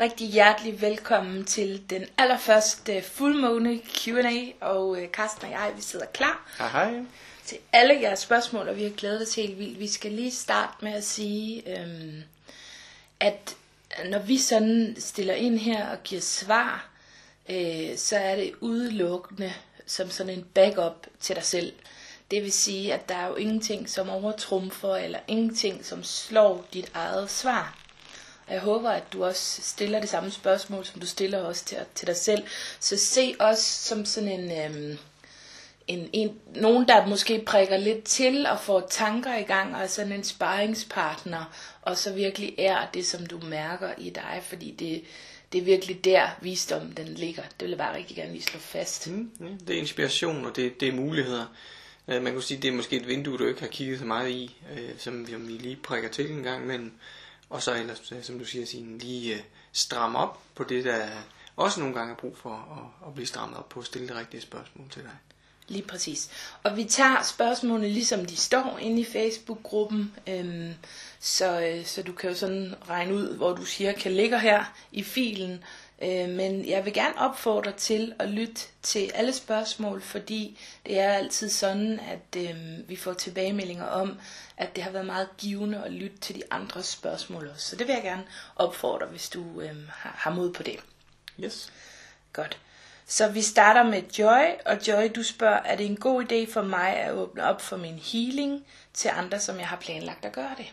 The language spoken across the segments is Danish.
Rigtig hjertelig velkommen til den allerførste fuldmåne Q&A, og Karsten og jeg, vi sidder klar. Hej. Til alle jeres spørgsmål, og vi har glædet os helt vildt. Vi skal lige starte med at sige, at når vi sådan stiller ind her og giver svar, så er det udelukkende som sådan en backup til dig selv. Det vil sige, at der er jo ingenting som overtrumfer, eller ingenting som slår dit eget svar. Og jeg håber, at du også stiller det samme spørgsmål, som du stiller også til dig selv. Så se os som sådan nogen, der måske prikker lidt til og får tanker i gang, og sådan en sparringspartner, og så virkelig er det, som du mærker i dig, fordi det er virkelig der visdommen den ligger. Det vil jeg bare rigtig gerne lige slå fast. Det er inspiration, og det er muligheder. Man kan sige, det er måske et vindue, du ikke har kigget så meget i, som vi lige prikker til en gang, men og så ellers, som du siger, lige stramme op på det, der også nogle gange er brug for at blive strammet op på at stille det rigtige spørgsmål til dig. Lige præcis. Og vi tager spørgsmålene ligesom de står inde i Facebook-gruppen, så du kan jo sådan regne ud, hvor du cirka ligger her i filen. Men jeg vil gerne opfordre til at lytte til alle spørgsmål, fordi det er altid sådan, at vi får tilbagemeldinger om, at det har været meget givende at lytte til de andres spørgsmål også. Så det vil jeg gerne opfordre, hvis du har mod på det. Yes. Godt. Så vi starter med Joy, og Joy, du spørger, er det en god idé for mig at åbne op for min healing til andre, som jeg har planlagt at gøre det?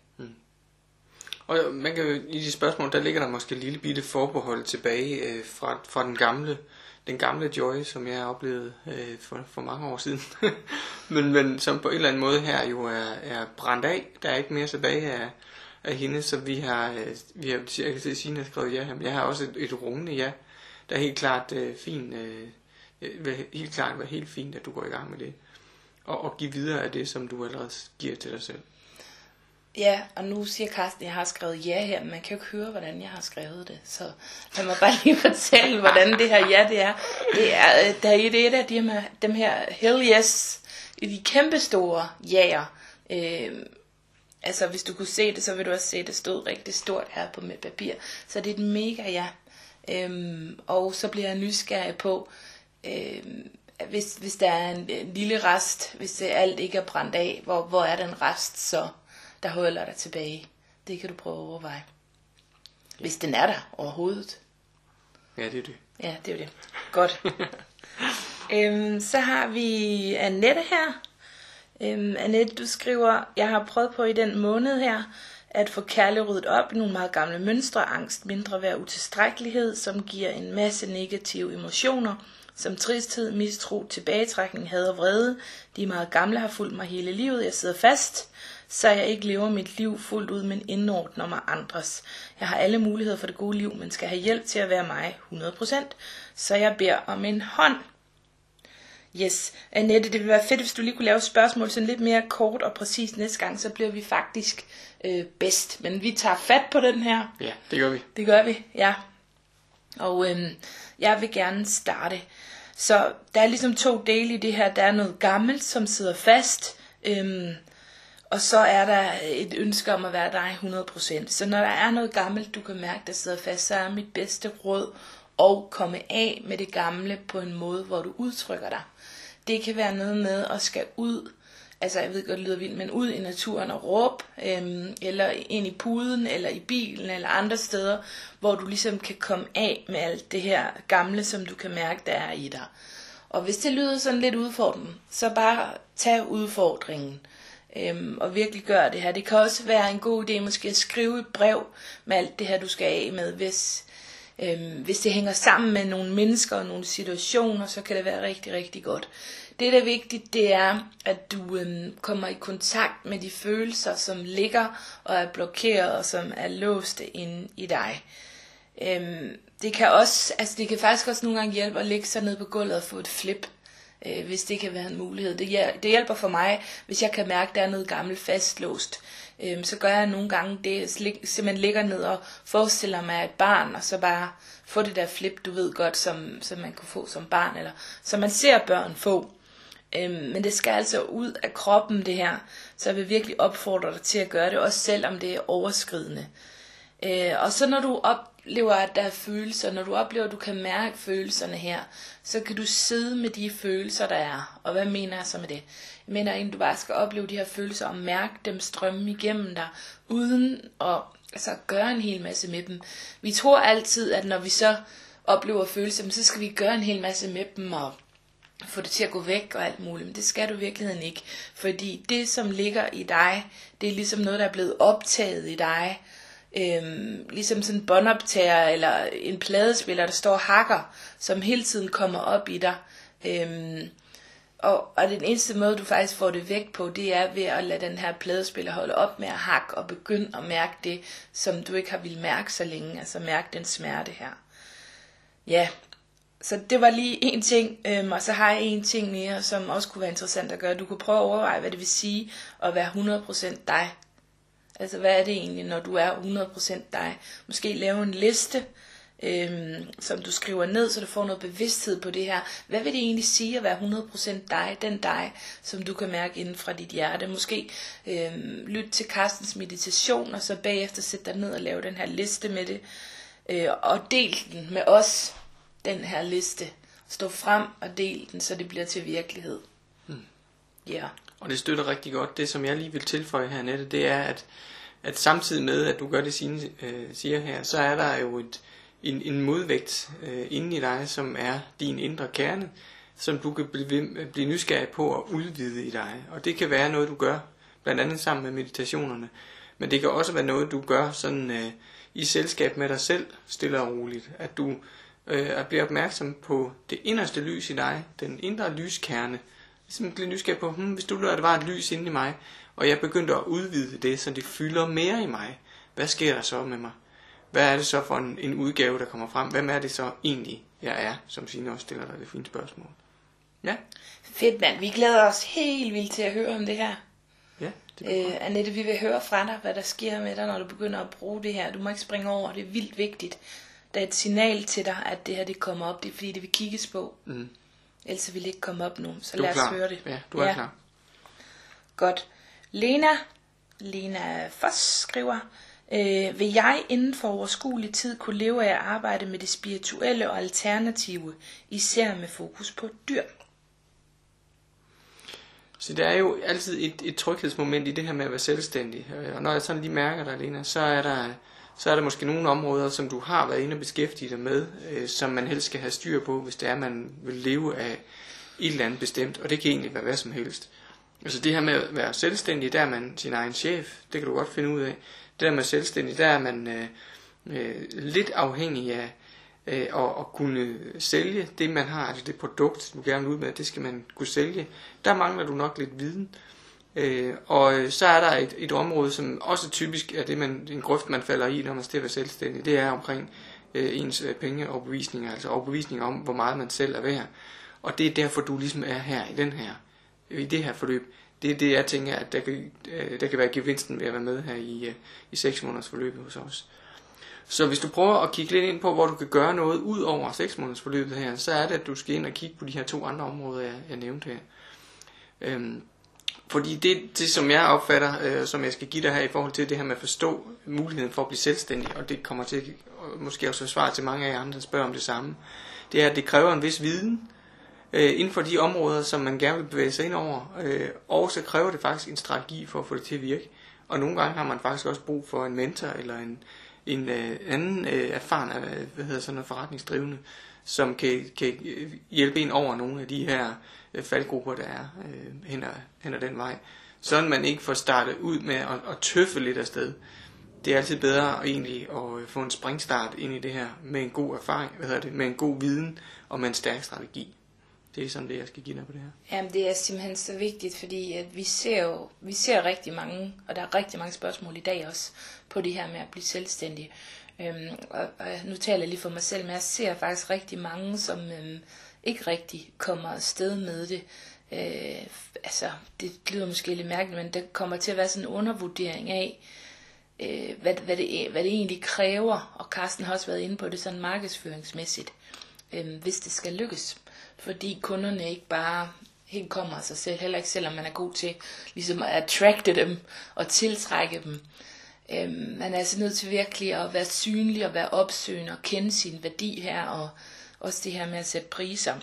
Og man kan jo, i de spørgsmål, der ligger der måske et lille bitte forbehold tilbage fra den gamle Joy, som jeg oplevede for mange år siden. men som på en eller anden måde her jo er brændt af. Der er ikke mere tilbage af hende, så vi har cirka til Signe har skrevet ja her, men jeg har også et rungende ja. Der er helt klart fint, helt klart være helt fint, at du går i gang med det. Og give videre af det, som du allerede giver til dig selv. Ja, og nu siger Karsten, at jeg har skrevet ja her, men man kan jo ikke høre, hvordan jeg har skrevet det. Så lad mig bare lige fortælle, hvordan det her ja det er. Der er et af dem her hell yes, de kæmpestore ja'er. Altså hvis du kunne se det, så vil du også se, at det stod rigtig stort her på mit papir. Så det er et mega ja. Og så bliver jeg nysgerrig på, hvis der er en lille rest, hvis alt ikke er brændt af, hvor er den rest så, der holder dig tilbage? Det kan du prøve at overveje. Hvis den er der overhovedet. Ja, det er det. Ja, det er det. Godt. Så har vi Annette her. Annette, du skriver, jeg har prøvet på i den måned her, at få kærligt ryddet op i nogle meget gamle mønstre, angst, mindre værd, utilstrækkelighed, som giver en masse negative emotioner, som tristhed, mistro, tilbagetrækning, had og vrede. De meget gamle har fulgt mig hele livet, jeg sidder fast, så jeg ikke lever mit liv fuldt ud, men indordner mig andres. Jeg har alle muligheder for det gode liv, men skal have hjælp til at være mig 100%, så jeg beder om en hånd. Yes, Annette, det ville være fedt, hvis du lige kunne lave spørgsmål sådan lidt mere kort og præcis næste gang, så bliver vi faktisk bedst. Men vi tager fat på den her. Ja, det gør vi. Det gør vi, ja. Og jeg vil gerne starte. Så der er ligesom 2 dele i det her. Der er noget gammelt, som sidder fast. Og så er der et ønske om at være dig 100%. Så når der er noget gammelt, du kan mærke, der sidder fast, så er mit bedste råd at komme af med det gamle på en måde, hvor du udtrykker dig. Det kan være noget med at skal ud, altså jeg ved godt, det lyder vildt, men ud i naturen og råbe, eller ind i puden, eller i bilen, eller andre steder, hvor du ligesom kan komme af med alt det her gamle, som du kan mærke, der er i dig. Og hvis det lyder sådan lidt udfordrende, så bare tag udfordringen, og virkelig gør det her. Det kan også være en god idé måske at skrive et brev med alt det her, du skal af med, hvis det hænger sammen med nogle mennesker og nogle situationer, så kan det være rigtig, rigtig godt. Det, der er vigtigt, det er, at du kommer i kontakt med de følelser, som ligger og er blokeret og som er låste inde i dig. Det kan faktisk også nogle gange hjælpe at lægge sig ned på gulvet og få et flip, hvis det kan være en mulighed. Det hjælper for mig, hvis jeg kan mærke, at der er noget gammelt fastlåst. Så gør jeg nogle gange det, simpelthen ligger ned og forestiller mig et barn, og så bare få det der flip, du ved godt, som man kunne få som barn, eller som man ser børn få. Men det skal altså ud af kroppen det her, så jeg vil virkelig opfordre dig til at gøre det, også selvom det er overskridende. Og så når du oplever, at der er følelser, når du oplever, at du kan mærke følelserne her, så kan du sidde med de følelser, der er. Og hvad mener jeg så med det? Jeg mener egentlig, du bare skal opleve de her følelser og mærke dem strømme igennem dig, uden at gøre en hel masse med dem. Vi tror altid, at når vi så oplever følelser, så skal vi gøre en hel masse med dem og få det til at gå væk og alt muligt. Men det skal du i virkeligheden ikke. Fordi det, som ligger i dig, det er ligesom noget, der er blevet optaget i dig. Ligesom sådan en båndoptager eller en pladespiller, der står og hakker, som hele tiden kommer op i dig. Og den eneste måde, du faktisk får det væk på, det er ved at lade den her pladespiller holde op med at hakke og begynde at mærke det, som du ikke har ville mærke så længe. Altså mærke den smerte her. Ja, så det var lige en ting, og så har jeg en ting mere, som også kunne være interessant at gøre. Du kunne prøve at overveje, hvad det vil sige at være 100% dig. Altså hvad er det egentlig, når du er 100% dig? Måske lave en liste, som du skriver ned, så du får noget bevidsthed på det her. Hvad vil det egentlig sige at være 100% dig? Den dig, som du kan mærke inden fra dit hjerte. Måske lyt til Carstens meditation, og så bagefter sæt dig ned og lave den her liste med det. Og del den med os, den her liste. Stå frem og del den, så det bliver til virkelighed. Ja. Og det støtter rigtig godt. Det som jeg lige vil tilføje her, Annette, det er at samtidig med at du gør det Signe siger her, så er der jo en modvægt inde i dig, som er din indre kerne, som du kan blive nysgerrig på at udvide i dig. Og det kan være noget du gør, blandt andet sammen med meditationerne, men det kan også være noget du gør sådan i selskab med dig selv, stille og roligt, at du bliver opmærksom på det inderste lys i dig, den indre lyskerne. Ligesom bliver nysgerrig på, hvis du lader, at der var et lys inde i mig, og jeg begyndte at udvide det, så det fylder mere i mig. Hvad sker der så med mig? Hvad er det så for en udgave, der kommer frem? Hvem er det så egentlig, jeg er, som Signe også stiller dig det fine spørgsmål? Ja. Fedt mand, vi glæder os helt vildt til at høre om det her. Ja, Annette, vi vil høre fra dig, hvad der sker med dig, når du begynder at bruge det her. Du må ikke springe over, det er vildt vigtigt. Der er et signal til dig, at det her det kommer op, det er fordi det vil kigges på. Ellers vil det ikke komme op nu, så lad os høre det. Ja, du er klar. Godt. Lena Foss skriver, vil jeg inden for overskuelig tid kunne leve af at arbejde med det spirituelle og alternative, især med fokus på dyr? Så der er jo altid et tryghedsmoment i det her med at være selvstændig. Og når jeg sådan lige mærker dig, Lena, så er der måske nogle områder, som du har været inde og beskæftige dig med, som man helst skal have styr på, hvis det er, man vil leve af et eller andet bestemt. Og det kan egentlig være hvad som helst. Altså det her med at være selvstændig, der er man sin egen chef, det kan du godt finde ud af. Det der med selvstændig, der er man lidt afhængig af at kunne sælge det, man har, altså det produkt, du gerne vil ud med, det skal man kunne sælge. Der mangler du nok lidt viden. Og så er der et område, som også typisk er det, en grøft, man falder i, når man skal være selvstændig. Det er omkring ens pengeoverbevisninger, altså overbevisninger om, hvor meget man selv er værd. Og det er derfor, du ligesom er her i det her forløb. Det er det, jeg tænker, at der kan være gevinsten ved at være med her i 6 måneders forløbet hos os. Så hvis du prøver at kigge lidt ind på, hvor du kan gøre noget ud over 6 måneders forløbet her, så er det, at du skal ind og kigge på de her 2 andre områder, jeg nævnte her. Fordi det som jeg opfatter, som jeg skal give dig her i forhold til det her med at forstå muligheden for at blive selvstændig, og det kommer til måske også at svare til mange af jer andre, der spørger om det samme, det er, at det kræver en vis viden inden for de områder, som man gerne vil bevæge sig ind over, og så kræver det faktisk en strategi for at få det til at virke. Og nogle gange har man faktisk også brug for en mentor eller en anden erfaren forretningsdrivende, som kan hjælpe en over nogle af de her faldgrupper, der er hen ad den vej. Sådan man ikke får startet ud med at tøffe lidt afsted. Det er altid bedre egentlig at få en springstart ind i det her med en god erfaring, med en god viden og med en stærk strategi. Det er sådan det, jeg skal give dig på det her. Jamen det er simpelthen så vigtigt, fordi at vi ser rigtig mange, og der er rigtig mange spørgsmål i dag også, på det her med at blive selvstændig. Og nu taler jeg lige for mig selv, men jeg ser faktisk rigtig mange, som ikke rigtig kommer afsted med det. Det lyder måske lidt mærkeligt, men der kommer til at være sådan en undervurdering af, hvad det egentlig kræver, og Carsten har også været inde på det sådan markedsføringsmæssigt, hvis det skal lykkes. Fordi kunderne ikke bare helt kommer af sig selv, heller ikke selvom man er god til ligesom at attracte dem og tiltrække dem. Man er altså nødt til virkelig at være synlig og være opsøgende og kende sin værdi her, og også det her med at sætte priser.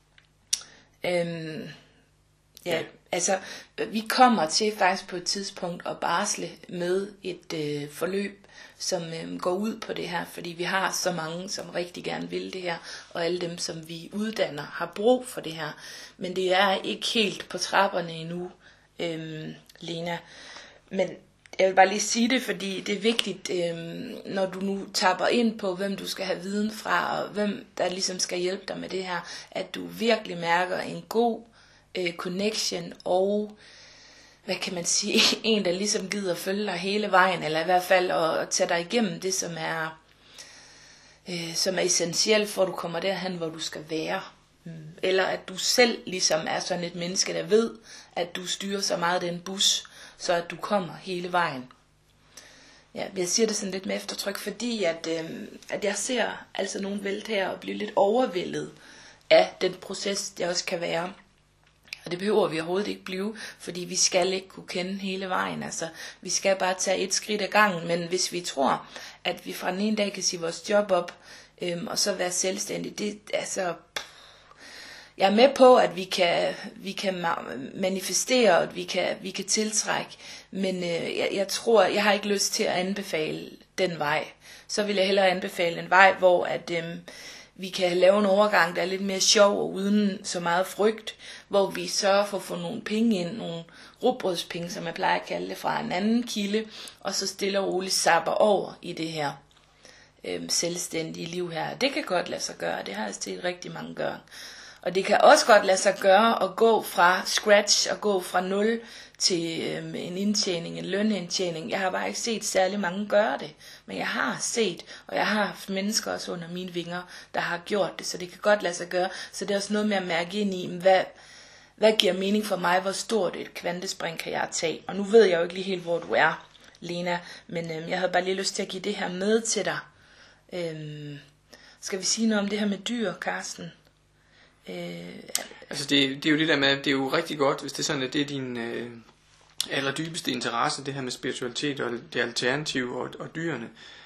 Altså vi kommer til faktisk på et tidspunkt at barsle med et forløb, som går ud på det her, fordi vi har så mange, som rigtig gerne vil det her, og alle dem, som vi uddanner, har brug for det her. Men det er ikke helt på trapperne endnu, Lena. Men jeg vil bare lige sige det, fordi det er vigtigt, når du nu tapper ind på, hvem du skal have viden fra, og hvem der ligesom skal hjælpe dig med det her, at du virkelig mærker en god connection, og hvad kan man sige, en der ligesom gider følge dig hele vejen, eller i hvert fald at tage dig igennem det, som er essentielt, for at du kommer derhen, hvor du skal være. Eller at du selv ligesom er sådan et menneske, der ved, at du styrer så meget den bus, så at du kommer hele vejen. Ja, jeg siger det sådan lidt med eftertryk, fordi at jeg ser altså nogen vælte her og blive lidt overvældet af den proces, det også kan være. Og det behøver vi overhovedet ikke blive, fordi vi skal ikke kunne kende hele vejen. Altså, vi skal bare tage et skridt ad gangen, men hvis vi tror, at vi fra den ene dag kan sige vores job op, og så være selvstændige, det altså... Jeg er med på, at vi kan manifestere, og at vi kan tiltrække, men jeg tror, jeg har ikke lyst til at anbefale den vej. Så vil jeg hellere anbefale en vej, hvor at vi kan lave en overgang, der er lidt mere sjov og uden så meget frygt, hvor vi sørger for at få nogle penge ind, nogle rugbrødspenge, som jeg plejer at kalde det, fra en anden kilde, og så stille og roligt zapper over i det her selvstændige liv her. Det kan godt lade sig gøre, det har jeg set rigtig mange gøre. Og det kan også godt lade sig gøre at gå fra scratch og gå fra 0 til en indtjening, en lønindtjening. Jeg har bare ikke set særlig mange gøre det, men jeg har set, og jeg har haft mennesker også under mine vinger, der har gjort det, så det kan godt lade sig gøre. Så det er også noget med at mærke ind i, hvad giver mening for mig, hvor stort et kvantespring kan jeg tage. Og nu ved jeg jo ikke lige helt, hvor du er, Lena, men jeg havde bare lige lyst til at give det her med til dig. Skal vi sige noget om det her med dyr, Karsten? Altså det er jo det der med, det er jo rigtig godt, hvis det er sådan, at det er din allerdybeste interesse, det her med spiritualitet og det alternative og dyrene.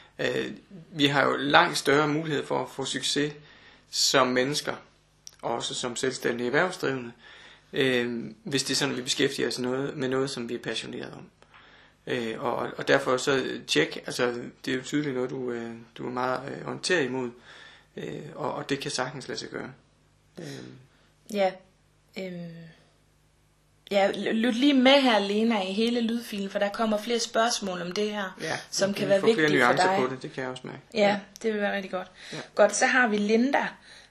Vi har jo langt større mulighed for at få succes som mennesker, og også som selvstændige erhvervsdrivende, hvis det er sådan, at vi beskæftiger os med noget, som vi er passionerede om. Og derfor så tjek, altså det er jo tydeligt noget, du er meget orienteret imod, og det kan sagtens lade sig gøre. Lyt lige med her, Lena, i hele lydfilen, for der kommer flere spørgsmål om det her, som kan være vigtigt for dig. På det, det kan jeg også mærke. Ja, det vil være rigtig godt. Ja. Godt, så har vi Linda.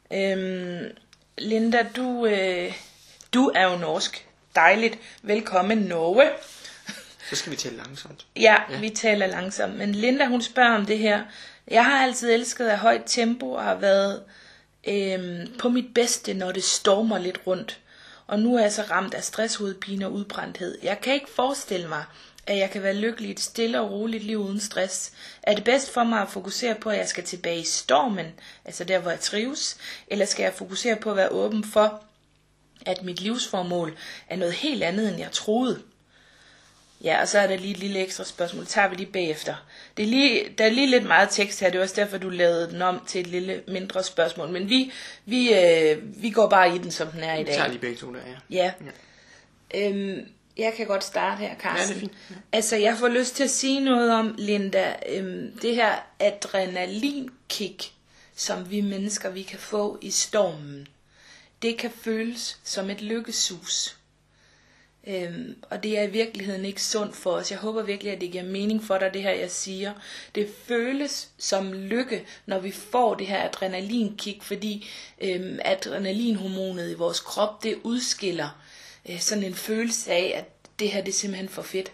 Linda, du er jo norsk. Dejligt. Velkommen, Norge. Så skal vi tale langsomt. Ja, vi taler langsomt. Men Linda, hun spørger om det her. Jeg har altid elsket af højt tempo og har været på mit bedste, når det stormer lidt rundt. Og nu er jeg så ramt af stresshovedpine og udbrændthed. Jeg kan ikke forestille mig, at jeg kan være lykkelig i et stille og roligt liv uden stress. Er det bedst for mig at fokusere på, at jeg skal tilbage i stormen, altså der, hvor jeg trives? Eller skal jeg fokusere på at være åben for, at mit livsformål er noget helt andet, end jeg troede? Ja, og så er der lige et lille ekstra spørgsmål. Det tager vi lige bagefter. Der er lige lidt meget tekst her. Det er også derfor, du lavede den om til et lille mindre spørgsmål. Men vi går bare i den, som den er i dag. Vi tager lige begge to der, ja. Jeg kan godt starte her, Karsten. Ja, det er fint. Ja. Altså, jeg får lyst til at sige noget om, Linda, det her adrenalinkick, som vi mennesker vi kan få i stormen. Det kan føles som et lykkesus. Og det er i virkeligheden ikke sundt for os. Jeg håber virkelig, at det giver mening for dig, det her jeg siger. Det føles som lykke, når vi får det her adrenalinkick, fordi adrenalinhormonet i vores krop, det udskiller sådan en følelse af, at det her det er simpelthen for fedt.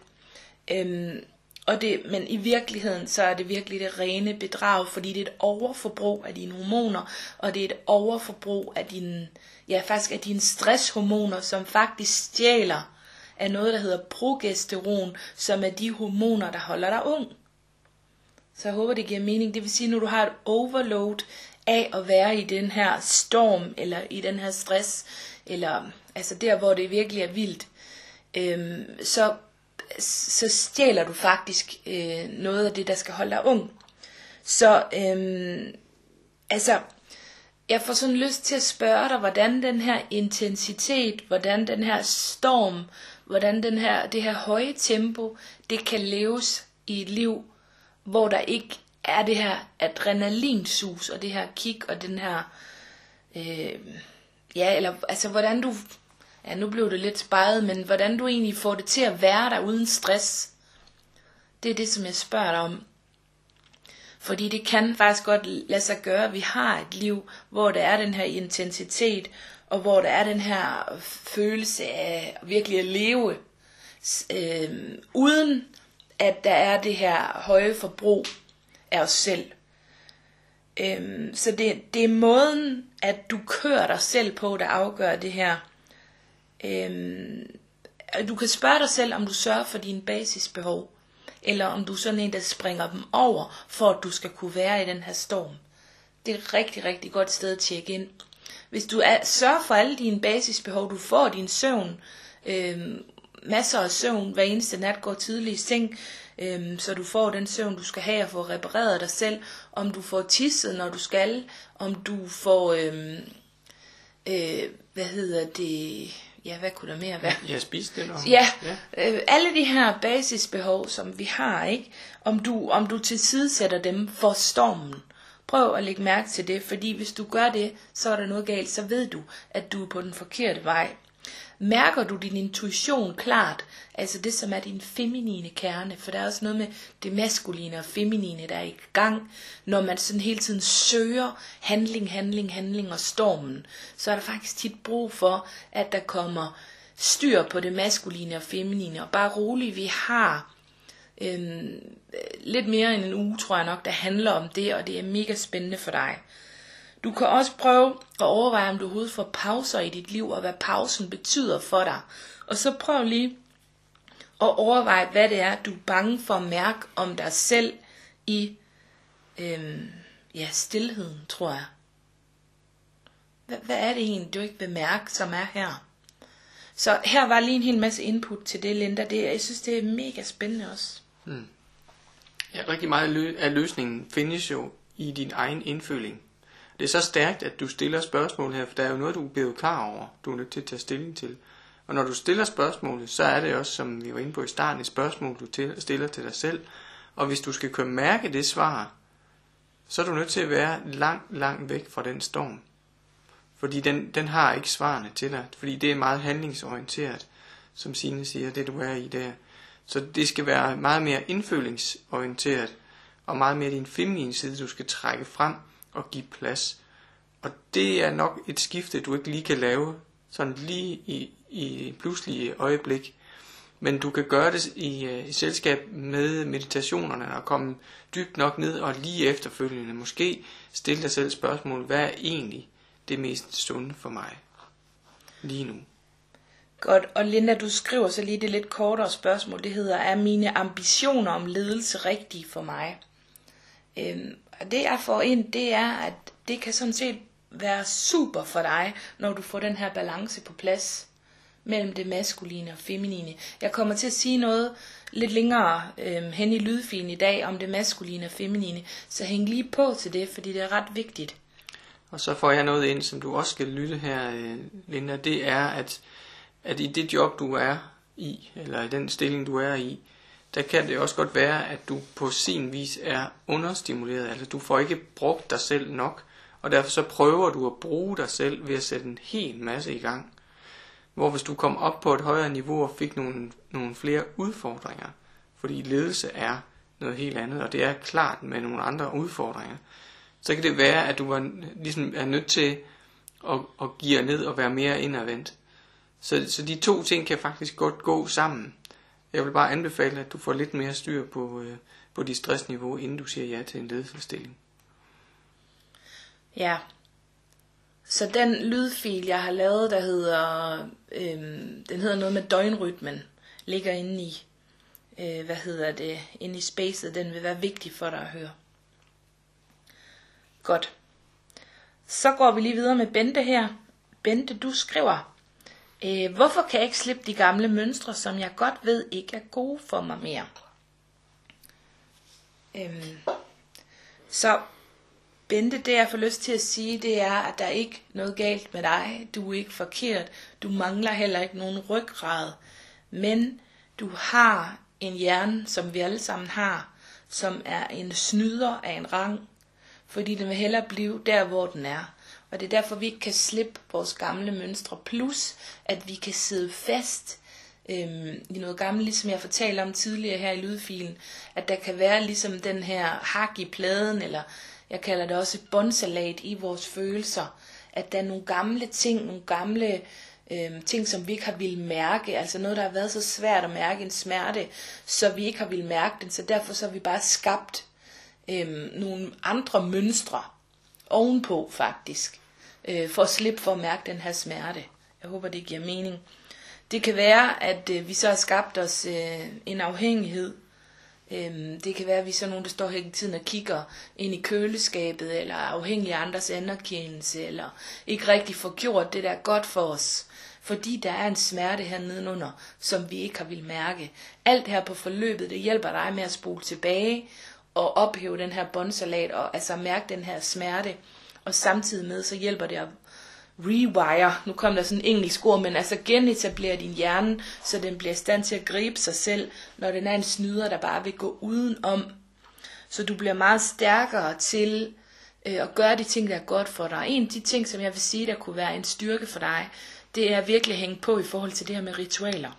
Men i virkeligheden, så er det virkelig det rene bedrag, fordi det er et overforbrug af dine hormoner, og det er et overforbrug af dine stresshormoner, som faktisk stjæler af noget, der hedder progesteron, som er de hormoner, der holder dig ung. Så jeg håber, det giver mening. Det vil sige, når du har et overload af at være i den her storm, eller i den her stress, eller altså der, hvor det virkelig er vildt, så så stjæler du faktisk noget af det, der skal holde dig ung. Så jeg får sådan lyst til at spørge dig, hvordan den her intensitet, hvordan den her storm, hvordan det her høje tempo, det kan leves i et liv, hvor der ikke er det her adrenalinsus og det her kick og den her, hvordan du, nu blev det lidt speget, men hvordan du egentlig får det til at være der uden stress. Det er det, som jeg spørger dig om. Fordi det kan faktisk godt lade sig gøre, at vi har et liv, hvor der er den her intensitet, og hvor der er den her følelse af virkelig at leve, uden at der er det her høje forbrug af os selv. Så det er måden, at du kører dig selv på, der afgør det her. Du kan spørge dig selv, om du sørger for dine basisbehov, eller om du er sådan en, der springer dem over, for at du skal kunne være i den her storm. Det er et rigtig, rigtig godt sted at tjekke ind. Hvis du sørger for alle dine basisbehov, du får din søvn, masser af søvn, hver eneste nat går tidligt i seng, så du får den søvn, du skal have, og får repareret dig selv, om du får tisset, når du skal, om du får, hvad kunne der mere være? Ja, spise det. Alle de her basisbehov, som vi har, ikke? Om du tilsidesætter dem for stormen. Prøv at lægge mærke til det, fordi hvis du gør det, så er der noget galt, så ved du, at du er på den forkerte vej. Mærker du din intuition klart, altså det som er din feminine kerne, for der er også noget med det maskuline og feminine, der er i gang, når man sådan hele tiden søger handling og stormen, så er der faktisk tit brug for, at der kommer styr på det maskuline og feminine, og bare roligt, vi har lidt mere end en uge, tror jeg nok, der handler om det, og det er mega spændende for dig. Du kan også prøve at overveje, om du overhovedet får pauser i dit liv, og hvad pausen betyder for dig. Og så prøv lige at overveje, hvad det er, du er bange for at mærke om dig selv i stilheden, tror jeg. Hvad er det egentlig, du ikke vil mærke, som er her? Så her var lige en hel masse input til det, Linda. Jeg synes, det er mega spændende også. Ja, rigtig meget af løsningen findes jo i din egen indføling. Det er så stærkt, at du stiller spørgsmål her, for der er jo noget, du er blevet klar over, du er nødt til at tage stilling til. Og når du stiller spørgsmålet, så er det også, som vi var inde på i starten, et spørgsmål, du stiller til dig selv. Og hvis du skal kunne mærke det svar, så er du nødt til at være langt væk fra den storm. Fordi den har ikke svarene til dig, fordi det er meget handlingsorienteret, som Signe siger, det du er i der. Så det skal være meget mere indfølingsorienteret, og meget mere din feminine side, du skal trække frem og give plads. Og det er nok et skifte, du ikke lige kan lave, sådan lige i pludselige øjeblik. Men du kan gøre det i selskab med meditationerne, og komme dybt nok ned, og lige efterfølgende måske stille dig selv spørgsmål, hvad er egentlig det mest sunde for mig lige nu? Godt, og Linda, du skriver så lige det lidt kortere spørgsmål, det hedder, er mine ambitioner om ledelse rigtige for mig? Og det jeg får ind, det er, at det kan sådan set være super for dig, når du får den her balance på plads mellem det maskuline og feminine. Jeg kommer til at sige noget lidt længere hen i lydfilen i dag om det maskuline og feminine, så hæng lige på til det, fordi det er ret vigtigt. Og så får jeg noget ind, som du også skal lytte her, Linda, det er, at i det job, du er i, eller i den stilling, du er i, der kan det også godt være, at du på sin vis er understimuleret, altså du får ikke brugt dig selv nok, og derfor så prøver du at bruge dig selv ved at sætte en hel masse i gang. Hvor hvis du kom op på et højere niveau og fik nogle flere udfordringer, fordi ledelse er noget helt andet, og det er klart med nogle andre udfordringer, så kan det være, at du ligesom er nødt til at give ned og være mere indadvendt. Så de to ting kan faktisk godt gå sammen. Jeg vil bare anbefale, at du får lidt mere styr på dit stressniveau, inden du siger ja til en ledelsesstilling. Ja. Så den lydfil, jeg har lavet, der hedder, den hedder noget med døgnrytmen, ligger inde i, inde i spacet. Den vil være vigtig for dig at høre. Godt. Så går vi lige videre med Bente her. Bente, du skriver, Hvorfor kan jeg ikke slippe de gamle mønstre, som jeg godt ved ikke er gode for mig mere? Så Bente, det jeg får lyst til at sige, det er, at der er ikke noget galt med dig. Du er ikke forkert. Du mangler heller ikke nogen ryggrad. Men du har en hjerne, som vi alle sammen har, som er en snyder af en rang. Fordi den vil hellere blive der, hvor den er. Og det er derfor, vi ikke kan slippe vores gamle mønstre. Plus, at vi kan sidde fast i noget gammelt, ligesom jeg fortalte om tidligere her i lydfilen. At der kan være ligesom den her hak i pladen, eller jeg kalder det også båndsalat i vores følelser. At der er nogle gamle ting, nogle gamle ting, som vi ikke har ville mærke. Altså noget, der har været så svært at mærke, en smerte, så vi ikke har ville mærke den. Så derfor så har vi bare skabt nogle andre mønstre ovenpå faktisk, for at slippe for at mærke den her smerte. Jeg håber, det giver mening. Det kan være, at vi så har skabt os en afhængighed. Det kan være, at vi er sådan nogen, der står hele tiden og kigger ind i køleskabet, eller er afhængige af andres anerkendelse, eller ikke rigtig får gjort det, der er godt for os. Fordi der er en smerte her nedenunder, som vi ikke har vil mærke. Alt her på forløbet, det hjælper dig med at spole tilbage, og ophæve den her båndsalat, og altså mærke den her smerte. Og samtidig med, så hjælper det at rewire, nu kom der sådan en engelsk ord, men altså genetablere din hjerne, så den bliver i stand til at gribe sig selv, når den er en snyder, der bare vil gå udenom. Så du bliver meget stærkere til at gøre de ting, der er godt for dig. En af de ting, som jeg vil sige, der kunne være en styrke for dig, det er virkelig at hænge på i forhold til det her med ritualer.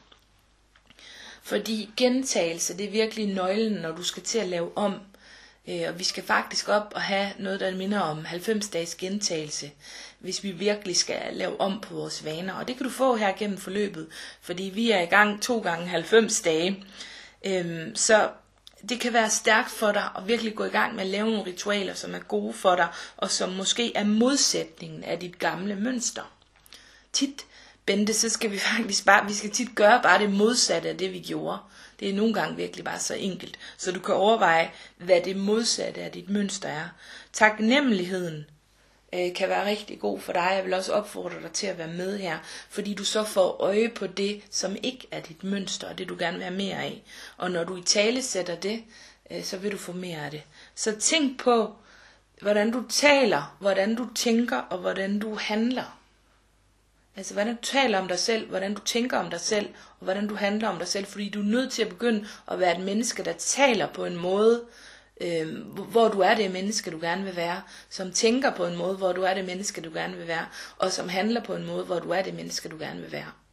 Fordi gentagelse, det er virkelig nøglen, når du skal til at lave om. Og vi skal faktisk op og have noget, der minder om 90 dages gentagelse, hvis vi virkelig skal lave om på vores vaner. Og det kan du få her gennem forløbet, fordi vi er i gang 2 gange 90 dage. Så det kan være stærkt for dig at virkelig gå i gang med at lave nogle ritualer, som er gode for dig, og som måske er modsætningen af dit gamle mønster. Tit, Bente, så skal vi faktisk vi skal tit gøre bare det modsatte af det, vi gjorde. Det er nogle gange virkelig bare så enkelt, så du kan overveje, hvad det modsatte af dit mønster er. Taknemmeligheden kan være rigtig god for dig. Jeg vil også opfordre dig til at være med her, fordi du så får øje på det, som ikke er dit mønster, og det du gerne vil have mere af. Og når du i tale sætter det, så vil du få mere af det. Så tænk på, hvordan du taler, hvordan du tænker, og hvordan du handler. Altså hvordan du taler om dig selv, hvordan du tænker om dig selv, og hvordan du handler om dig selv. Fordi du er nødt til at begynde at være et menneske, der taler på en måde, hvor du er det menneske, du gerne vil være. Som tænker på en måde, hvor du er det menneske, du gerne vil være. Og som handler på en måde, hvor du er det menneske, du gerne vil være.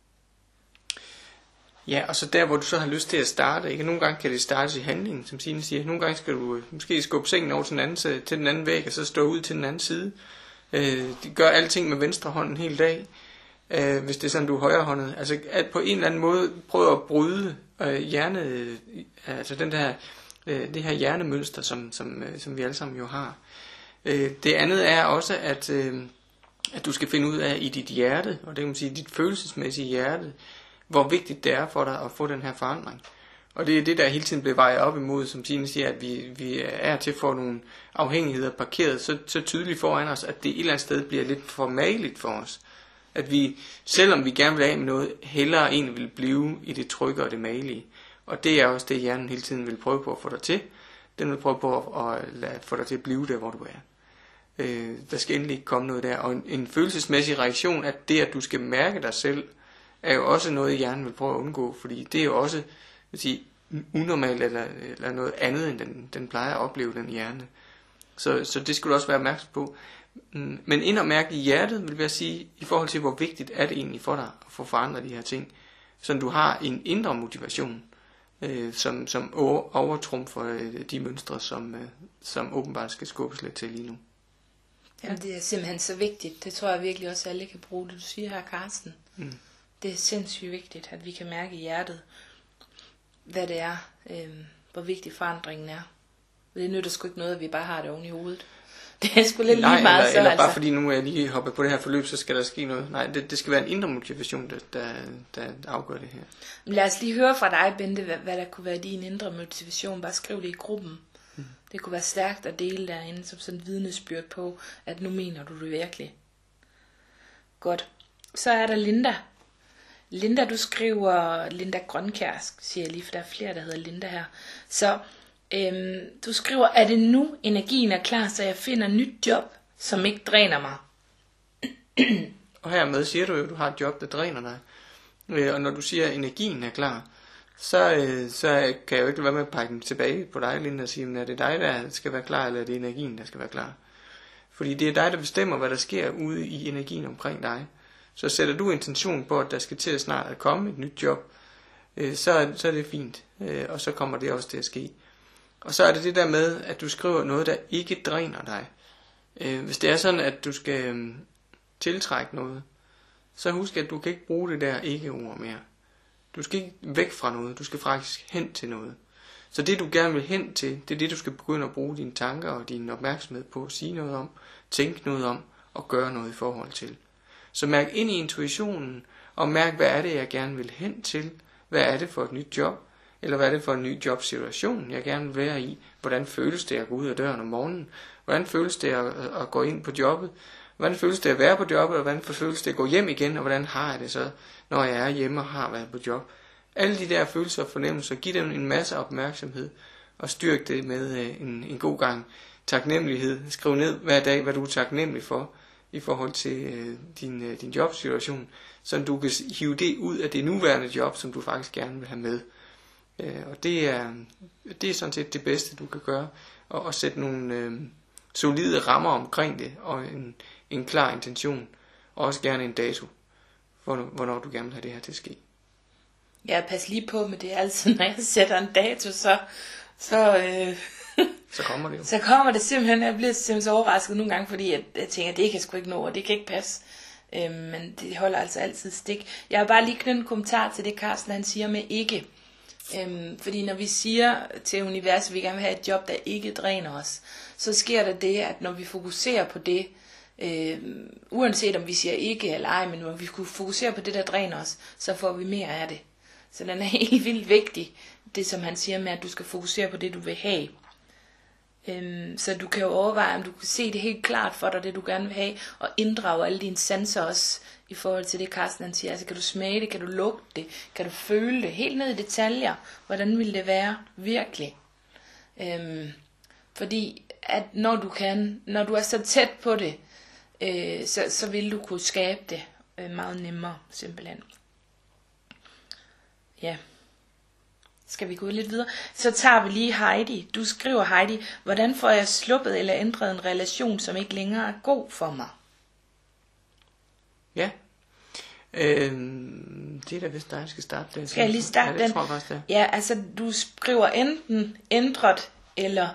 Ja, og så der, hvor du så har lyst til at starte, ikke? Nogle gange kan det startes i handlingen, som Signe siger. Nogle gange skal du måske skubbe sengen over til den anden væg, og så stå ud til den anden side. De gør alting med venstre hånden hele dag, hvis det er sådan, du er højrehåndet. Altså at på en eller anden måde prøve at bryde altså det her hjernemønster, som vi alle sammen jo har. Det andet er også, at du skal finde ud af i dit hjerte, og det kan man sige, dit følelsesmæssige hjerte, hvor vigtigt det er for dig at få den her forandring. Og det er det, der hele tiden bliver vejet op imod, som Tine siger, at vi er til for nogle afhængigheder parkeret så tydeligt foran os, at det et eller andet sted bliver lidt for mageligt for os. At vi, selvom vi gerne vil af med noget, hellere egentlig vil blive i det trygge og det magelige. Og det er også det, hjernen hele tiden vil prøve på at få dig til. Den vil prøve på at få dig til at blive der, hvor du er. Der skal endelig ikke komme noget der. Og en følelsesmæssig reaktion, at det, at du skal mærke dig selv, er jo også noget, hjernen vil prøve at undgå. Fordi det er jo også unormalt eller noget andet, end den plejer at opleve, den hjerne. Så det skal du også være opmærksom på. Men ind og mærke i hjertet, vil jeg sige, i forhold til, hvor vigtigt er det egentlig for dig at få forandret de her ting. Så du har en indre motivation, som overtrumfer de mønstre, som åbenbart skal skubbes lidt til lige nu. Jamen, det er simpelthen så vigtigt. Det tror jeg virkelig også, alle kan bruge det, du siger her, Carsten. Det er sindssygt vigtigt, at vi kan mærke i hjertet, hvad det er, hvor vigtig forandringen er. Det nytter sgu ikke noget, at vi bare har det oven i hovedet. Det er sgu lidt lige meget så. Eller bare fordi nu er jeg lige hoppet på det her forløb, så skal der ske noget. Nej, det skal være en indre motivation, der afgør det her. Men lad os lige høre fra dig, Bente, hvad der kunne være din indre motivation. Bare skriv det i gruppen. Det kunne være stærkt at dele derinde, som sådan et vidnesbyrd på, at nu mener du det virkelig. Godt. Så er der Linda. Linda, du skriver, Linda Grønkjær, siger jeg lige, for der er flere, der hedder Linda her. Så du skriver, er det nu energien er klar, så jeg finder nyt job, som ikke dræner mig? Og hermed siger du jo, at du har et job, der dræner dig. Og når du siger, at energien er klar, så kan jeg jo ikke være med at pege den tilbage på dig, Linda, og sige, er det dig, der skal være klar, eller er det energien, der skal være klar? Fordi det er dig, der bestemmer, hvad der sker ude i energien omkring dig. Så sætter du intention på, at der skal til at snart at komme et nyt job, så er det fint, og så kommer det også til at ske. Og så er det det der med, at du skriver noget, der ikke dræner dig. Hvis det er sådan, at du skal tiltrække noget, så husk, at du kan ikke bruge det der ikke-ord mere. Du skal ikke væk fra noget, du skal faktisk hen til noget. Så det du gerne vil hen til, det er det du skal begynde at bruge dine tanker og din opmærksomhed på at sige noget om, tænke noget om og gøre noget i forhold til. Så mærk ind i intuitionen og mærk, hvad er det jeg gerne vil hen til, hvad er det for et nyt job, eller hvad er det for en ny jobsituation jeg gerne vil være i, hvordan føles det at gå ud af døren om morgenen, hvordan føles det at gå ind på jobbet, hvordan føles det at være på jobbet, og hvordan føles det at gå hjem igen, og hvordan har jeg det så, når jeg er hjemme og har været på job. Alle de der følelser og fornemmelser, giv dem en masse opmærksomhed, og styrk det med en god gang taknemmelighed. Skriv ned hver dag, hvad du er taknemmelig for, i forhold til din jobsituation, så du kan hive det ud af det nuværende job, som du faktisk gerne vil have med. Og det er sådan set det bedste, du kan gøre, og sætte nogle solide rammer omkring det, og en klar intention, og også gerne en dato, hvornår du gerne vil have det her til at ske. Ja, pas lige på med det altid, når jeg sætter en dato, så kommer det jo. Så kommer det simpelthen, jeg bliver simpelthen så overrasket nogle gange, fordi jeg tænker, det kan jeg sgu ikke nå, og det kan ikke passe. Men det holder altså altid stik. Jeg har bare lige knyttet en kommentar til det, Carsten han siger med ikke. Fordi når vi siger til universet, at vi gerne vil have et job, der ikke dræner os, så sker der det, at når vi fokuserer på det, uanset om vi siger ikke eller ej, men når vi fokuserer på det, der dræner os, så får vi mere af det. Så den er helt vildt vigtig, det som han siger med, at du skal fokusere på det, du vil have. Så du kan jo overveje, om du kan se det helt klart for dig, det du gerne vil have, og inddrage alle dine sanser også, i forhold til det, Carsten han siger. Altså, kan du smage det, kan du lugte det, kan du føle det, helt ned i detaljer, hvordan vil det være virkelig? Fordi, at når du er så tæt på det, så vil du kunne skabe det meget nemmere, simpelthen. Ja. Skal vi gå lidt videre? Så tager vi lige Heidi. Du skriver, Heidi, hvordan får jeg sluppet eller ændret en relation, som ikke længere er god for mig? Ja. Det er da vist dig, der skal starte det. Skal jeg lige starte den? Ja, det tror jeg faktisk, det er. Ja, altså du skriver enten ændret eller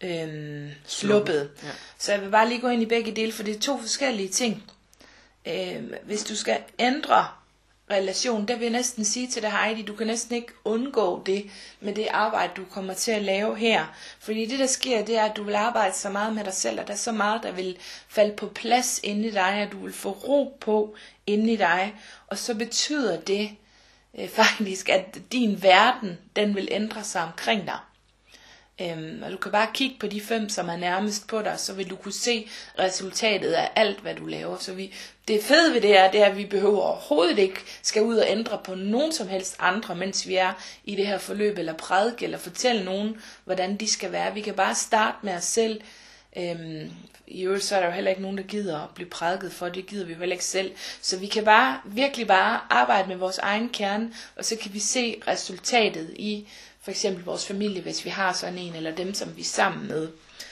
sluppet. Ja. Så jeg vil bare lige gå ind i begge dele, for det er to forskellige ting. Hvis du skal ændre relation, der vil jeg næsten sige til dig, Heidi, du kan næsten ikke undgå det med det arbejde, du kommer til at lave her. Fordi det, der sker, det er, at du vil arbejde så meget med dig selv, og der er så meget, der vil falde på plads inde i dig, at du vil få ro på inde i dig. Og så betyder det faktisk, at din verden, den vil ændre sig omkring dig. Og du kan bare kigge på de 5, som er nærmest på dig, så vil du kunne se resultatet af alt, hvad du laver. Så det fede ved det er, at vi behøver overhovedet ikke skal ud og ændre på nogen som helst andre, mens vi er i det her forløb, eller prædike, eller fortælle nogen, hvordan de skal være. Vi kan bare starte med os selv. I øvrigt så er der jo heller ikke nogen, der gider at blive prædiket for, det gider vi jo heller ikke selv. Så vi kan virkelig bare arbejde med vores egen kerne, og så kan vi se resultatet i for eksempel vores familie, hvis vi har sådan en, eller dem, som vi er sammen med.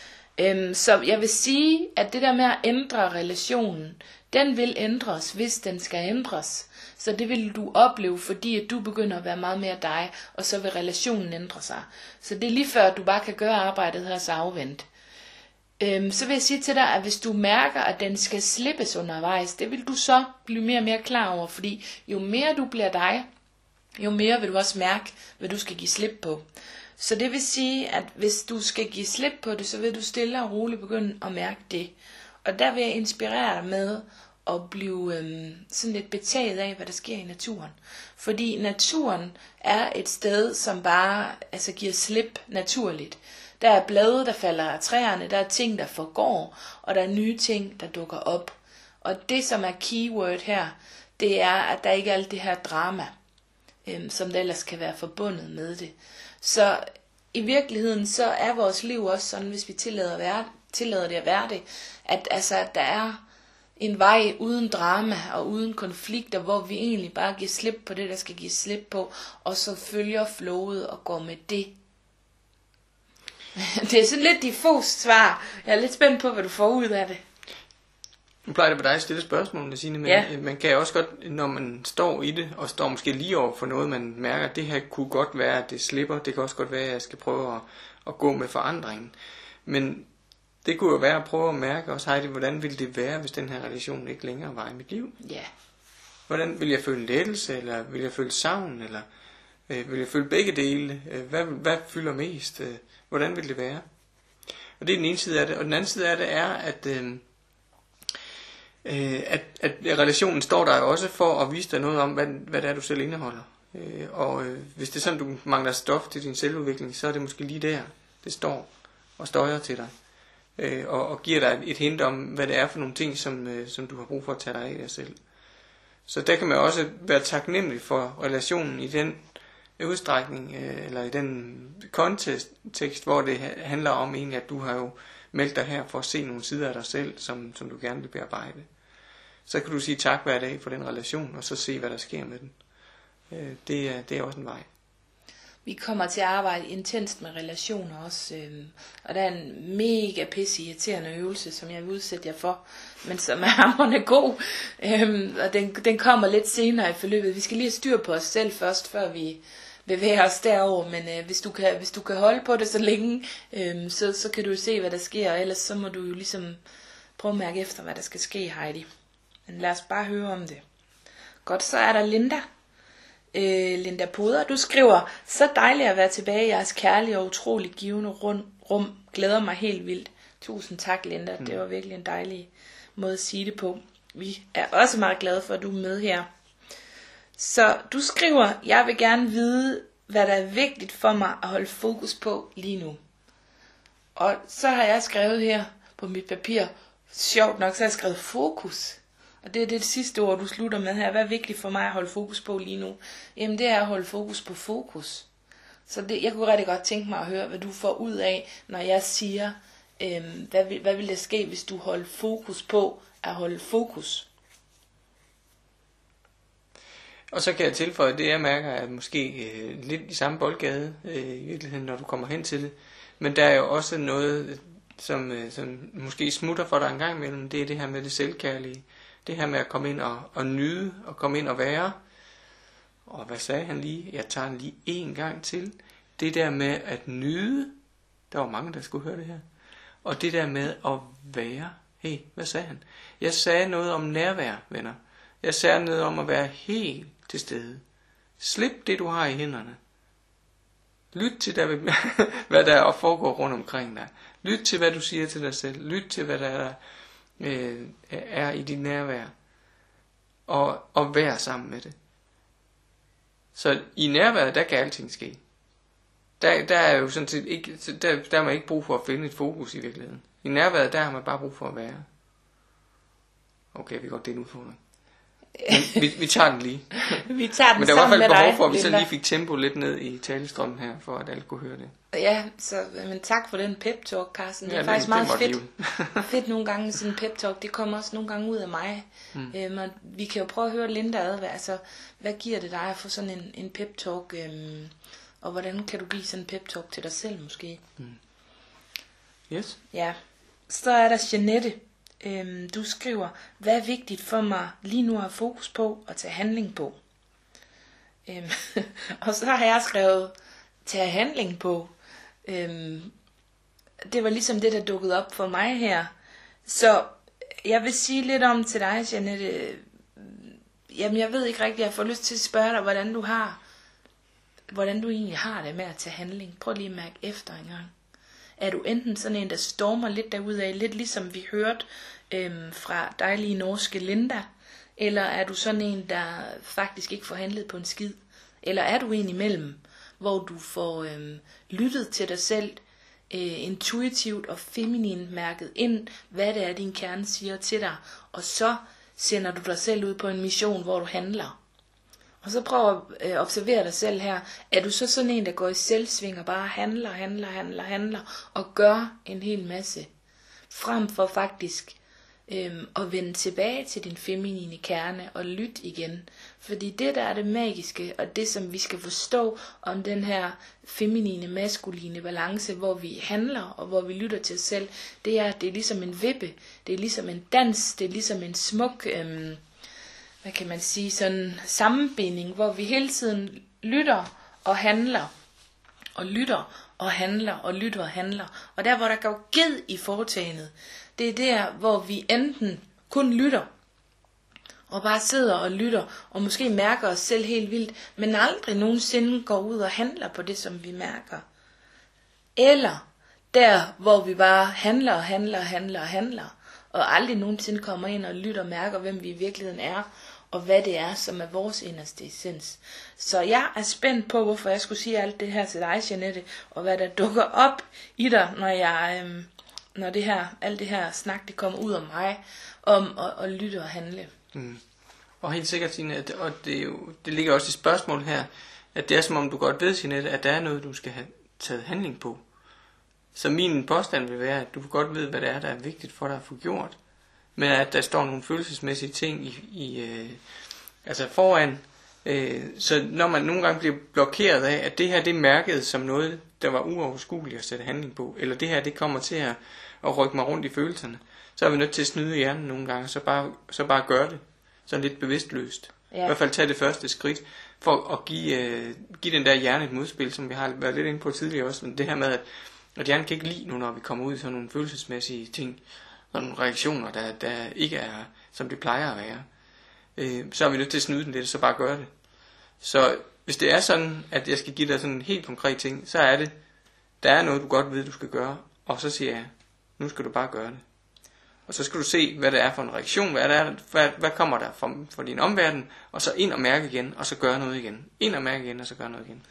Så jeg vil sige, at det der med at ændre relationen, den vil ændres, hvis den skal ændres. Så det vil du opleve, fordi at du begynder at være meget mere dig, og så vil relationen ændre sig. Så det er lige før, at du bare kan gøre arbejdet her så afvendt. Så vil jeg sige til dig, at hvis du mærker, at den skal slippes undervejs, det vil du så blive mere og mere klar over, fordi jo mere du bliver dig, jo mere vil du også mærke, hvad du skal give slip på. Så det vil sige, at hvis du skal give slip på det, så vil du stille og roligt begynde at mærke det. Og der vil jeg inspirere dig med at blive sådan lidt betaget af, hvad der sker i naturen. Fordi naturen er et sted, som bare giver slip naturligt. Der er blade, der falder af træerne, der er ting, der forgår, og der er nye ting, der dukker op. Og det, som er keyword her, det er, at der ikke er alt det her drama, som der ellers kan være forbundet med det. Så i virkeligheden, så er vores liv også sådan, hvis vi tillader det at være det, at altså, der er en vej uden drama og uden konflikter, hvor vi egentlig bare giver slip på det, der skal give slip på, og så følger flowet og går med det. Det er sådan lidt diffus svar. Jeg er lidt spændt på, hvad du får ud af det. Nu plejer det på dig at stille spørgsmål, Signe, men man kan også godt, når man står i det, og står måske lige over for noget, man mærker, at det her kunne godt være, at det slipper. Det kan også godt være, at jeg skal prøve at gå med forandringen. Men det kunne jo være at prøve at mærke også, Heidi, hvordan ville det være, hvis den her relation ikke længere var i mit liv? Ja. Hvordan vil jeg føle lettelse, eller vil jeg føle savn, eller vil jeg føle begge dele? Hvad fylder mest? Hvordan vil det være? Og det er den ene side af det. Og den anden side af det er, at relationen står der jo også for at vise dig noget om, hvad det er, du selv indeholder. Og hvis det er sådan, du mangler stof til din selvudvikling, så er det måske lige der, det står og støjer til dig. Og giver dig et hint om, hvad det er for nogle ting, som du har brug for at tage dig af dig selv. Så der kan man også være taknemmelig for relationen i den udstrækning, eller i den kontekst, hvor det handler om egentlig, at du har jo meldt dig her for at se nogle sider af dig selv, som du gerne vil bearbejde. Så kan du sige tak hver dag for den relation, og så se, hvad der sker med den. Det er også en vej. Vi kommer til at arbejde intenst med relationer også, og der er en mega pisseirriterende øvelse, som jeg vil udsætte jer for, men som er hamrende god, og den kommer lidt senere i forløbet. Vi skal lige have styr på os selv først, før vi bevæger os derover, men hvis du kan holde på det så længe, så kan du se, hvad der sker, og ellers så må du jo ligesom prøve at mærke efter, hvad der skal ske, Heidi. Men lad os bare høre om det. Godt, så er der Linda. Linda Poder, du skriver: så dejligt at være tilbage i jeres kærlige og utrolig givende rum. Glæder mig helt vildt. Tusind tak, Linda. Det var virkelig en dejlig måde at sige det på. Vi er også meget glade for, at du er med her. Så du skriver: jeg vil gerne vide, hvad der er vigtigt for mig at holde fokus på lige nu. Og så har jeg skrevet her på mit papir, sjovt nok, så har jeg skrevet fokus. Og det er det sidste ord, du slutter med her. Hvad er vigtigt for mig at holde fokus på lige nu? Jamen det er at holde fokus på fokus. Så jeg kunne rigtig godt tænke mig at høre, hvad du får ud af, når jeg siger, hvad vil der ske, hvis du holder fokus på at holde fokus? Og så kan jeg tilføje, det jeg mærker er måske lidt i samme boldgade i virkeligheden, når du kommer hen til det. Men der er jo også noget, som måske smutter for dig en gang imellem. Det er det her med det selvkærlige. Det her med at komme ind og nyde, og komme ind og være. Og hvad sagde han lige? Jeg tager den lige en gang til. Det der med at nyde. Der var mange, der skulle høre det her. Og det der med at være. Hey, hvad sagde han? Jeg sagde noget om nærvær, venner. Jeg sagde noget om at være helt til stede. Slip det, du har i hænderne. Lyt til, hvad der foregår rundt omkring dig. Lyt til, hvad du siger til dig selv. Lyt til, hvad der er i dit nærvær. Og vær sammen med det. Så i nærværet, der kan alting ske. Der er jo sådan set ikke, der har man ikke brug for at finde et fokus i virkeligheden. I nærværet, der har man bare brug for at være. Okay, vi går det en udfordring. Vi tager den lige. Vi tager den. Men der var i hvert fald behov for, at vi så lige fik tempo lidt ned i talestrømmen her, for at alle kunne høre det. Ja, men tak for den pep-talk, Carsten. Det er faktisk meget fedt nogle gange, sådan en pep-talk. Det kommer også nogle gange ud af mig. Og vi kan jo prøve at høre Linda ad, hvad giver det dig at få sådan en pep-talk, og hvordan kan du give sådan en pep-talk til dig selv måske? Yes. Ja, så er der Jeanette. Du skriver: hvad er vigtigt for mig lige nu at have fokus på og tage handling på? Og så har jeg skrevet tage handling på. Det var ligesom det, der dukkede op for mig her. Så jeg vil sige lidt om til dig, Jeanette. Jamen jeg ved ikke rigtigt, jeg får lyst til at spørge dig, hvordan du egentlig har det med at tage handling. Prøv lige at mærke efter en gang. Er du enten sådan en, der stormer lidt derudad, lidt ligesom vi hørte fra dejlige norske Linda, eller er du sådan en, der faktisk ikke får handlet på en skid? Eller er du en imellem, hvor du får lyttet til dig selv, intuitivt og feminin mærket ind, hvad det er, din kerne siger til dig, og så sender du dig selv ud på en mission, hvor du handler. Og så prøv at observere dig selv her. Er du så sådan en, der går i selvsving og bare handler og gør en hel masse, frem for faktisk at vende tilbage til din feminine kerne og lytte igen. Fordi det, der er det magiske, og det, som vi skal forstå om den her feminine, maskuline balance, hvor vi handler og hvor vi lytter til os selv, det er, at det er ligesom en vippe, det er ligesom en dans, det er ligesom en smuk, hvad kan man sige, sådan sammenbinding, hvor vi hele tiden lytter og handler, og lytter og handler, og lytter og handler. Og der, hvor der går ged i foretagendet, det er der, hvor vi enten kun lytter, og bare sidder og lytter, og måske mærker os selv helt vildt, men aldrig nogensinde går ud og handler på det, som vi mærker. Eller der, hvor vi bare handler, og aldrig nogensinde kommer ind og lytter og mærker, hvem vi i virkeligheden er, og hvad det er, som er vores inderste essens. Så jeg er spændt på, hvorfor jeg skulle sige alt det her til dig, Jeanette, og hvad der dukker op i dig, når alt det her snak, det kommer ud af mig, om at lytte og handle. Mm. Og helt sikkert, Signe, og det ligger også i spørgsmålet her, at det er som om du godt ved, Jeanette, at der er noget, du skal have taget handling på. Så min påstand vil være, at du godt ved, hvad det er, der er vigtigt for dig at få gjort, men at der står nogle følelsesmæssige ting altså foran. Så når man nogle gange bliver blokeret af, at det her det er mærket som noget, der var uoverskueligt at sætte handling på, eller det her det kommer til at rykke mig rundt i følelserne, så er vi nødt til at snyde hjernen nogle gange, så bare gør det. Så lidt bevidstløst. Ja. I hvert fald tage det første skridt, for at give den der hjerne et modspil, som vi har været lidt inde på tidligere også. Men det her med, at hjernen kan ikke lide nu, når vi kommer ud i sådan nogle følelsesmæssige ting, og nogle reaktioner, der ikke er, som det plejer at være. Så er vi nødt til at snyde den lidt, så bare gøre det. Så hvis det er sådan, at jeg skal give dig sådan en helt konkret ting, så er det, der er noget, du godt ved, du skal gøre, og så siger jeg, nu skal du bare gøre det. Og så skal du se, hvad det er for en reaktion, hvad kommer der fra din omverden, og så ind og mærke igen, og så gøre noget igen. Ind og mærke igen, og så gøre noget igen.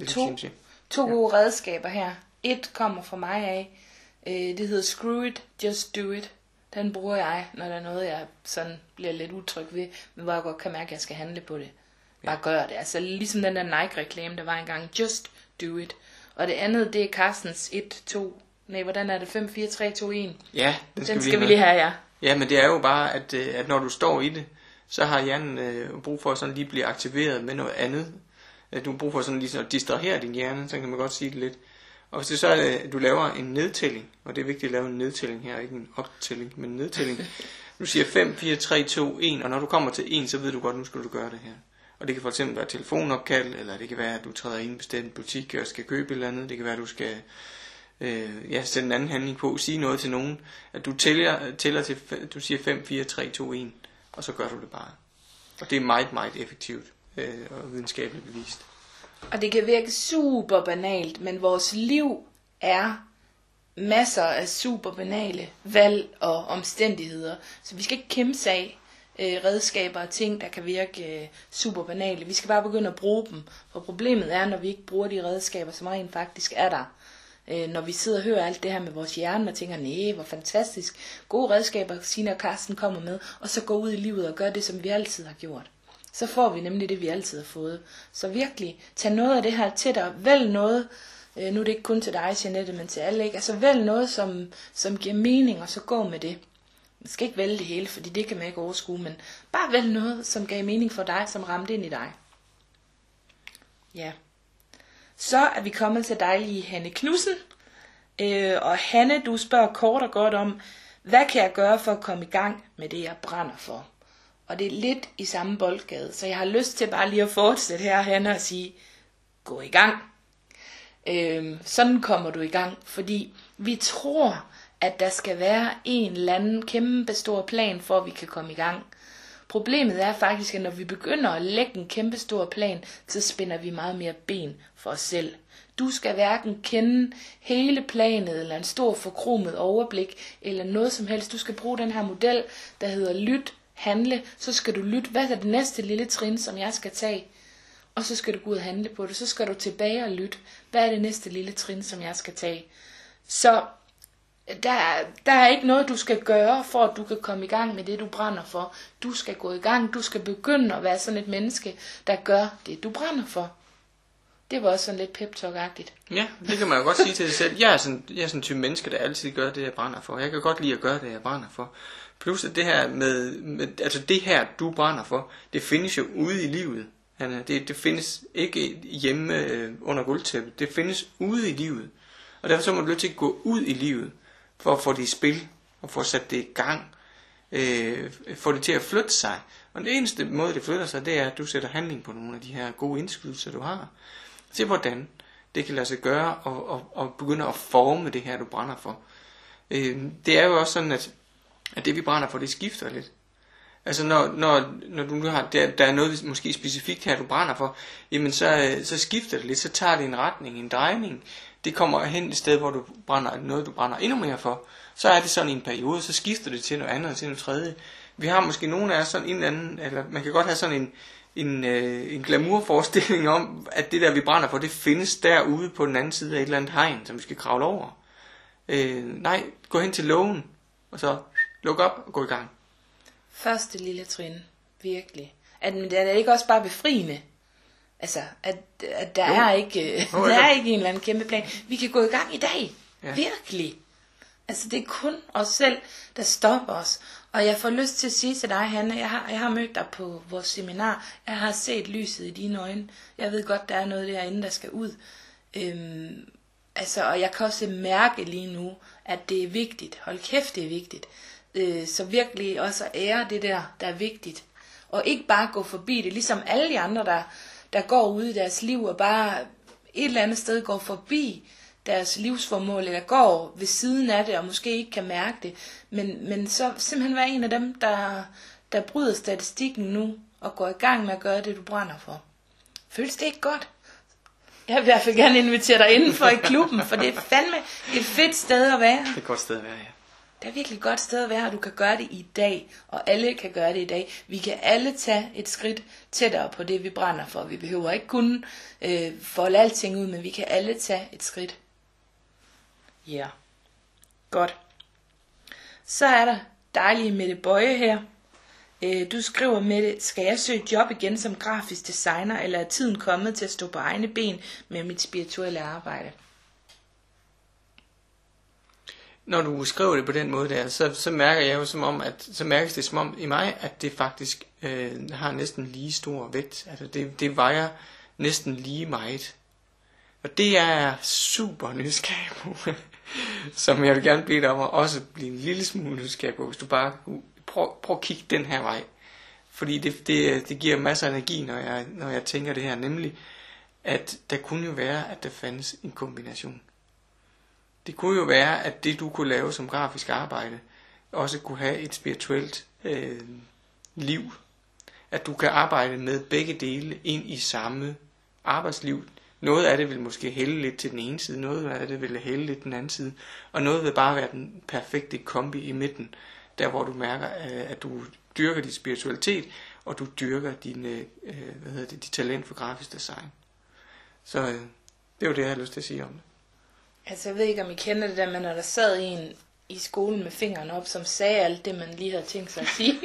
To gode redskaber her. Et kommer fra mig af, det hedder Screw It, Just Do It. Den bruger jeg, når der er noget, jeg sådan bliver lidt utryg ved, men hvor jeg godt kan mærke, at jeg skal handle på det. Bare gør det. Altså ligesom den der Nike-reklame, der var engang, Just Do It. Og det andet, det er Carstens 1-2. Hvordan er det? 5, 4, 3, 2, 1? Ja, den skal vi lige have, ja. Ja, men det er jo bare, at når du står i det, så har hjernen brug for at sådan lige blive aktiveret med noget andet. Du har brug for sådan lige at distrahere din hjerne, så kan man godt sige det lidt. Og hvis det så er, at du laver en nedtælling, og det er vigtigt at lave en nedtælling her, ikke en optælling, men en nedtælling. Du siger 5, 4, 3, 2, 1, og når du kommer til 1, så ved du godt, nu skal du gøre det her. Og det kan for eksempel være telefonopkald, eller det kan være, at du træder ind i en bestemt butik og skal købe et eller andet. Det kan være, at du skal sætte en anden handling på, sige noget til nogen, at du tæller til, du siger 5, 4, 3, 2, 1, og så gør du det bare. Og det er meget, meget effektivt og videnskabeligt bevist. Og det kan virke super banalt, men vores liv er masser af super banale valg og omstændigheder. Så vi skal ikke kæmpe af redskaber og ting, der kan virke super banale. Vi skal bare begynde at bruge dem. For problemet er, når vi ikke bruger de redskaber, som rent faktisk er der. Når vi sidder og hører alt det her med vores hjerne og tænker, nej, hvor fantastisk. Gode redskaber, Signe og Carsten kommer med, og så går ud i livet og gør det, som vi altid har gjort. Så får vi nemlig det, vi altid har fået. Så virkelig, tag noget af det her til dig. Vælg noget, nu er det ikke kun til dig, Jeanette, men til alle, ikke? Altså vælg noget, som giver mening, og så gå med det. Man skal ikke vælge det hele, fordi det kan man ikke overskue, men bare vælg noget, som gav mening for dig, som ramte ind i dig. Ja. Så er vi kommet til dejlige Hanne Knudsen. Og Hanne, du spørger kort og godt om, hvad kan jeg gøre for at komme i gang med det, jeg brænder for? Og det er lidt i samme boldgade, så jeg har lyst til bare lige at fortsætte her, Hanne, og sige, gå i gang. Sådan kommer du i gang, fordi vi tror, at der skal være en eller anden kæmpe stor plan, for at vi kan komme i gang. Problemet er faktisk, at når vi begynder at lægge en kæmpe stor plan, så spænder vi meget mere ben for os selv. Du skal hverken kende hele planet, eller en stor forkromet overblik, eller noget som helst. Du skal bruge den her model, der hedder lyt, handle. Så skal du lytte, hvad er det næste lille trin, som jeg skal tage? Og så skal du gå ud og handle på det. Så skal du tilbage og lytte, hvad er det næste lille trin, som jeg skal tage? Så Der er ikke noget, du skal gøre, for at du kan komme i gang med det, du brænder for. Du skal gå i gang, du skal begynde at være sådan et menneske, der gør det, du brænder for. Det var også sådan lidt pep-talk-agtigt. Ja, det kan man jo godt sige til sig selv. Jeg er sådan en type menneske, der altid gør det, jeg brænder for. Jeg kan godt lide at gøre det, jeg brænder for. Plus at det her altså det her, du brænder for, det findes jo ude i livet. Det findes ikke hjemme under gulvtæppet. Det findes ude i livet. Og derfor så må du nødt til at gå ud i livet, for at få det i spil, og få sat det i gang. Få det til at flytte sig. Og den eneste måde, det flytter sig, det er, at du sætter handling på nogle af de her gode indskydelser, du har. Se hvordan det kan lade sig gøre, og begynde at forme det her, du brænder for. Det er jo også sådan, at det vi brænder for, det skifter lidt. Altså når du nu har, der er noget måske specifikt her, du brænder for, jamen så skifter det lidt, så tager det en retning, en drejning. Det kommer hen et sted, hvor du brænder noget, du brænder endnu mere for. Så er det sådan i en periode, så skifter det til noget andet, til noget tredje. Vi har måske nogle af os sådan en eller anden, eller man kan godt have sådan en glamourforestilling om, at det der vi brænder for, det findes derude på den anden side af et eller andet hegn, som vi skal kravle over. Nej, gå hen til lågen, og så luk op og gå i gang. Første lille trin, virkelig. Men det er ikke også bare befriende. Altså, at der er ikke en eller anden kæmpe plan. Vi kan gå i gang i dag. Ja. Virkelig. Altså, det er kun os selv, der stopper os. Og jeg får lyst til at sige til dig, Hanne, jeg har mødt dig på vores seminar. Jeg har set lyset i dine øjne. Jeg ved godt, der er noget derinde, der skal ud. Og jeg kan også mærke lige nu, at det er vigtigt. Hold kæft, det er vigtigt. Så virkelig også ære det der er vigtigt. Og ikke bare gå forbi det, ligesom alle de andre, der går ud i deres liv og bare et eller andet sted går forbi deres livsformål, eller går ved siden af det, og måske ikke kan mærke det. Men så simpelthen være en af dem, der bryder statistikken nu, og går i gang med at gøre det, du brænder for. Føles det ikke godt? Jeg vil i hvert fald gerne invitere dig indenfor i klubben, for det er fandme et fedt sted at være. Det er et godt sted at være, ja. Det er virkelig et godt sted at være, og du kan gøre det i dag, og alle kan gøre det i dag. Vi kan alle tage et skridt tættere på det, vi brænder for. Vi behøver ikke kun folde alting ud, men vi kan alle tage et skridt. Ja, yeah. Godt. Så er der dejlige Mette Bøje her. Du skriver, Mette, skal jeg søge job igen som grafisk designer, eller er tiden kommet til at stå på egne ben med mit spirituelle arbejde? Når du skriver det på den måde der, så mærker jeg jo som om, så mærkes det som om i mig, at det faktisk har næsten lige stor vægt. Altså det vejer næsten lige meget. Og det er super nysgerrig på, som jeg vil gerne bede dig om at også blive en lille smule nysgerrig på, hvis du bare prøv at kigge den her vej. Fordi det giver masser af energi, når jeg tænker det her, nemlig at der kunne jo være, at der fandtes en kombination. Det kunne jo være, at det du kunne lave som grafisk arbejde, også kunne have et spirituelt liv. At du kan arbejde med begge dele ind i samme arbejdsliv. Noget af det vil måske hælde lidt til den ene side, noget af det vil hælde lidt til den anden side, og noget vil bare være den perfekte kombi i midten, der hvor du mærker, at du dyrker din spiritualitet, og du dyrker dit talent for grafisk design. Så det er jo det, jeg har lyst til at sige om det. Altså jeg ved ikke, om I kender det der, men når der sad en i skolen med fingrene op, som sagde alt det, man lige havde tænkt sig at sige.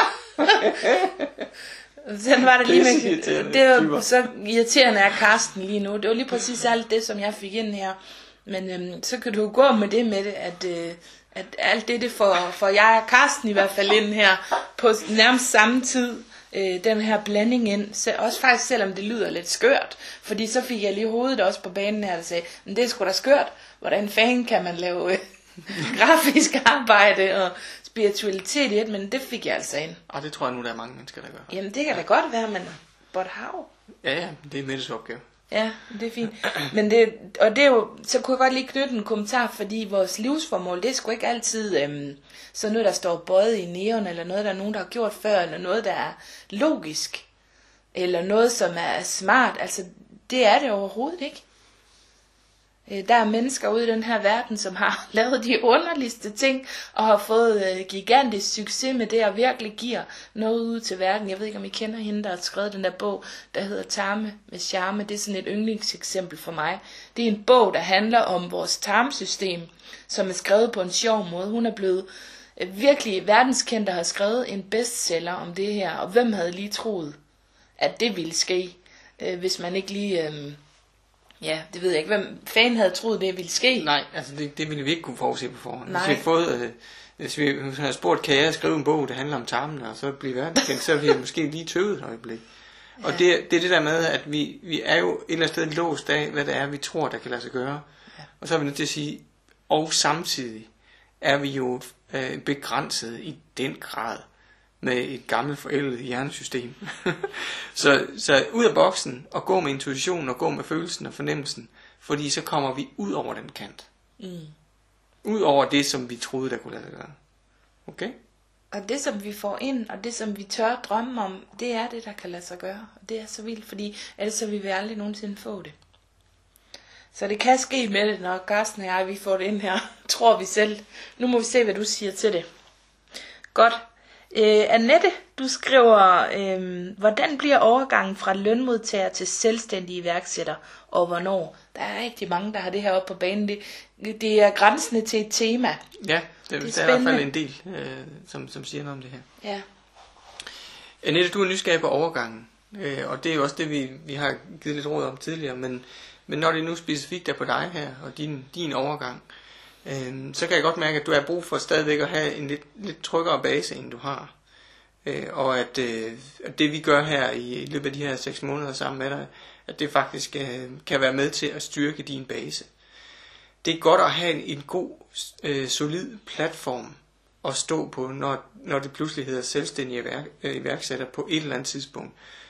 Sådan var det lige med, det var så irriterende af Karsten lige nu. Det var lige præcis alt det, som jeg fik ind her. Men så kan du gå med det, at alt det får jeg og Karsten i hvert fald ind her på nærmest samme tid. Den her blanding ind, så også faktisk selvom det lyder lidt skørt, fordi så fik jeg lige hovedet også på banen her, der sagde, men det er sgu da skørt, hvordan fanden kan man lave grafisk arbejde og spiritualitet i et, men det fik jeg altså ind. Og det tror jeg nu, der er mange mennesker, der gør. Jamen det kan da godt være, men but how? Ja, det er Mettes opgave. Ja, det er fint. Men det er jo, så kunne jeg godt lige knytte en kommentar, fordi vores livsformål, det er sgu ikke altid sådan noget, der står bøjet i neon, eller noget, der er nogen, der har gjort før, eller noget, der er logisk, eller noget, som er smart. Altså, det er det overhovedet ikke. Der er mennesker ude i den her verden, som har lavet de underligste ting, og har fået gigantisk succes med det, og virkelig giver noget ud til verden. Jeg ved ikke, om I kender hende, der har skrevet den der bog, der hedder Tarme med charme. Det er sådan et yndlingseksempel for mig. Det er en bog, der handler om vores tarmsystem, som er skrevet på en sjov måde. Hun er blevet virkelig verdenskendt og har skrevet en bestseller om det her. Og hvem havde lige troet, at det ville ske, hvis man ikke lige... Ja, det ved jeg ikke. Hvem fanden havde troet, det ville ske? Nej, altså det ville vi ikke kunne forudse på forhånd. Nej. Hvis vi havde spurgt, kan jeg skrive en bog, der handler om tarmen, og så blive verdenskendt, så ville vi måske lige tøvet et øjeblik. Ja. Og det er det der med, at vi er jo et eller andet sted låst af, hvad det er, vi tror, der kan lade sig gøre. Ja. Og så er vi nødt til at sige, og samtidig er vi jo begrænset i den grad med et gammelt forældet hjernesystem. så ud af boksen og gå med intuitionen og gå med følelsen og fornemmelsen, fordi så kommer vi ud over den kant. Ud over det, som vi troede, der kunne lade sig gøre. Okay? Og det, som vi får ind, og det, som vi tør drømme om, det er det, der kan lade sig gøre. Og det er så vildt, fordi ellers så vil vi aldrig nogensinde få det. Så det kan ske med det, når Carsten og jeg, vi får det ind her, tror vi selv. Nu må vi se, hvad du siger til det. Godt. Annette, du skriver, hvordan bliver overgangen fra lønmodtager til selvstændig iværksætter, og hvornår? Der er rigtig mange, der har det her oppe på banen. Det er grænsende til et tema. Ja, det er i hvert fald en del, som siger noget om det her. Ja. Annette, du er nysgerrig på overgangen, og det er jo også det, vi har givet lidt råd om tidligere, men når det nu specifikt er på dig her, og din overgang, så kan jeg godt mærke, at du har brug for stadigvæk at have en lidt tryggere base, end du har. Og at det vi gør her i løbet af de her 6 måneder sammen med dig, at det faktisk kan være med til at styrke din base. Det er godt at have en god, solid platform at stå på, når det pludselig hedder selvstændig iværksætter på et eller andet tidspunkt,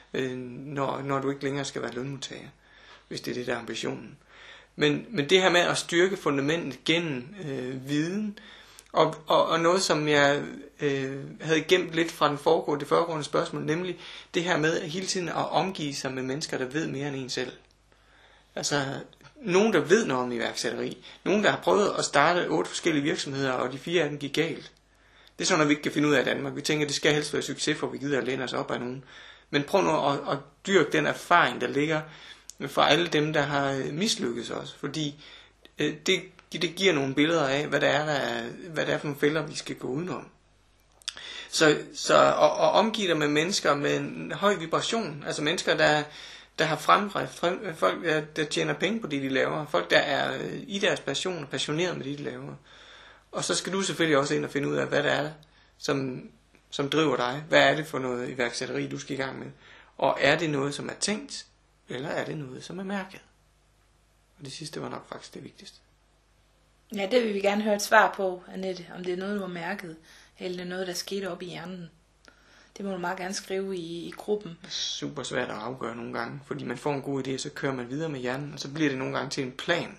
når du ikke længere skal være lønmodtager, hvis det er det, der er ambitionen. Men det her med at styrke fundamentet gennem viden, og noget som jeg havde gemt lidt fra det foregående spørgsmål, nemlig det her med at hele tiden at omgive sig med mennesker, der ved mere end en selv. Altså nogen, der ved noget om iværksætteri, nogen, der har prøvet at starte 8 forskellige virksomheder, og de 4 af dem gik galt. Det er sådan noget, vi ikke kan finde ud af i Danmark. Vi tænker, at det skal helst være succes, for vi gider at læne os op af nogen. Men prøv nu at dyrke den erfaring, der ligger fra alle dem, der har mislykkes også, fordi det giver nogle billeder af, hvad det er for nogle fælder, vi skal gå udenom. Så at omgive dig med mennesker med en høj vibration, altså mennesker, der har fremdrift, folk, der tjener penge på det, de laver, folk, der er i deres passion og passioneret med det, de laver. Og så skal du selvfølgelig også ind og finde ud af, hvad det er, som driver dig. Hvad er det for noget iværksætteri, du skal i gang med? Og er det noget, som er tænkt, eller er det noget, som er mærket? Og det sidste var nok faktisk det vigtigste. Ja, det vil vi gerne høre et svar på, Annette, om det er noget, du har mærket, eller det er noget, der skete op i hjernen. Det må du meget gerne skrive i gruppen. Det er super svært at afgøre nogle gange, fordi man får en god idé, så kører man videre med hjernen, og så bliver det nogle gange til en plan.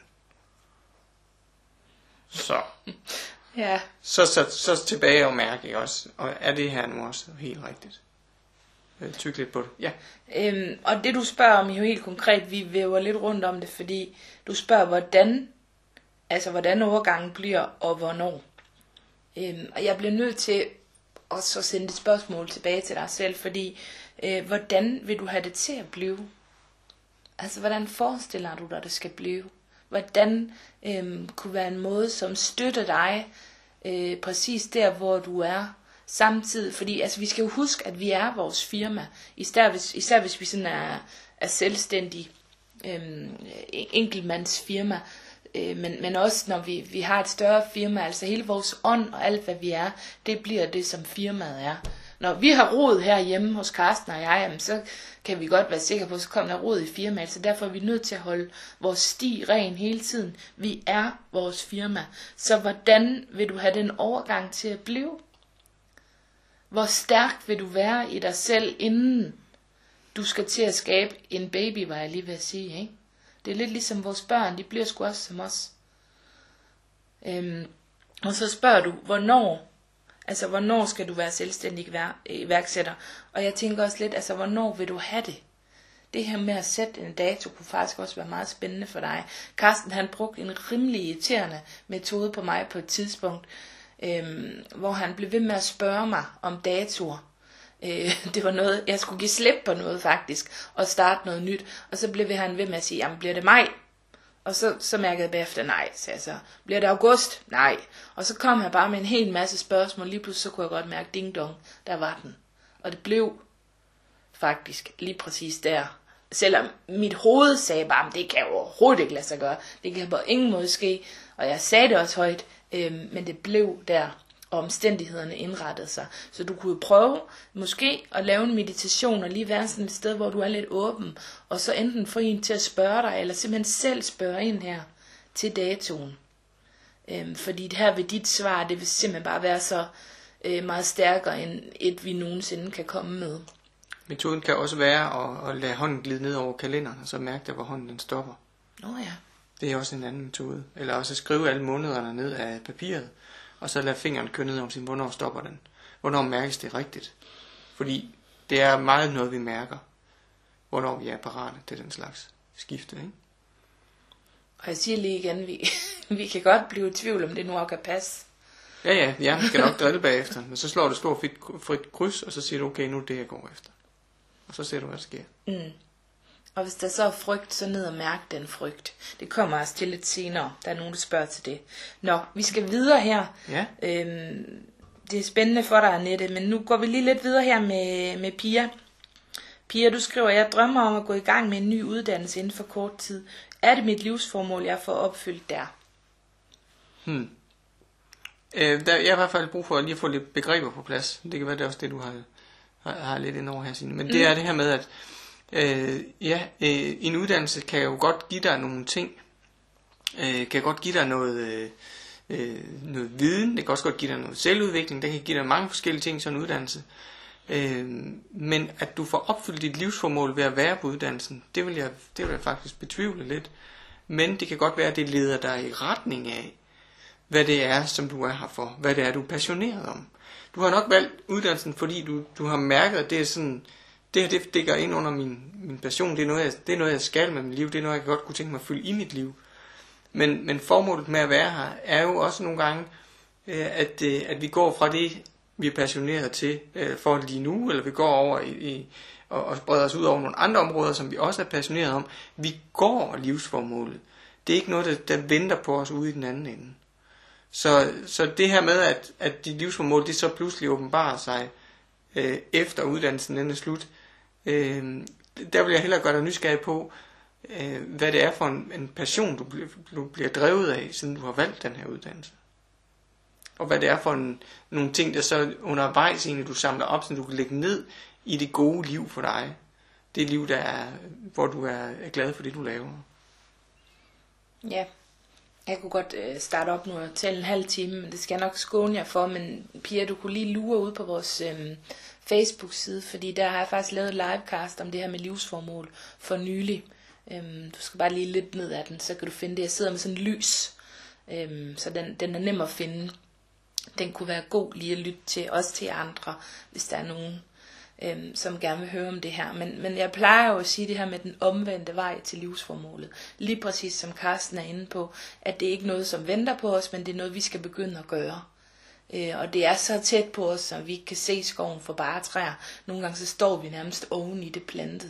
Så. Ja. Så tilbage og mærke, ikke også? Og er det her nu også helt rigtigt? Tyk lidt på det. Ja. Og det du spørger om jo helt konkret, vi væver lidt rundt om det, fordi du spørger, hvordan overgangen bliver, og hvornår. Og jeg bliver nødt til også at sende et spørgsmål tilbage til dig selv, fordi hvordan vil du have det til at blive? Altså, hvordan forestiller du dig, det skal blive? Hvordan kunne være en måde, som støtter dig præcis der, hvor du er samtidig? Fordi altså, vi skal jo huske, at vi er vores firma, især hvis vi sådan er selvstændige enkeltmandsfirma, men også når vi har et større firma, altså hele vores ånd og alt hvad vi er, det bliver det som firmaet er. Når vi har rod herhjemme hos Carsten og jeg, jamen, så kan vi godt være sikre på, at så kommer der rod i firmaet, så derfor er vi nødt til at holde vores sti ren hele tiden. Vi er vores firma. Så hvordan vil du have den overgang til at blive? Hvor stærk vil du være i dig selv, inden du skal til at skabe en baby, var jeg lige ved at sige, ikke? Det er lidt ligesom vores børn, de bliver sgu også som os. Og så spørger du, hvornår skal du være selvstændig iværksætter? Og jeg tænker også lidt, hvornår vil du have det? det her med at sætte en dato kunne faktisk også være meget spændende for dig. Carsten, han brugte en rimelig irriterende metode på mig på et tidspunkt, hvor han blev ved med at spørge mig om datoer. Det var noget, jeg skulle give slip på noget faktisk, og starte noget nyt. Og så blev han ved med at sige, jamen bliver det maj? Og så mærkede jeg bagefter, nej, så altså, bliver det august? Nej. Og så kom han bare med en hel masse spørgsmål, lige pludselig så kunne jeg godt mærke, ding dong, der var den. Og det blev faktisk lige præcis der. Selvom mit hoved sagde bare, det kan jo overhovedet ikke lade sig gøre, det kan på ingen måde ske, og jeg sagde det også højt, men det blev der, og omstændighederne indrettede sig. Så du kunne prøve måske at lave en meditation, og lige være sådan et sted, hvor du er lidt åben, og så enten få en til at spørge dig, eller simpelthen selv spørge ind her til datoen. Fordi her ved dit svar, det vil simpelthen bare være så meget stærkere, end et vi nogensinde kan komme med. Metoden kan også være at lade hånden glide ned over kalenderen, og så mærke der, hvor hånden den stopper. Ja. Det er også en anden metode. Eller også at skrive alle månederne ned af papiret, og så lade fingeren køre ned om sin, hvornår stopper den. Hvornår mærkes det rigtigt. Fordi det er meget noget, vi mærker, hvornår vi er parate til den slags skifte, ikke? Og jeg siger lige igen, vi kan godt blive i tvivl, om det nu også kan passe. Ja, man skal nok drille bagefter. Men så slår du stort frit kryds, og så siger du, okay, nu er det, jeg går efter. Og så ser du, hvad der sker. Og hvis der så er frygt, så ned og mærke den frygt. Det kommer også til lidt senere. Der er nogen, der spørger til det. Nå, vi skal videre her. Ja. Det er spændende for dig, Annette, men nu går vi lige lidt videre her med Pia. Pia, du skriver, jeg drømmer om at gå i gang med en ny uddannelse inden for kort tid. Er det mit livsformål, jeg får opfyldt der? Jeg har i hvert fald brug for lige at få lidt begreber på plads. Det kan være, det er også det, du har lidt ind over her, Signe. Men det er det her med, at en uddannelse kan jo godt give dig nogle ting. Kan godt give dig noget viden. Det kan også godt give dig noget selvudvikling. Det kan give dig mange forskellige ting som en uddannelse. Men at du får opfyldt dit livsformål ved at være på uddannelsen, det vil jeg faktisk betvivle lidt. Men det kan godt være, at det leder dig i retning af, hvad det er, som du er her for. Hvad det er, du er passioneret om. Du har nok valgt uddannelsen, fordi du har mærket, at det er sådan, det her, det dækker ind under min passion. Det er noget, jeg skal med mit liv. Det er noget, jeg godt kunne tænke mig at fylde i mit liv. Men formålet med at være her, er jo også nogle gange, at vi går fra det, vi er passioneret til for lige nu, eller vi går over og spreder os ud over nogle andre områder, som vi også er passioneret om. Vi går livsformålet. Det er ikke noget, der venter på os ude i den anden ende. Så det her med, at dit livsformål, det så pludselig åbenbarer sig efter uddannelsen er slut, der vil jeg hellere gøre dig nysgerrig på, hvad det er for en passion, du bliver drevet af, siden du har valgt den her uddannelse. Og hvad det er for nogle ting, der så undervejs egentlig du samler op, så du kan lægge ned i det gode liv for dig. Det liv, hvor du er glad for det, du laver. Ja, jeg kunne godt starte op nu og tælle en halv time, men det skal jeg nok skåne jer for. Men Pia, du kunne lige lure ud på vores Facebook-side, fordi der har jeg faktisk lavet et livecast om det her med livsformål for nylig. Du skal bare lige lidt ned af den, så kan du finde det. Jeg sidder med sådan en lys, så den er nem at finde. Den kunne være god lige at lytte til, også til andre, hvis der er nogen, som gerne vil høre om det her. Men jeg plejer jo at sige det her med den omvendte vej til livsformålet. Lige præcis som Carsten er inde på, at det ikke er noget, som venter på os, men det er noget, vi skal begynde at gøre. Og det er så tæt på os, som vi ikke kan se skoven for bare træer. Nogle gange så står vi nærmest oven i det plantede.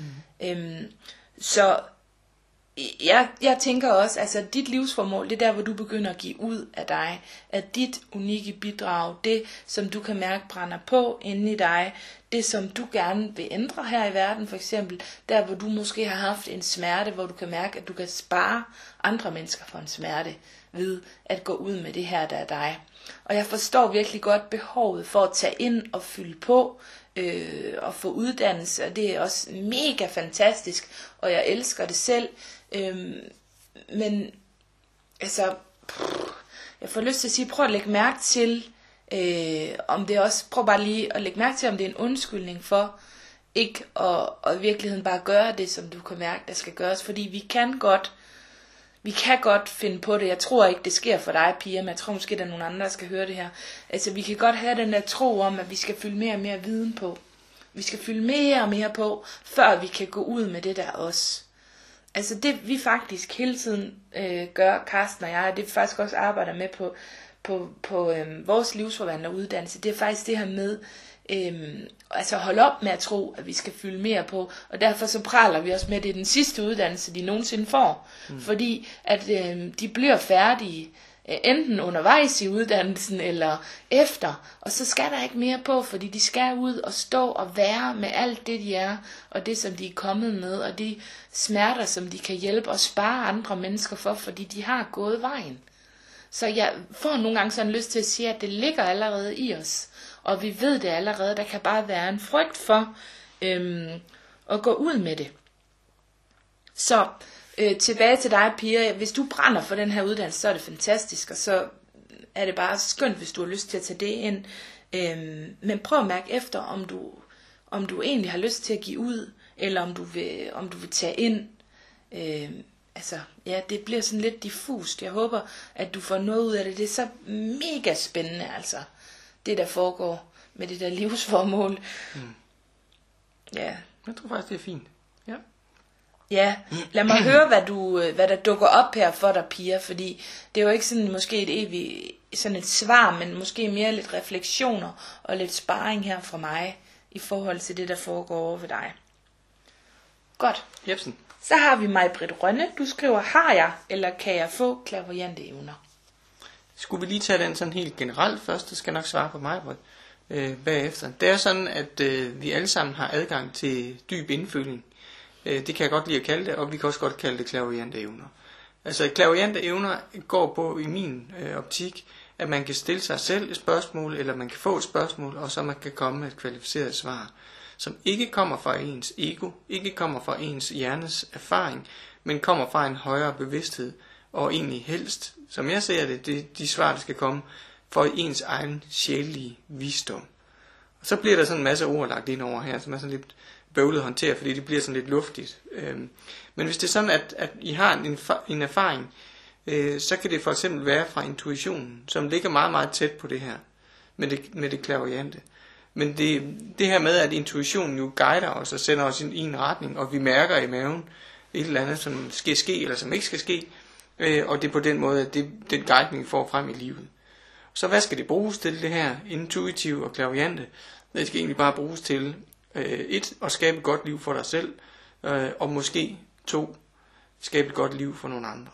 Så jeg tænker også, altså dit livsformål, det er der, hvor du begynder at give ud af dig, at dit unikke bidrag, det som du kan mærke brænder på inde i dig, det som du gerne vil ændre her i verden, for eksempel der, hvor du måske har haft en smerte, hvor du kan mærke, at du kan spare andre mennesker for en smerte ved at gå ud med det her, der er dig. Og jeg forstår virkelig godt behovet for at tage ind og fylde på, og få uddannelse, og det er også mega fantastisk, og jeg elsker det selv, men altså, jeg får lyst til at sige, prøv at lægge mærke til, om det også, prøv bare lige at lægge mærke til, om det er en undskyldning for ikke at i virkeligheden bare gøre det, som du kan mærke, der skal gøres, fordi vi kan godt finde på det. Jeg tror ikke, det sker for dig, Pia, men jeg tror måske, der er nogle andre, der skal høre det her. Altså, vi kan godt have den der tro om, at vi skal fylde mere og mere viden på. Vi skal fylde mere og mere på, før vi kan gå ud med det der også. Altså det vi faktisk hele tiden gør, Karsten og jeg, det vi faktisk også arbejder med på vores livsforvandleruddannelse, det er faktisk det her med, altså holde op med at tro, at vi skal fylde mere på, og derfor så praler vi også med, at det er den sidste uddannelse, de nogensinde får, fordi at de bliver færdige, enten undervejs i uddannelsen eller efter, og så skal der ikke mere på, fordi de skal ud og stå og være med alt det de er, og det som de er kommet med, og de smerter som de kan hjælpe og spare andre mennesker for, fordi de har gået vejen. Så jeg får nogle gange sådan lyst til at sige, at det ligger allerede i os, og vi ved det allerede. Der kan bare være en frygt for at gå ud med det. Så tilbage til dig, Pia. Hvis du brænder for den her uddannelse, så er det fantastisk, og så er det bare skønt, hvis du har lyst til at tage det ind. Men prøv at mærke efter, om du egentlig har lyst til at give ud, eller om du vil tage ind. Altså, ja, det bliver sådan lidt diffust. Jeg håber, at du får noget ud af det. Det er så mega spændende, altså, det der foregår med det der livsformål. Ja. Jeg tror faktisk, det er fint. Ja. Ja, lad mig høre, hvad der dukker op her for dig, Pia, fordi det er jo ikke sådan måske et evigt sådan et svar, men måske mere lidt refleksioner og lidt sparring her fra mig i forhold til det, der foregår over ved dig. Godt. Jebsen. Så har vi Maj-Britt Rønne. Du skriver, har jeg, eller kan jeg få clairvoyante evner? Skulle vi lige tage den sådan helt generelt først, så skal jeg nok svare på mig bagefter. Det er sådan, at vi alle sammen har adgang til dyb indføling. Det kan jeg godt lide at kalde det, og vi kan også godt kalde det clairvoyante evner. Altså clairvoyante evner går på i min optik, at man kan stille sig selv et spørgsmål, eller man kan få et spørgsmål, og så man kan komme med et kvalificeret svar, som ikke kommer fra ens ego, ikke kommer fra ens hjernes erfaring, men kommer fra en højere bevidsthed, og egentlig helst, som jeg ser det, de svar, der skal komme, for ens egen sjælelige visdom. Og så bliver der sådan en masse ord lagt ind over her, som er sådan lidt bøvlet at håndtere, fordi det bliver sådan lidt luftigt. Men hvis det er sådan, at I har en erfaring, så kan det for eksempel være fra intuitionen, som ligger meget, meget tæt på det her, med det clairvoyante. Men det her med, at intuitionen jo guider os og sender os i en retning, og vi mærker i maven et eller andet, som skal ske, eller som ikke skal ske, og det er på den måde, at den guidning vi får frem i livet. Så hvad skal det bruges til, det her intuitive og clairvoyante? Det skal egentlig bare bruges til 1. At skabe et godt liv for dig selv, og måske 2. Skabe et godt liv for nogle andre.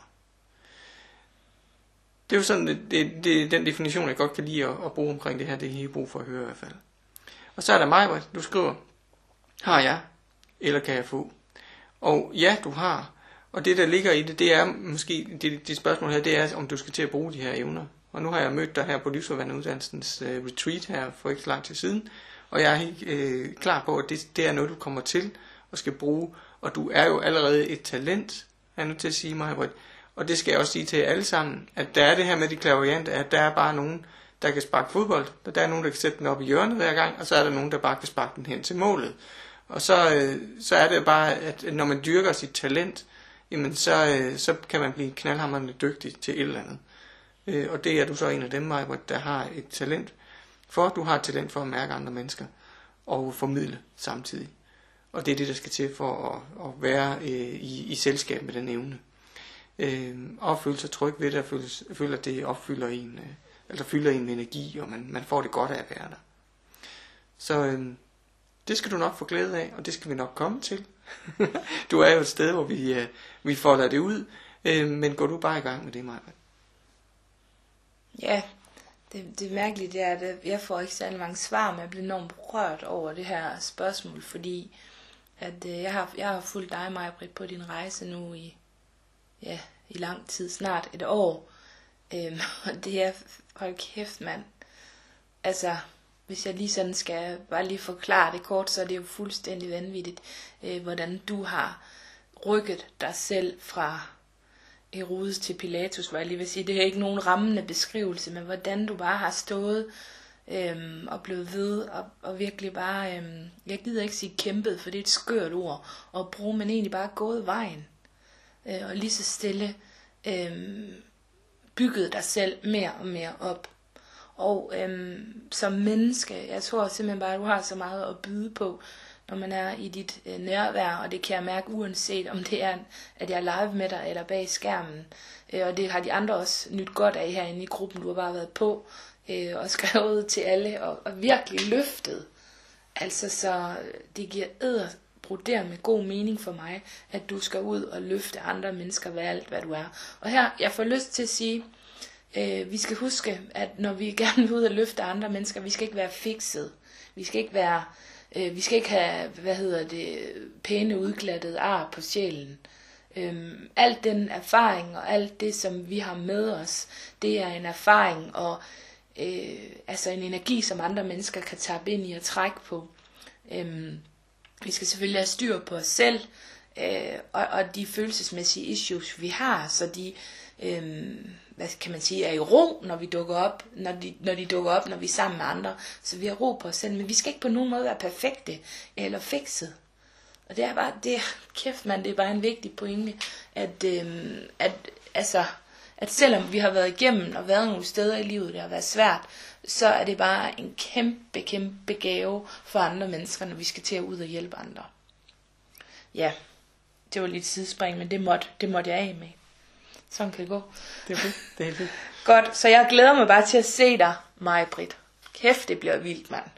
Det er jo sådan, det er den definition, jeg godt kan lide at bruge omkring det her, det er helt brug for at høre i hvert fald. Og så er der mig, du skriver, har jeg, eller kan jeg få? Og ja, du har. Og det der ligger i det er måske, det spørgsmål her, det er, om du skal til at bruge de her evner. Og nu har jeg mødt dig her på Livsforvandleruddannelsens retreat her for ikke så lang tid siden, og jeg er helt klar på, at det er noget, du kommer til og skal bruge, og du er jo allerede et talent, er jeg nødt til at sige mig, og det skal jeg også sige til jer alle sammen, at der er det her med de clairvoyante, at der er bare nogen, der kan sparke fodbold, der er nogen, der kan sætte den op i hjørnet hver gang, og så er der nogen, der bare kan sparke den hen til målet. Og så er det bare, at når man dyrker sit talent, jamen så kan man blive knaldhamrende dygtig til et eller andet. Og det er du så en af dem, Maj-Britt, der har et talent for. Du har et talent for at mærke andre mennesker og formidle samtidig. Og det er det, der skal til for at være i selskab med den evne. Og føle sig tryg ved det, og føle at det opfylder en, eller fylder en med energi, og man får det godt af at være der. Så det skal du nok få glæde af, og det skal vi nok komme til. Du er jo et sted, hvor vi folder det ud, men går du bare i gang med det, Maj-Britt? Ja, det er mærkeligt, det er, at jeg får ikke særlig mange svar, men jeg bliver enormt rørt over det her spørgsmål, fordi at jeg har fulgt dig, Maj-Britt, på din rejse nu i lang tid, snart et år. Og det er, hold kæft mand, altså hvis jeg lige sådan skal bare lige forklare det kort, så er det jo fuldstændig vanvittigt, hvordan du har rykket dig selv fra Herodes til Pilatus, var jeg lige vil sige. Det er ikke nogen rammende beskrivelse, men hvordan du bare har stået og blevet ved, og virkelig bare, jeg gider ikke sige kæmpet, for det er et skørt ord at bruge, men egentlig bare gået vejen, og lige så stille bygget dig selv mere og mere op. Og som menneske, jeg tror simpelthen bare, at du har så meget at byde på, når man er i dit nærvær, og det kan jeg mærke uanset om det er, at jeg er live med dig eller bag skærmen. Og det har de andre også nyt godt af herinde i gruppen, du har bare været på og skrevet til alle og virkelig løftet. Altså så det giver broder med god mening for mig, at du skal ud og løfte andre mennesker ved alt, hvad du er. Og her, jeg får lyst til at sige, vi skal huske, at når vi gerne vil ud og løfte andre mennesker, vi skal ikke være fikset. Vi skal ikke have, pæne udglattede ar på sjælen. Alt den erfaring og alt det, som vi har med os, det er en erfaring og en energi, som andre mennesker kan tappe ind i og trække på. Vi skal selvfølgelig have styr på os selv, og de følelsesmæssige issues, vi har, så de er i ro, når vi dukker op, når de dukker op, når vi er sammen med andre, så vi har ro på os selv, men vi skal ikke på nogen måde være perfekte eller fikset. Og det er bare, det er bare en vigtig pointe, at selvom vi har været igennem og været nogle steder i livet, det har været svært, så er det bare en kæmpe, kæmpe gave for andre mennesker, når vi skal til at ud og hjælpe andre. Ja, det var lidt sidespring, men det måtte jeg af med. Sådan kan det gå. Det er fedt. Det er helt fedt. Godt, så jeg glæder mig bare til at se dig, Maj-Britt. Kæft, det bliver vildt, mand.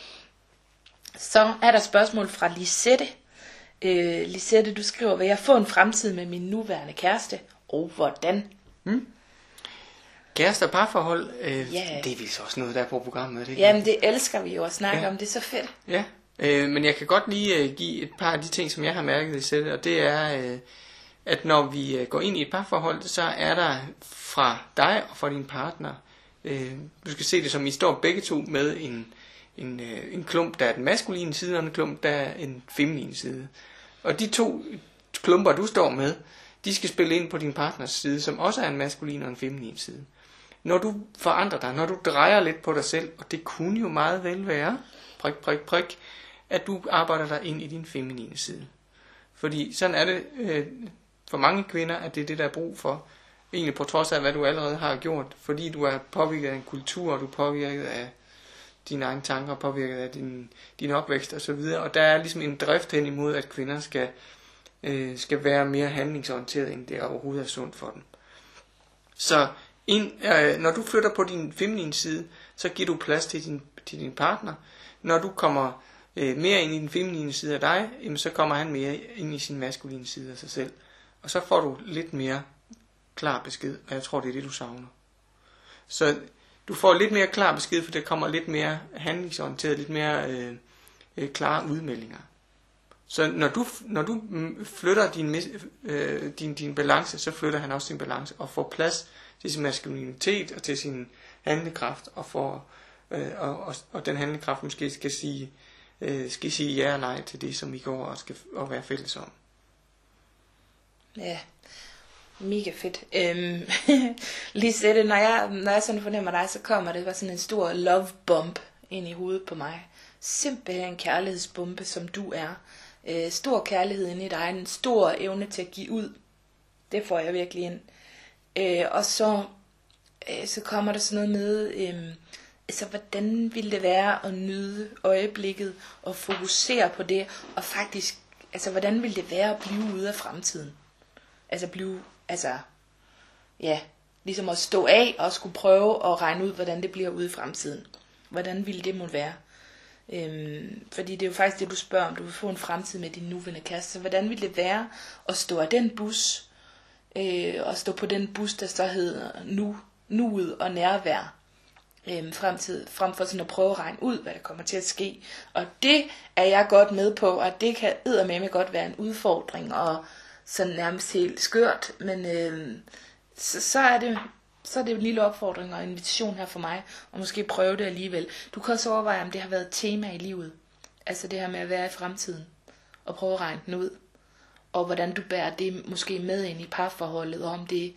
Så er der spørgsmål fra Lisette. Lisette, du skriver, vil jeg få en fremtid med min nuværende kæreste? Og hvordan? Kæreste og parforhold, det er vist også noget, der er på programmet. Det jamen, det elsker vi jo at snakke om. Det er så fedt. Ja, men jeg kan godt lige give et par af de ting, som jeg har mærket i sættet, og det er, at når vi går ind i et parforhold, så er der fra dig og fra din partner, du skal se det som, I står begge to med en klump, der er den maskuline side, og en klump, der er en feminin side. Og de to klumper, du står med, de skal spille ind på din partners side, som også er en maskulin og en feminin side. Når du forandrer dig, når du drejer lidt på dig selv, og det kunne jo meget vel være, at du arbejder dig ind i din feminine side. Fordi sådan er det for mange kvinder, at det er det, der er brug for. Egentlig på trods af, hvad du allerede har gjort. Fordi du er påvirket af en kultur, og du er påvirket af dine egne tanker, påvirket af din opvækst osv. Og der er ligesom en drift hen imod, at kvinder skal være mere handlingsorienteret, end det overhovedet er sundt for dem. Så når du flytter på din feminine side, så giver du plads til din partner. Når du kommer mere ind i den feminine side af dig, så kommer han mere ind i sin maskuline side af sig selv. Og så får du lidt mere klar besked, og jeg tror, det er det, du savner. Så du får lidt mere klar besked, for der kommer lidt mere handlingsorienteret, lidt mere klare udmeldinger. Så når du flytter din balance, så flytter han også sin balance og får plads til sin maskulinitet og til sin handlekraft og den handlekraft måske skal sige ja og nej til det, som I går og skal være fælles om. Ja, mega fedt. Lisette, når jeg sådan fornemmer dig, så kommer det bare sådan en stor love bomb ind i hovedet på mig. Simpelthen en kærlighedsbombe, som du er. Stor kærlighed inde i dig, en stor evne til at give ud. Det får jeg virkelig ind. Og så kommer der sådan noget med, hvordan ville det være at nyde øjeblikket og fokusere på det, og faktisk, hvordan ville det være at blive ude af fremtiden? Ligesom at stå af og skulle prøve at regne ud, hvordan det bliver ude i fremtiden. Hvordan ville det måtte være? Fordi det er jo faktisk det, du spørger om. Du vil få en fremtid med din nuværende kæreste. Så hvordan ville det være at stå af den bus, og stå på den bus, der så hedder nuet og nærvær, frem for sådan at prøve at regne ud, hvad der kommer til at ske. Og det er jeg godt med på, og det kan eddermame godt være en udfordring, og sådan nærmest helt skørt, men så er det en lille opfordring og invitation her for mig, og måske prøve det alligevel. Du kan også overveje, om det har været et tema i livet, altså det her med at være i fremtiden, og prøve at regne den ud, og hvordan du bærer det måske med ind i parforholdet, og om det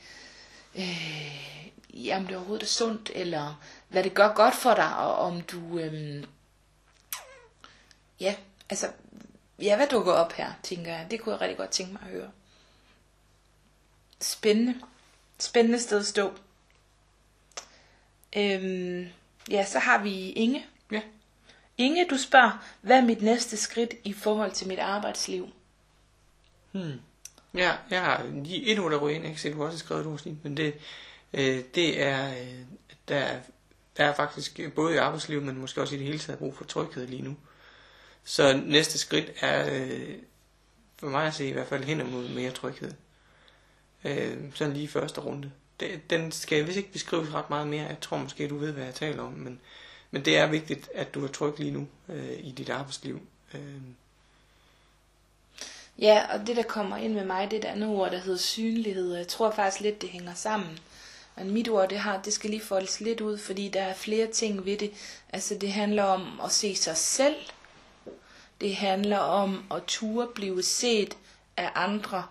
om det overhovedet er sundt, eller hvad det gør godt for dig, og om du hvad dukker op her, tænker jeg. Det kunne jeg rigtig godt tænke mig at høre. Spændende sted at stå. Ja, så har vi Inge. Ja. Inge, du spørger, hvad er mit næste skridt i forhold til mit arbejdsliv? Ja, jeg har lige et ord, der ryger ind. Jeg kan se, du har også skrevet et ord, men det er, der er faktisk både i arbejdslivet, men måske også i det hele taget brug for tryghed lige nu. Så næste skridt er, for mig at se i hvert fald, hen imod mere tryghed. Sådan lige i første runde. Den skal vist ikke beskrives ret meget mere. Jeg tror måske, du ved, hvad jeg taler om. Men det er vigtigt, at du er tryg lige nu i dit arbejdsliv. Ja, og det der kommer ind med mig, det er et andet ord, der hedder synlighed. Og jeg tror faktisk lidt, det hænger sammen. Men mit ord, det skal lige foldes lidt ud, fordi der er flere ting ved det. Altså det handler om at se sig selv. Det handler om at turde blive set af andre.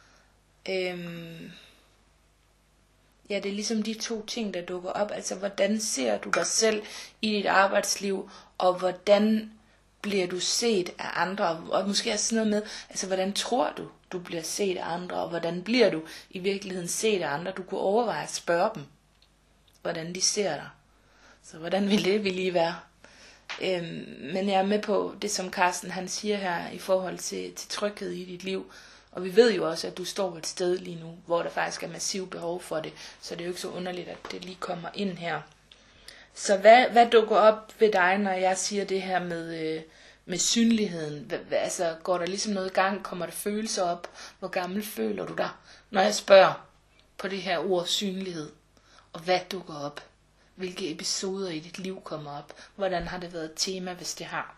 Ja, det er ligesom de to ting, der dukker op. Altså, hvordan ser du dig selv i dit arbejdsliv, og hvordan bliver du set af andre? Og måske også sådan noget med, altså, hvordan tror du bliver set af andre, og hvordan bliver du i virkeligheden set af andre? Du kunne overveje at spørge dem, hvordan de ser dig. Så hvordan vil det lige være? Men jeg er med på det, som Carsten han siger her, i forhold til tryghed i dit liv. Og vi ved jo også, at du står et sted lige nu, hvor der faktisk er massivt behov for det. Så det er jo ikke så underligt, at det lige kommer ind her. Så hvad dukker op ved dig, når jeg siger det her med synligheden? Altså, går der ligesom noget i gang? Kommer der følelser op? Hvor gammel føler du dig? Når jeg spørger på det her ord synlighed. Og hvad dukker op? Hvilke episoder i dit liv kommer op? Hvordan har det været et tema, hvis det har?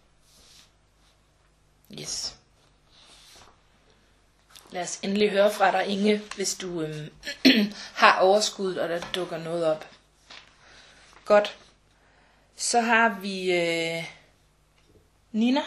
Yes. Lad os endelig høre fra dig, Inge, hvis du har overskud, og der dukker noget op. Godt. Så har vi Nina.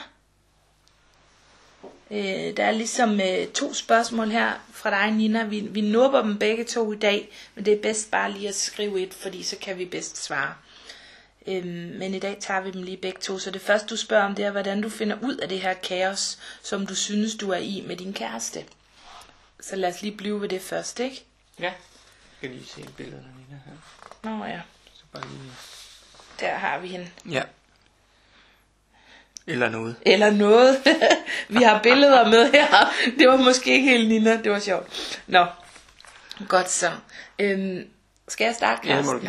Der er ligesom 2 spørgsmål her fra dig, Nina. Vi nupper dem begge 2 i dag, men det er bedst bare lige at skrive et, fordi så kan vi bedst svare. Men i dag tager vi dem lige begge 2. Så det første, du spørger om, det er, hvordan du finder ud af det her kaos, som du synes, du er i med din kæreste. Så lad os lige blive ved det først, ikke? Ja. Jeg skal lige se billederne, Nina, her. Nå ja. Så bare lige... Der har vi hende. Ja. Eller noget. Eller noget. Vi har billeder med her. Det var måske ikke helt Nina. Det var sjovt. Nå. Godt så. Skal jeg starte, Carsten? Ja, det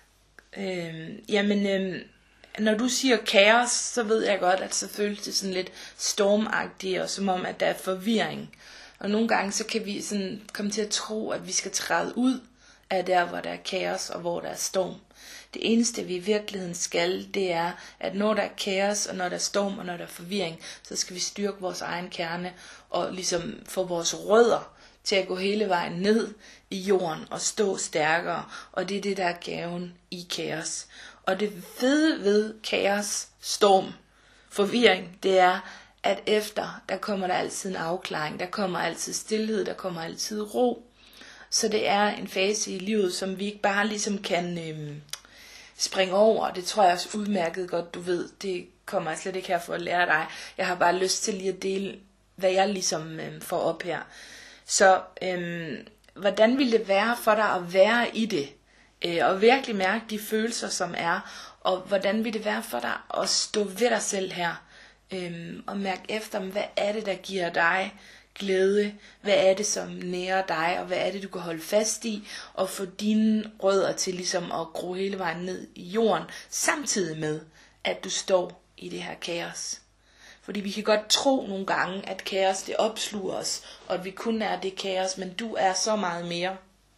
må du gerne. Når du siger kaos, så ved jeg godt, at så føles det sådan lidt stormagtigt, og som om, at der er forvirring. Og nogle gange, så kan vi sådan komme til at tro, at vi skal træde ud af der, hvor der er kaos, og hvor der er storm. Det eneste, vi i virkeligheden skal, det er, at når der er kaos, og når der er storm, og når der er forvirring, så skal vi styrke vores egen kerne, og ligesom få vores rødder til at gå hele vejen ned i jorden, og stå stærkere. Og det er det, der er gaven i kaos. Og det fede ved kaos, storm, forvirring, det er, at efter, der kommer der altid en afklaring, der kommer altid stilhed, der kommer altid ro. Så det er en fase i livet, som vi ikke bare ligesom kan springe over. Det tror jeg også udmærket godt, du ved. Det kommer jeg slet ikke her for at lære dig. Jeg har bare lyst til lige at dele, hvad jeg ligesom får op her. Så hvordan vil det være for dig at være i det? Og virkelig mærke de følelser, som er. Og hvordan vil det være for dig at stå ved dig selv her? Og mærke efter, hvad er det, der giver dig glæde? Hvad er det, som nærer dig? Og hvad er det, du kan holde fast i? Og få dine rødder til ligesom at gro hele vejen ned i jorden, samtidig med, at du står i det her kaos. Fordi vi kan godt tro nogle gange, at kaos det opsluger os, og at vi kun er det kaos, men du er så meget mere.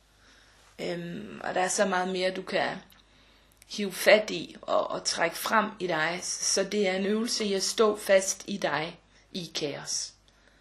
Og der er så meget mere, du kan hive fat i og trække frem i dig. Så det er en øvelse i at stå fast i dig i kaos.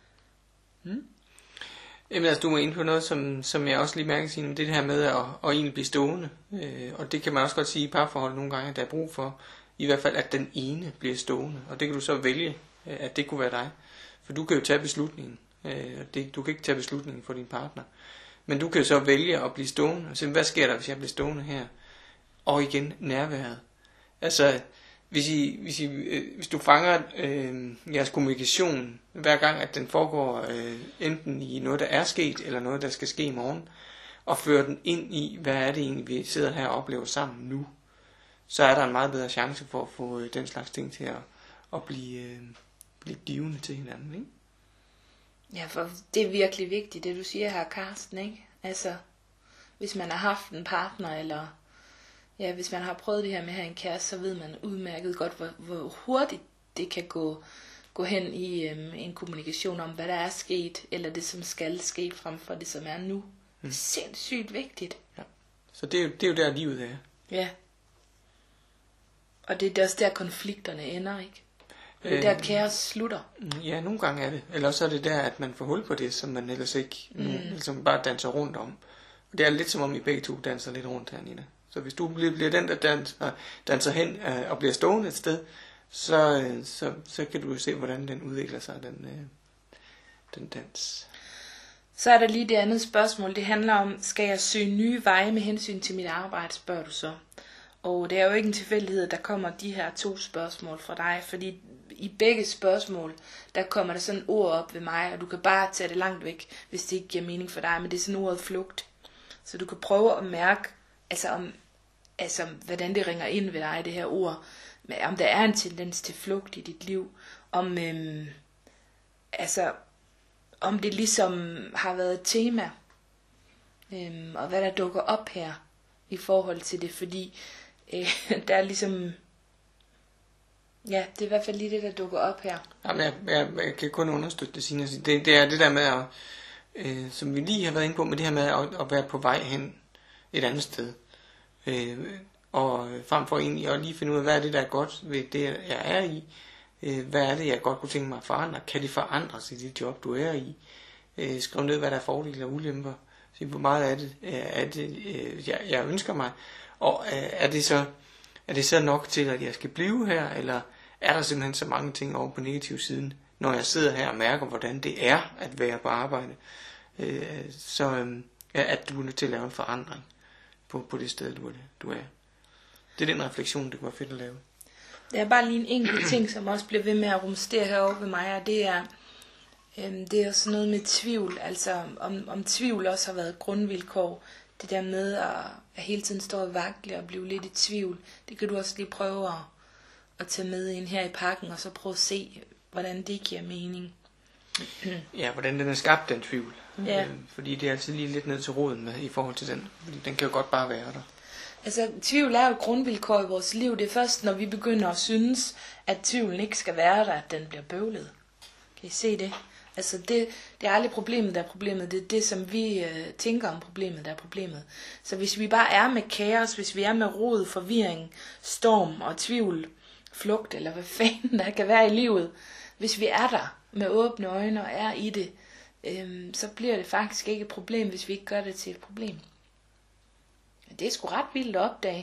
Jamen altså, du må ind på noget, som jeg også lige mærker sige, det her med at egentlig blive stående. Og det kan man også godt sige i parforhold nogle gange, at der er brug for, i hvert fald at den ene bliver stående. Og det kan du så vælge, at det kunne være dig. For du kan jo tage beslutningen. Du kan ikke tage beslutningen for din partner. Men du kan jo så vælge at blive stående. Og sige, hvad sker der, hvis jeg bliver stående her? Og igen, nærværet. Altså, hvis du fanger jeres kommunikation, hver gang at den foregår enten i noget, der er sket, eller noget, der skal ske i morgen, og fører den ind i, hvad er det egentlig, vi sidder her og oplever sammen nu, så er der en meget bedre chance for at få den slags ting til at blive givende til hinanden, ikke? Ja, for det er virkelig vigtigt, det du siger her, Karsten, ikke? Altså, hvis man har haft en partner, eller ja, hvis man har prøvet det her med at have en kæreste, så ved man udmærket godt, hvor hurtigt det kan gå hen i en kommunikation om, hvad der er sket, eller det, som skal ske, frem for det, som er nu. Det er sindssygt vigtigt. Ja. Så det er jo der, livet er. Ja. Og det er også der, konflikterne ender, ikke? Det er der, kaos slutter. Ja, nogle gange er det. Eller så er det der, at man får hul på det, som man ellers ikke ligesom bare danser rundt om. Og det er lidt som om, I begge to danser lidt rundt her, Nina. Så hvis du bliver den, der danser hen og bliver stående et sted, så kan du jo se, hvordan den udvikler sig, den dans. Så er der lige det andet spørgsmål. Det handler om, skal jeg søge nye veje med hensyn til mit arbejde, spørger du så. Og det er jo ikke en tilfældighed, at der kommer de her 2 spørgsmål fra dig, fordi i begge spørgsmål, der kommer der sådan ord op ved mig, og du kan bare tage det langt væk, hvis det ikke giver mening for dig, men det er sådan ordet flugt. Så du kan prøve at mærke, altså hvordan det ringer ind ved dig, det her ord, om der er en tendens til flugt i dit liv, om det ligesom har været et tema, og hvad der dukker op her i forhold til det, fordi der er ligesom, ja, det er i hvert fald lige det, der dukker op her. Jamen, jeg kan kun understøtte det, Signe. Det er det der med, som vi lige har været inde på, med det her med at være på vej hen et andet sted. Og frem for egentlig at lige finde ud af, hvad er det, der er godt ved det, jeg er i. Hvad er det, jeg godt kunne tænke mig at forandre? Kan det forandres i det job, du er i? Skriv ned, hvad der er fordele og ulemper. Så hvor meget er det jeg ønsker mig? Og er det så nok til, at jeg skal blive her? Eller er der simpelthen så mange ting over på negativ siden, når jeg sidder her og mærker, hvordan det er at være på arbejde? At du er nødt til at lave en forandring på det sted, du er. Det er den refleksion, det kunne være fedt at lave. Der er bare lige en enkelt ting, som også bliver ved med at rumstere herovre ved mig, og det er sådan noget med tvivl, altså om tvivl også har været grundvilkår. Det der med at hele tiden stå og vakle og blive lidt i tvivl, det kan du også lige prøve at tage med ind her i pakken, og så prøve at se, hvordan det giver mening. Ja, hvordan den er skabt, den tvivl. Ja. Fordi det er altid lige lidt ned til roden med, i forhold til den. Fordi den kan jo godt bare være der. Altså, tvivl er jo et grundvilkår i vores liv. Det er først, når vi begynder at synes, at tvivlen ikke skal være der, at den bliver bøvlet. Kan I se det? Altså, det er aldrig problemet, der er problemet. Det er det, som vi tænker om problemet, der er problemet. Så hvis vi bare er med kaos, hvis vi er med rod, forvirring, storm og tvivl, flugt, eller hvad fanden der kan være i livet, hvis vi er der med åbne øjne og er i det, så bliver det faktisk ikke et problem, hvis vi ikke gør det til et problem. Det er sgu ret vildt at opdage.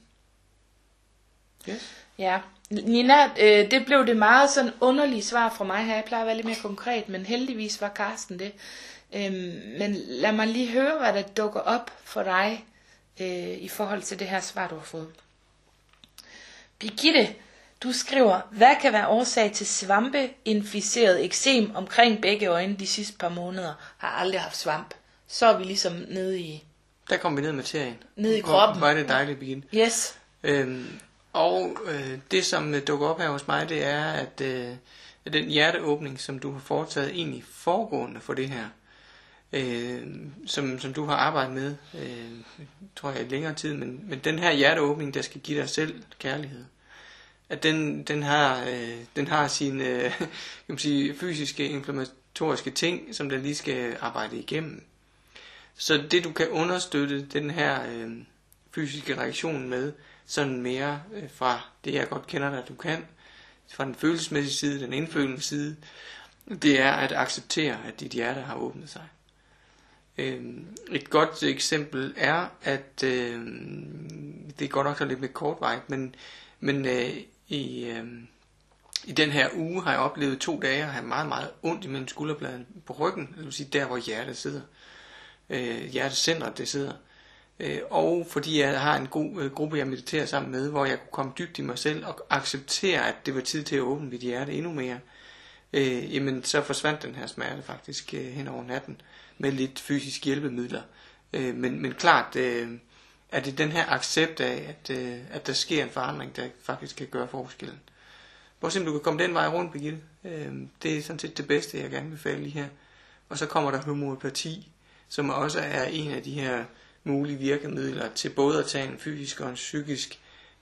Yes. Ja, Nina, det blev det meget sådan underlige svar fra mig her. Jeg plejer at være lidt mere konkret, men heldigvis var Karsten det. Men lad mig lige høre, hvad der dukker op for dig i forhold til det her svar, du har fået. Birgitte, du skriver, hvad kan være årsag til svampeinficeret eksem omkring begge øjne de sidste par måneder? Har aldrig haft svamp. Så er vi ligesom nede i... Der kommer vi ned i materien. Ned i kroppen. Hvor er det dejligt, Birgitte. Yes. Det som dukker op her hos mig, det er, at den hjerteåbning, som du har foretaget egentlig foregående for det her, som du har arbejdet med, tror jeg, i længere tid, men den her hjerteåbning, der skal give dig selv kærlighed, at den har sine kan man sige, fysiske, inflammatoriske ting, som der lige skal arbejde igennem. Så det du kan understøtte den her fysiske reaktion med, sådan mere fra det jeg godt kender dig, du kan, fra den følelsesmæssige side, den indfølende side, det er at acceptere, at dit hjerte har åbnet sig. Et godt eksempel er, at det går nok så lidt med kortvarigt, men i den her uge har jeg oplevet 2 dage at have meget, meget ondt imellem skulderbladene på ryggen, det vil sige der, hvor hjertet sidder. Hjertecentret det sidder. Og fordi jeg har en god gruppe, jeg mediterer sammen med, hvor jeg kunne komme dybt i mig selv og acceptere, at det var tid til at åbne mit hjerte endnu mere, jamen så forsvandt den her smerte faktisk hen over natten med lidt fysiske hjælpemidler. Men klart, er det den her accept af, at der sker en forandring, der faktisk kan gøre forskellen. Hvor simpelthen du kan komme den vej rundt, Birgitte. Det er sådan set det bedste, jeg gerne vil befale lige her. Og så kommer der homøopati, som også er en af de her mulige virkemidler til både at tage en fysisk og en psykisk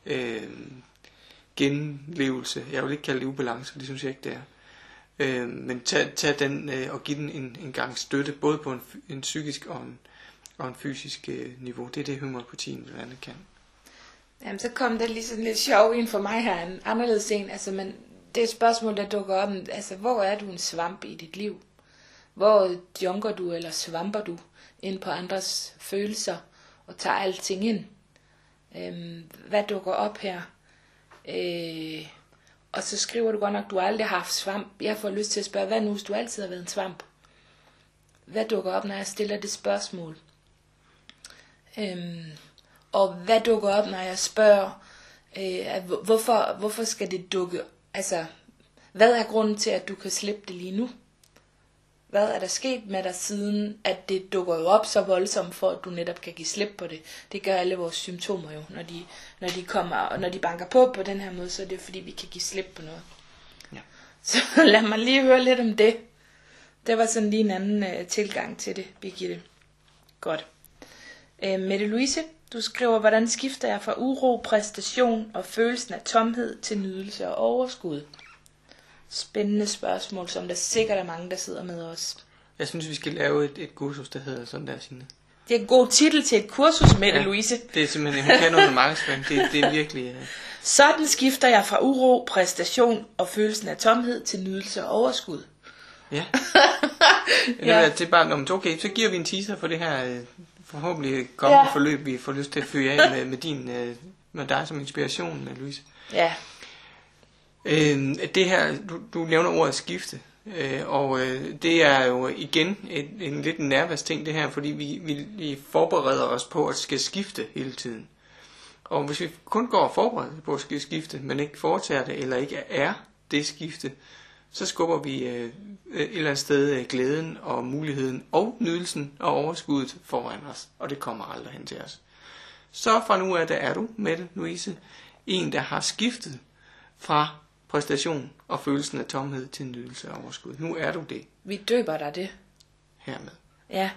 genlevelse. Jeg vil ikke kalde det ubalance, det synes jeg ikke det er. Men tag den og give den en gang støtte, både på en psykisk og en fysisk niveau. Det er det, homøopatien blandt andet kan. Jamen, så kom der lige sådan lidt sjov ind for mig her, en anderledes en. Altså, men det er et spørgsmål, der dukker op. Altså, hvor er du en svamp i dit liv? Hvor junker du eller svamper du ind på andres følelser og tager alting ind? Hvad dukker op her? Og så skriver du godt nok, du aldrig har haft svamp. Jeg får lyst til at spørge, hvad nu, hvis du altid har været en svamp? Hvad dukker op, når jeg stiller det spørgsmål? Og hvad dukker op, når jeg spørger, hvorfor skal det dukke? Altså, hvad er grunden til, at du kan slippe det lige nu? Hvad er der sket med dig siden, at det dukker jo op så voldsomt, for at du netop kan give slip på det? Det gør alle vores symptomer jo, når de kommer, og når de banker på den her måde, så er det fordi, vi kan give slip på noget. Ja. Så lad mig lige høre lidt om det. Det var sådan lige en anden tilgang til det, Birgitte. Godt. Mette Louise, du skriver, hvordan skifter jeg fra uro, præstation og følelsen af tomhed til nydelse og overskud? Spændende spørgsmål, som der sikkert er mange, der sidder med os. Jeg synes, vi skal lave et kursus, der hedder sådan der, Signe. Det er en god titel til et kursus, Mette Louise. Det er simpelthen, hun kan noget med markedsføring. Det er virkelig... Sådan skifter jeg fra uro, præstation og følelsen af tomhed til nydelse og overskud. Ja. Ja. Det er bare, okay, så giver vi en teaser for det her forhåbentlig kommende forløb, vi får lyst til at fyre af med dig som inspiration, Louise. Ja. Det her, du nævner ordet skifte, og det er jo igen en lidt nærværds ting det her, fordi vi forbereder os på at skal skifte hele tiden. Og hvis vi kun går og forbereder på at skal skifte, men ikke foretager det, eller ikke er det skifte, så skubber vi et eller andet sted glæden og muligheden og nydelsen og overskuddet foran os, og det kommer aldrig hen til os. Så fra nu af, der er du, Mette Louise, en der har skiftet fra præstation og følelsen af tomhed til nydelse og overskud. Nu er du det. Vi døber dig det. Hermed. Ja.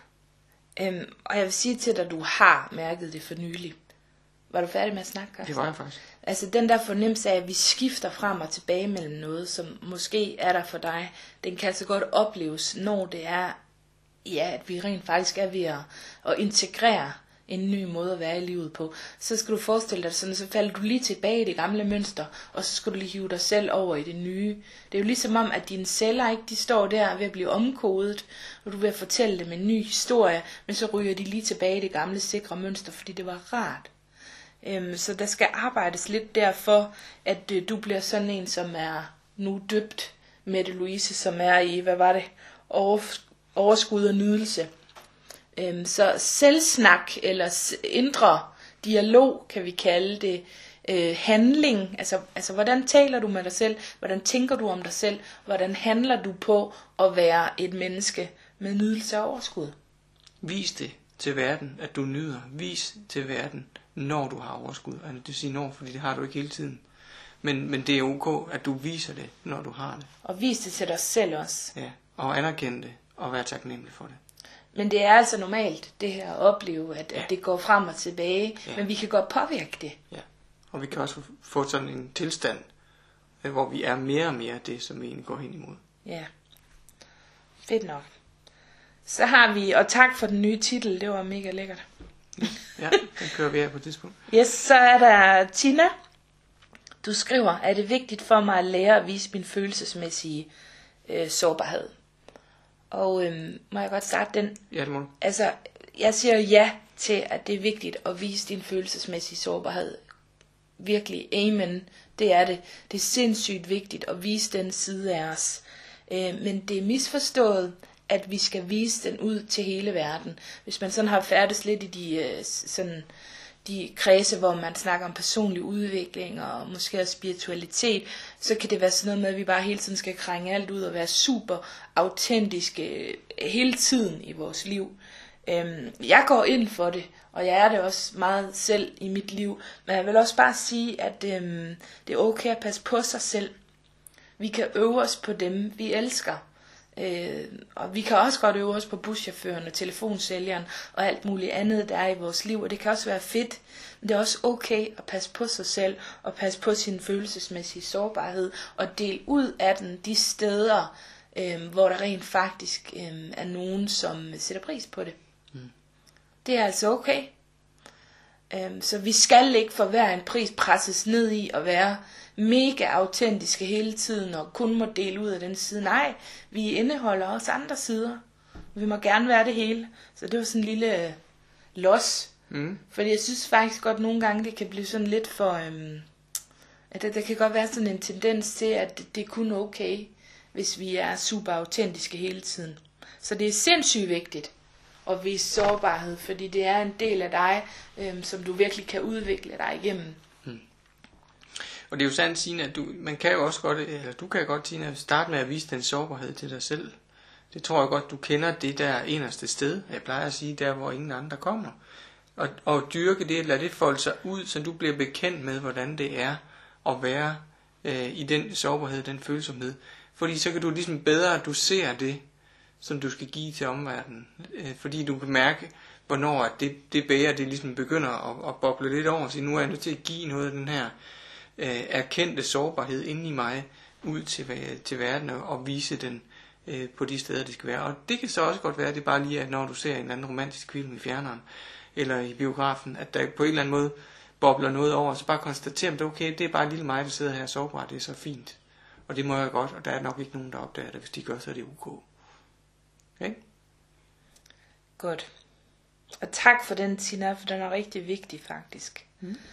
Og jeg vil sige til dig, at du har mærket det for nylig. Var du færdig med at snakke, Carsten? Det var jeg faktisk. Altså den der fornemmelse af, at vi skifter frem og tilbage mellem noget, som måske er der for dig, den kan altså godt opleves, når det er, ja, at vi rent faktisk er ved at integrere en ny måde at være i livet på. Så skal du forestille dig sådan, så falder du lige tilbage i det gamle mønster, og så skal du lige hive dig selv over i det nye. Det er jo ligesom om, at dine celler ikke, de står der ved at blive omkodet, og du vil fortælle dem en ny historie, men så ryger de lige tilbage i det gamle sikre mønster, fordi det var rart. Så der skal arbejdes lidt derfor, at du bliver sådan en, som er nu døbt, Mette Louise, som er i, hvad var det, overskud og nydelse. Så selvsnak eller indre dialog, kan vi kalde det, handling, altså hvordan taler du med dig selv, hvordan tænker du om dig selv, hvordan handler du på at være et menneske med nydelse og overskud. Vis det til verden, at du nyder. Vis til verden, når du har overskud. Og det vil sige når, fordi det har du ikke hele tiden. Men det er ok, at du viser det, når du har det. Og vis det til dig selv også. Ja, og anerkende det, og være taknemmelig for det. Men det er altså normalt, det her at opleve, at det går frem og tilbage, men vi kan godt påvirke det. Ja, og vi kan også få sådan en tilstand, hvor vi er mere og mere det, som vi egentlig går hen imod. Ja, fedt nok. Så har vi, og tak for den nye titel, det var mega lækkert. Ja, den kører vi af på et tidspunkt. Yes, så er der Tina. Du skriver, er det vigtigt for mig at lære at vise min følelsesmæssige sårbarhed? Og må jeg godt starte den? Ja, det må du. Altså, jeg siger ja til, at det er vigtigt at vise din følelsesmæssige sårbarhed. Virkelig, amen, det er det. Det er sindssygt vigtigt at vise den side af os. Men det er misforstået, at vi skal vise den ud til hele verden. Hvis man sådan har færdes lidt i de kredse, hvor man snakker om personlig udvikling og måske også spiritualitet, så kan det være sådan noget med, at vi bare hele tiden skal krænge alt ud og være super autentiske hele tiden i vores liv. Jeg går ind for det, og jeg er det også meget selv i mit liv. Men jeg vil også bare sige, at det er okay at passe på sig selv. Vi kan øve os på dem, vi elsker. Og vi kan også godt øve os på buschaufføren og telefonsælgeren og alt muligt andet, der er i vores liv. Og det kan også være fedt. Men det er også okay at passe på sig selv og passe på sin følelsesmæssige sårbarhed og dele ud af den de steder, hvor der rent faktisk er nogen, som sætter pris på det. Det er altså okay. Så vi skal ikke for hver en pris presses ned i at være mega autentiske hele tiden og kun må dele ud af den side. Nej, vi indeholder også andre sider. Vi må gerne være det hele. Så det var sådan en lille los. Fordi jeg synes faktisk godt nogle gange det kan blive sådan lidt for at der kan godt være sådan en tendens til at det er kun okay hvis vi er super autentiske hele tiden. Så det er sindssygt vigtigt at vise sårbarhed, fordi det er en del af dig, som du virkelig kan udvikle dig igennem. Og det er jo sandt, Tina, at du kan godt, Tina, starte med at vise den sårbarhed til dig selv. Det tror jeg godt, du kender det der eneste sted. Jeg plejer at sige, der hvor ingen andre kommer. Og dyrke det, lad det folde sig ud, så du bliver bekendt med, hvordan det er at være i den sårbarhed, den følsomhed. Fordi så kan du ligesom bedre dosere det, som du skal give til omverdenen. Fordi du kan mærke, hvornår det bæger, det ligesom begynder at boble lidt over. Så nu er jeg nødt til at give noget af den her erkendte sårbarhed inde i mig ud til verden og vise den på de steder, det skal være. Og det kan så også godt være, at det bare lige er, når du ser en eller anden romantisk film i fjerneren eller i biografen, at der på en eller anden måde bobler noget over, så bare konstatere, at det er okay, det er bare lille mig, der sidder her sårbar, det er så fint. Og det må jeg godt, og der er nok ikke nogen, der opdager det. Hvis de gør, så er det ok. Okay? Godt. Og tak for den, Tina, for den er rigtig vigtig faktisk.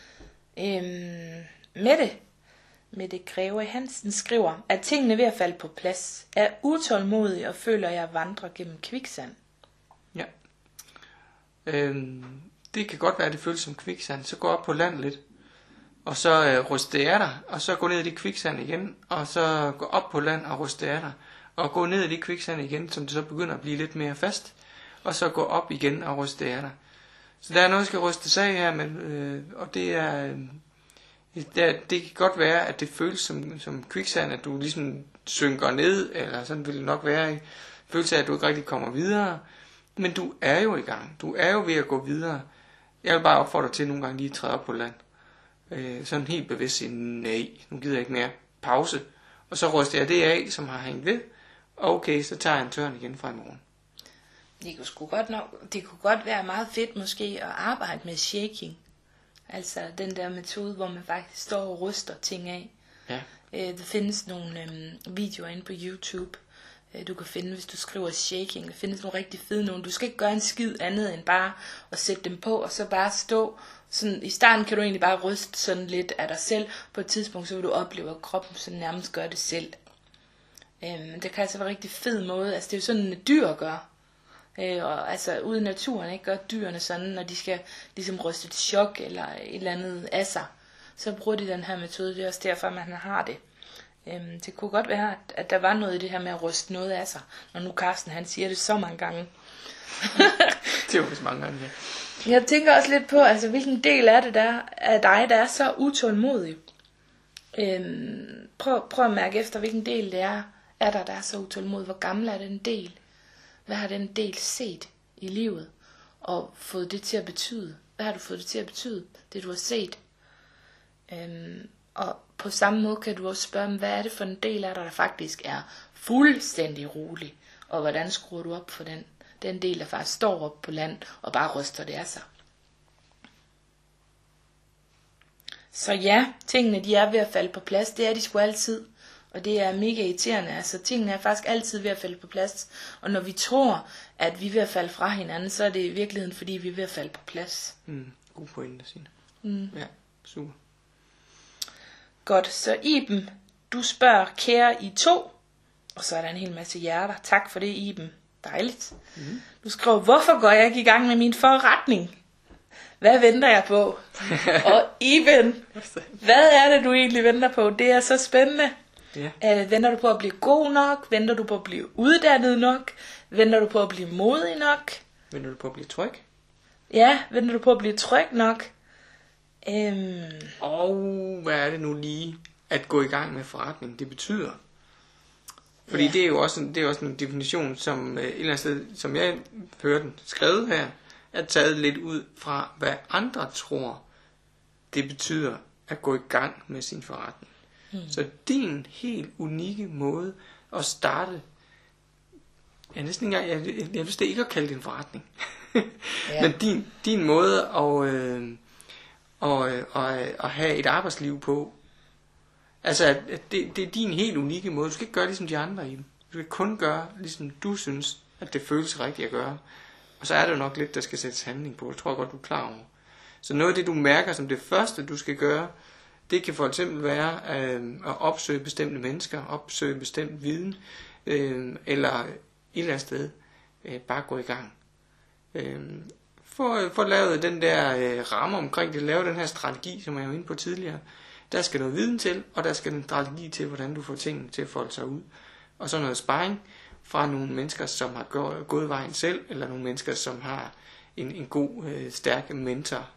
Mette Greve Hansen skriver, at tingene ved at falde på plads, er utålmodig og føler, at jeg vandrer gennem kviksand. Ja. Det kan godt være, at det føles som kviksand. Så gå op på land lidt, og så ryste af dig, og så gå ned i det kviksand igen, og så gå op på land og ryste af dig, og gå ned i det kviksand igen, som det så begynder at blive lidt mere fast, og så gå op igen og ryste af dig. Så der er noget, der skal rystes af her, og det er... Det kan godt være, at det føles som kviksand, at du ligesom synker ned, eller sådan vil det nok være i følelse af, at du ikke rigtig kommer videre. Men du er jo i gang. Du er jo ved at gå videre. Jeg vil bare opfordre til nogle gange lige at træde op på land. Sådan helt bevidst sige, nej, nu gider jeg ikke mere. Pause. Og så ryster jeg det af, som har hængt ved. Okay, så tager jeg en tørn igen fra i morgen. Det kunne godt være meget fedt måske at arbejde med shaking. Altså den der metode, hvor man faktisk står og ryster ting af. Ja. Der findes nogle videoer inde på YouTube, du kan finde, hvis du skriver shaking. Der findes nogle rigtig fede nogle. Du skal ikke gøre en skid andet end bare at sætte dem på, og så bare stå. Sådan, i starten kan du egentlig bare ryste sådan lidt af dig selv. På et tidspunkt, så vil du opleve, at kroppen sådan nærmest gør det selv. Det kan altså være en rigtig fed måde. Altså det er jo sådan, at dyr gør. Og altså ude i naturen, ikke, gør dyrene sådan, når de skal ligesom ryste til chok eller et eller andet af sig, så bruger de den her metode. Det er også derfor, man har det. Det kunne godt være, at der var noget i det her med at ryste noget af sig, når nu Carsten han siger det så mange gange. Det er jo vist mange gange, ja. Jeg tænker også lidt på, altså hvilken del af det der af dig, der er så utålmodig. Prøv at mærke efter, hvilken del det er der er så utålmodig. Hvor gammel er den del? Hvad har den del set i livet, og fået det til at betyde? Hvad har du fået det til at betyde, det du har set? Og på samme måde kan du også spørge, hvad er det for en del af dig, der faktisk er fuldstændig rolig? Og hvordan skruer du op for den del, der faktisk står op på land, og bare ryster det af sig? Så ja, tingene de er ved at falde på plads, det er de sgu altid. Og det er mega irriterende, altså tingene er faktisk altid ved at falde på plads. Og når vi tror, at vi er ved at falde fra hinanden, så er det i virkeligheden, fordi vi er ved at falde på plads. God pointe, Signe. Ja, super. Godt, så Iben, du spørger, kære I to, og så er der en hel masse hjerter. Tak for det, Iben. Dejligt. Du skriver, hvorfor går jeg ikke i gang med min forretning? Hvad venter jeg på? Og Iben, hvad er det, du egentlig venter på? Det er så spændende. Yeah. Venter du på at blive god nok? Venter du på at blive uddannet nok? Venter du på at blive modig nok? Venter du på at blive tryg? Ja, venter du på at blive tryg nok? Og hvad er det nu lige, at gå i gang med forretning, det betyder? Fordi det er jo også en definition, som et eller andet sted, som jeg hører den skrevet her, er taget lidt ud fra, hvad andre tror, det betyder at gå i gang med sin forretning. Så din helt unikke måde at starte, jeg næsten ikke engang, jeg lyst til ikke at kalde det en forretning, men din måde at have et arbejdsliv på, altså at det er din helt unikke måde. Du skal ikke gøre ligesom de andre i dem. Du skal kun gøre ligesom du synes, at det føles rigtigt at gøre. Og så er det jo nok lidt, der skal sættes handling på. Det tror jeg godt, du er klar over. Så noget af det, du mærker som det første, du skal gøre, det kan for eksempel være at opsøge bestemte mennesker, opsøge bestemt viden, eller et eller andet sted bare gå i gang. Få lavet den der ramme omkring det, lave den her strategi, som jeg var inde på tidligere. Der skal noget viden til, og der skal en strategi til, hvordan du får tingene til at folde sig ud. Og så noget sparring fra nogle mennesker, som har gået vejen selv, eller nogle mennesker, som har en god, stærk mentor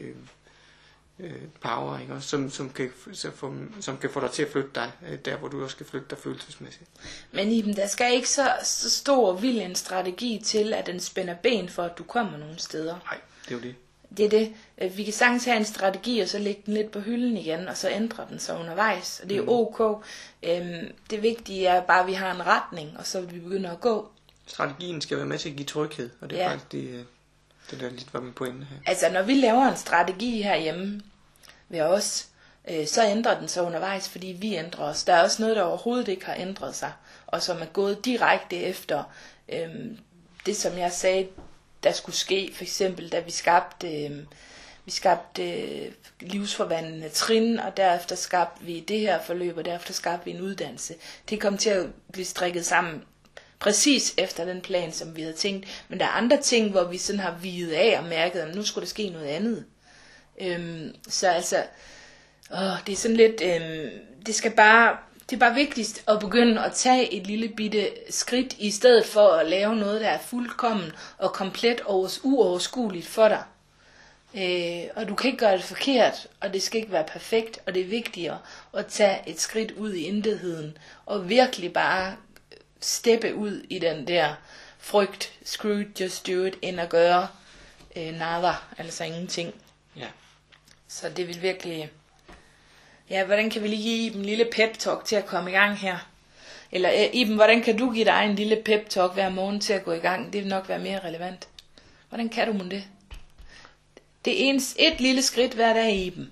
power, ikke? Som kan få dig til at flytte dig der, hvor du også skal flytte dig følelsesmæssigt. Men Iben, der skal ikke så stor vild en strategi til, at den spænder ben for, at du kommer nogle steder. Nej, det er jo det. Det er det. Vi kan sagtens have en strategi, og så lægge den lidt på hylden igen, og så ændre den så undervejs. Og det er ok. Det vigtige er bare, at vi har en retning, og så vil vi begynde at gå. Strategien skal være med til at give tryghed, og det er faktisk det der lidt var min pointe her. Altså, når vi laver en strategi herhjemme ved os, så ændrer den så undervejs, fordi vi ændrer os. Der er også noget, der overhovedet ikke har ændret sig, og som er gået direkte efter det, som jeg sagde, der skulle ske, for eksempel da vi skabte livsforvandlende trin, og derefter skabte vi det her forløb, og derefter skabte vi en uddannelse. Det kom til at blive strikket sammen præcis efter den plan, som vi havde tænkt. Men der er andre ting, hvor vi sådan har viget af og mærket, at nu skulle der ske noget andet. Så altså, det er sådan lidt, det er bare vigtigst at begynde at tage et lille bitte skridt, i stedet for at lave noget, der er fuldkommen og komplet uoverskueligt for dig. Og du kan ikke gøre det forkert, og det skal ikke være perfekt, og det er vigtigere at tage et skridt ud i intetheden, og virkelig bare steppe ud i den der frygt, screw it, just do it, end at gøre nada, altså ingenting. Ja. Så det vil virkelig... Ja, hvordan kan vi lige give Iben en lille pep-talk til at komme i gang her? Eller Iben, hvordan kan du give dig en lille pep-talk hver morgen til at gå i gang? Det vil nok være mere relevant. Hvordan kan du med det? Det er et lille skridt hver dag, Iben.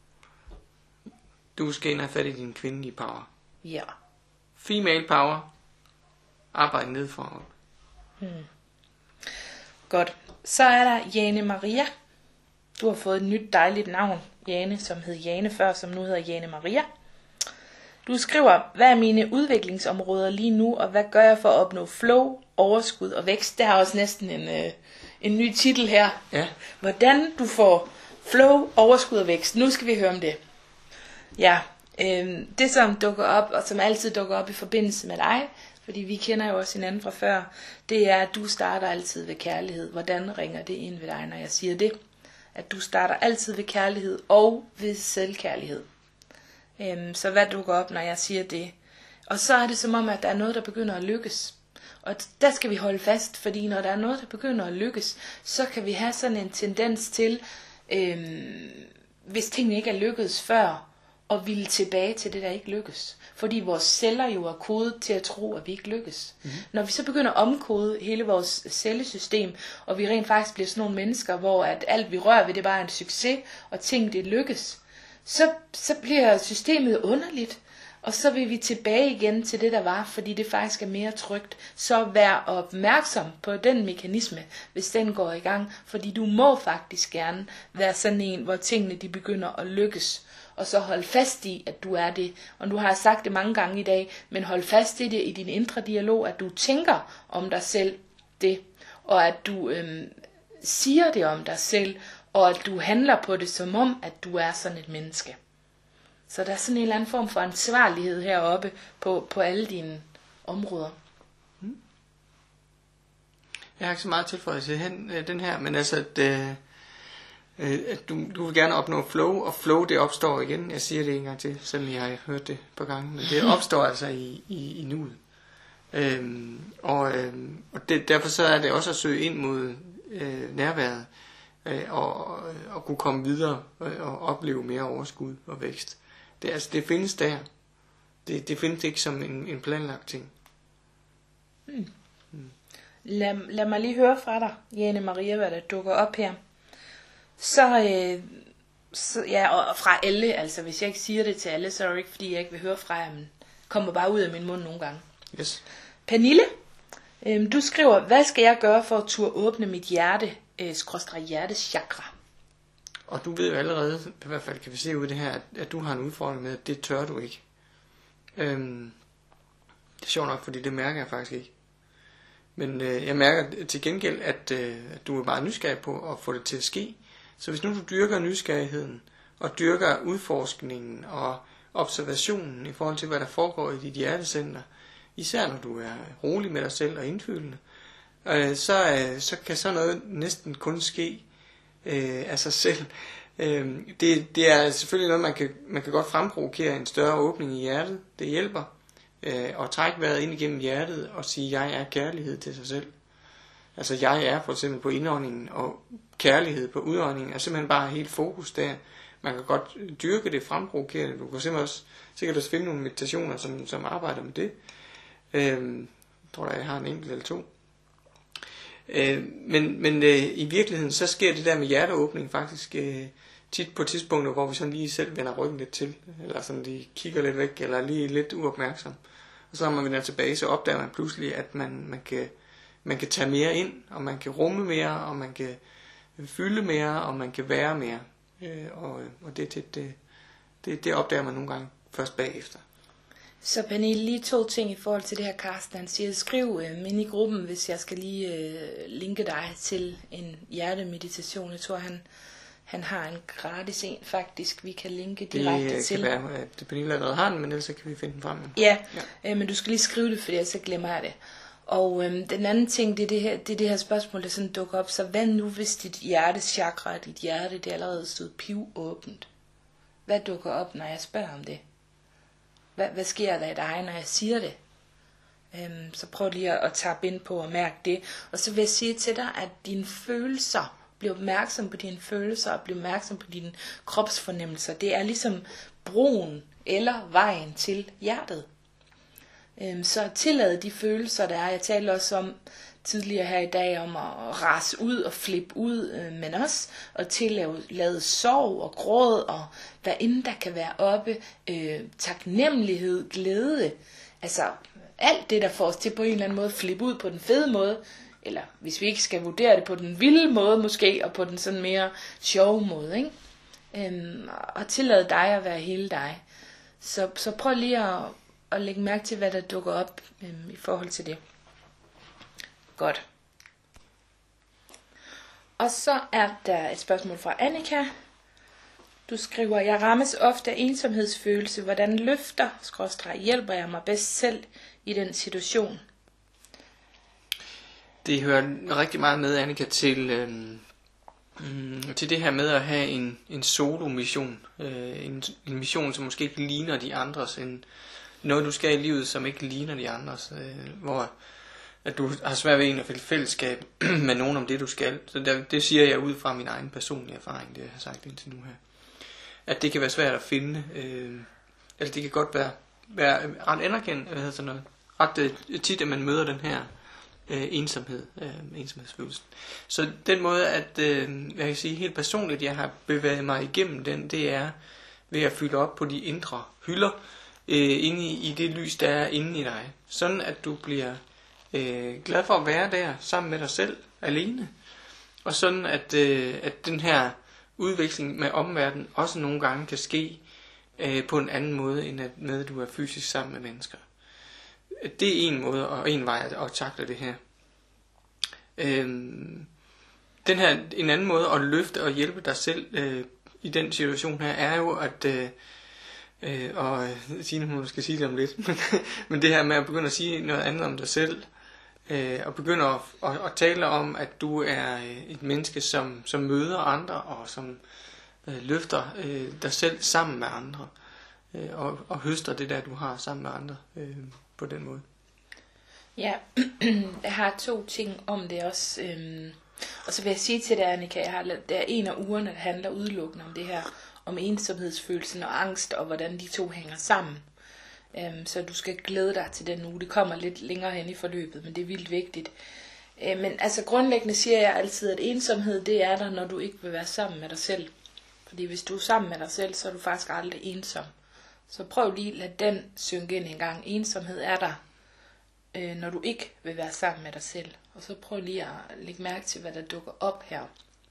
Du skal ind og have fat i din kvindelige power. Ja. Female power. Arbejde nedefra. Godt. Så er der Jane Maria. Du har fået et nyt dejligt navn, Jane, som hed Jane før, som nu hedder Jane Maria. Du skriver, hvad er mine udviklingsområder lige nu, og hvad gør jeg for at opnå flow, overskud og vækst? Det har også næsten en ny titel her. Ja. Hvordan du får flow, overskud og vækst. Nu skal vi høre om det. Ja, det som dukker op, og som altid dukker op i forbindelse med dig, fordi vi kender jo også hinanden fra før, det er, at du starter altid ved kærlighed. Hvordan ringer det ind ved dig, når jeg siger det? At du starter altid ved kærlighed og ved selvkærlighed. Så hvad dukker op, når jeg siger det? Og så er det som om, at der er noget, der begynder at lykkes. Og der skal vi holde fast, fordi når der er noget, der begynder at lykkes, så kan vi have sådan en tendens til, hvis tingene ikke er lykkedes før, og ville tilbage til det, der ikke lykkes. Fordi vores celler jo er kodet til at tro, at vi ikke lykkes. Når vi så begynder at omkode hele vores cellesystem, og vi rent faktisk bliver sådan nogle mennesker, hvor at alt vi rører ved, det bare er en succes, og ting det lykkes, så bliver systemet underligt, og så vil vi tilbage igen til det, der var, fordi det faktisk er mere trygt. Så vær opmærksom på den mekanisme, hvis den går i gang, fordi du må faktisk gerne være sådan en, hvor tingene de begynder at lykkes, og så hold fast i, at du er det. Og nu har jeg sagt det mange gange i dag, men hold fast i det i din indre dialog, at du tænker om dig selv det, og at du siger det om dig selv, og at du handler på det som om, at du er sådan et menneske. Så der er sådan en eller anden form for ansvarlighed heroppe på alle dine områder. Jeg har ikke så meget tilføjelse til den her, men altså, at du vil gerne opnå flow, og flow det opstår igen. Jeg siger det en gang til, selvom jeg har hørt det på gange, men det opstår altså i nuet. Derfor så er det også at søge ind mod nærværet, og kunne komme videre og opleve mere overskud og vækst. Det findes der. Det findes ikke som en planlagt ting. Lad mig lige høre fra dig, Jane Maria, hvad der dukker op her. Og fra alle, altså hvis jeg ikke siger det til alle, så er det ikke fordi jeg ikke vil høre fra jer, men kommer bare ud af min mund nogle gange. Yes. Pernille, du skriver, hvad skal jeg gøre for at turde åbne mit hjertechakra? Og du ved jo allerede, i hvert fald kan vi se ud af det her, at du har en udfordring med, at det tør du ikke. Det er sjovt nok, fordi det mærker jeg faktisk ikke. Men jeg mærker til gengæld, at du er meget nysgerrig på at få det til at ske. Så hvis nu du dyrker nysgerrigheden, og dyrker udforskningen og observationen i forhold til, hvad der foregår i dit hjertecenter, især når du er rolig med dig selv og indfølende, så kan sådan noget næsten kun ske af sig selv. Det er selvfølgelig noget, man kan godt fremprovokere en større åbning i hjertet. Det hjælper. Og trække vejret ind igennem hjertet og sige, jeg er kærlighed til sig selv. Altså jeg er for eksempel på indåndingen, og kærlighed på udåndingen er simpelthen bare helt fokus der. Man kan godt dyrke det, fremprovokere det. Du kan simpelthen også sikkert også finde nogle meditationer, som arbejder med det. Jeg tror da, jeg har en enkelt eller to. Men i virkeligheden, så sker det der med hjerteåbning faktisk tit på tidspunkter, hvor vi sådan lige selv vender ryggen lidt til, eller sådan lige kigger lidt væk, eller lige lidt uopmærksom. Og så når man vender tilbage, så opdager man pludselig, at man kan tage mere ind, og man kan rumme mere, og man kan fylde mere, og man kan være mere. Og det opdager man nogle gange først bagefter. Så Pernille, lige 2 ting i forhold til det her, Carsten. Han siger, skriv ind i gruppen, hvis jeg skal lige linke dig til en hjertemeditation. Jeg tror, han har en gratis en faktisk, vi kan linke direkte til. Det kan være, at Pernille allerede har den, men ellers kan vi finde den frem. Ja. Men du skal lige skrive det, for ellers så glemmer jeg det. Og den anden ting, det er det her spørgsmål, der sådan dukker op. Så hvad nu, hvis dit hjertechakra, dit hjerte, det allerede stod pivåbent? Hvad dukker op, når jeg spørger om det? Hvad sker der i dig, når jeg siger det? Så prøv lige at tappe ind på og mærke det. Og så vil jeg sige til dig, at dine følelser, bliv opmærksom på dine følelser, og bliv opmærksom på dine kropsfornemmelser. Det er ligesom broen eller vejen til hjertet. Så tillad de følelser, der er. Jeg talte også om tidligere her i dag, om at rase ud og flippe ud, men også at tillade sorg og gråd, og hvad end der kan være oppe, taknemmelighed, glæde. Altså alt det, der får os til på en eller anden måde at flippe ud på den fede måde, eller hvis vi ikke skal vurdere det på den vilde måde måske, og på den sådan mere sjove måde, ikke? Og tillade dig at være hele dig. Så prøv lige at lægge mærke til, hvad der dukker op i forhold til det. Godt. Og så er der et spørgsmål fra Annika. Du skriver, jeg rammes ofte af ensomhedsfølelse. Hvordan hjælper jeg mig bedst selv i den situation? Det hører rigtig meget med, Annika, til det her med at have en solo-mission. En mission, som måske ikke ligner de andres. Noget, du skal i livet, som ikke ligner de andres. Hvor at du har svært ved at finde fællesskab med nogen om det, du skal. Så det siger jeg ud fra min egen personlige erfaring, det jeg har sagt indtil nu her. At det kan være svært at finde, eller det kan godt være ret anerkendt, ret tit, at man møder den her ensomhedsfølelse. Så den måde, at jeg kan sige helt personligt, jeg har bevæget mig igennem den, det er ved at fylde op på de indre hylder, inde i det lys, der er inde i dig. Sådan at du bliver glad for at være der sammen med dig selv alene, og sådan at den her udveksling med omverdenen også nogle gange kan ske på en anden måde, end at du er fysisk sammen med mennesker. Det er en måde og en vej at takle det her. En anden måde at løfte og hjælpe dig selv i den situation her er jo at og Signe, hun skal sige det om lidt, men det her med at begynde at sige noget andet om dig selv, og begynder at tale om, at du er et menneske, som møder andre, og som løfter dig selv sammen med andre, og høster det der, du har sammen med andre på den måde. Ja, jeg har 2 ting om det også. Og så vil jeg sige til dig, Annika, der er en af ugerne, der handler udelukkende om det her, om ensomhedsfølelsen og angst, og hvordan de 2 hænger sammen. Så du skal glæde dig til den uge. Det kommer lidt længere hen i forløbet, men det er vildt vigtigt. Men altså grundlæggende siger jeg altid, at ensomhed, det er der, når du ikke vil være sammen med dig selv. Fordi hvis du er sammen med dig selv, så er du faktisk aldrig ensom. Så prøv lige at lade den synke ind en gang. Ensomhed er der, når du ikke vil være sammen med dig selv. Og så prøv lige at lægge mærke til, hvad der dukker op her.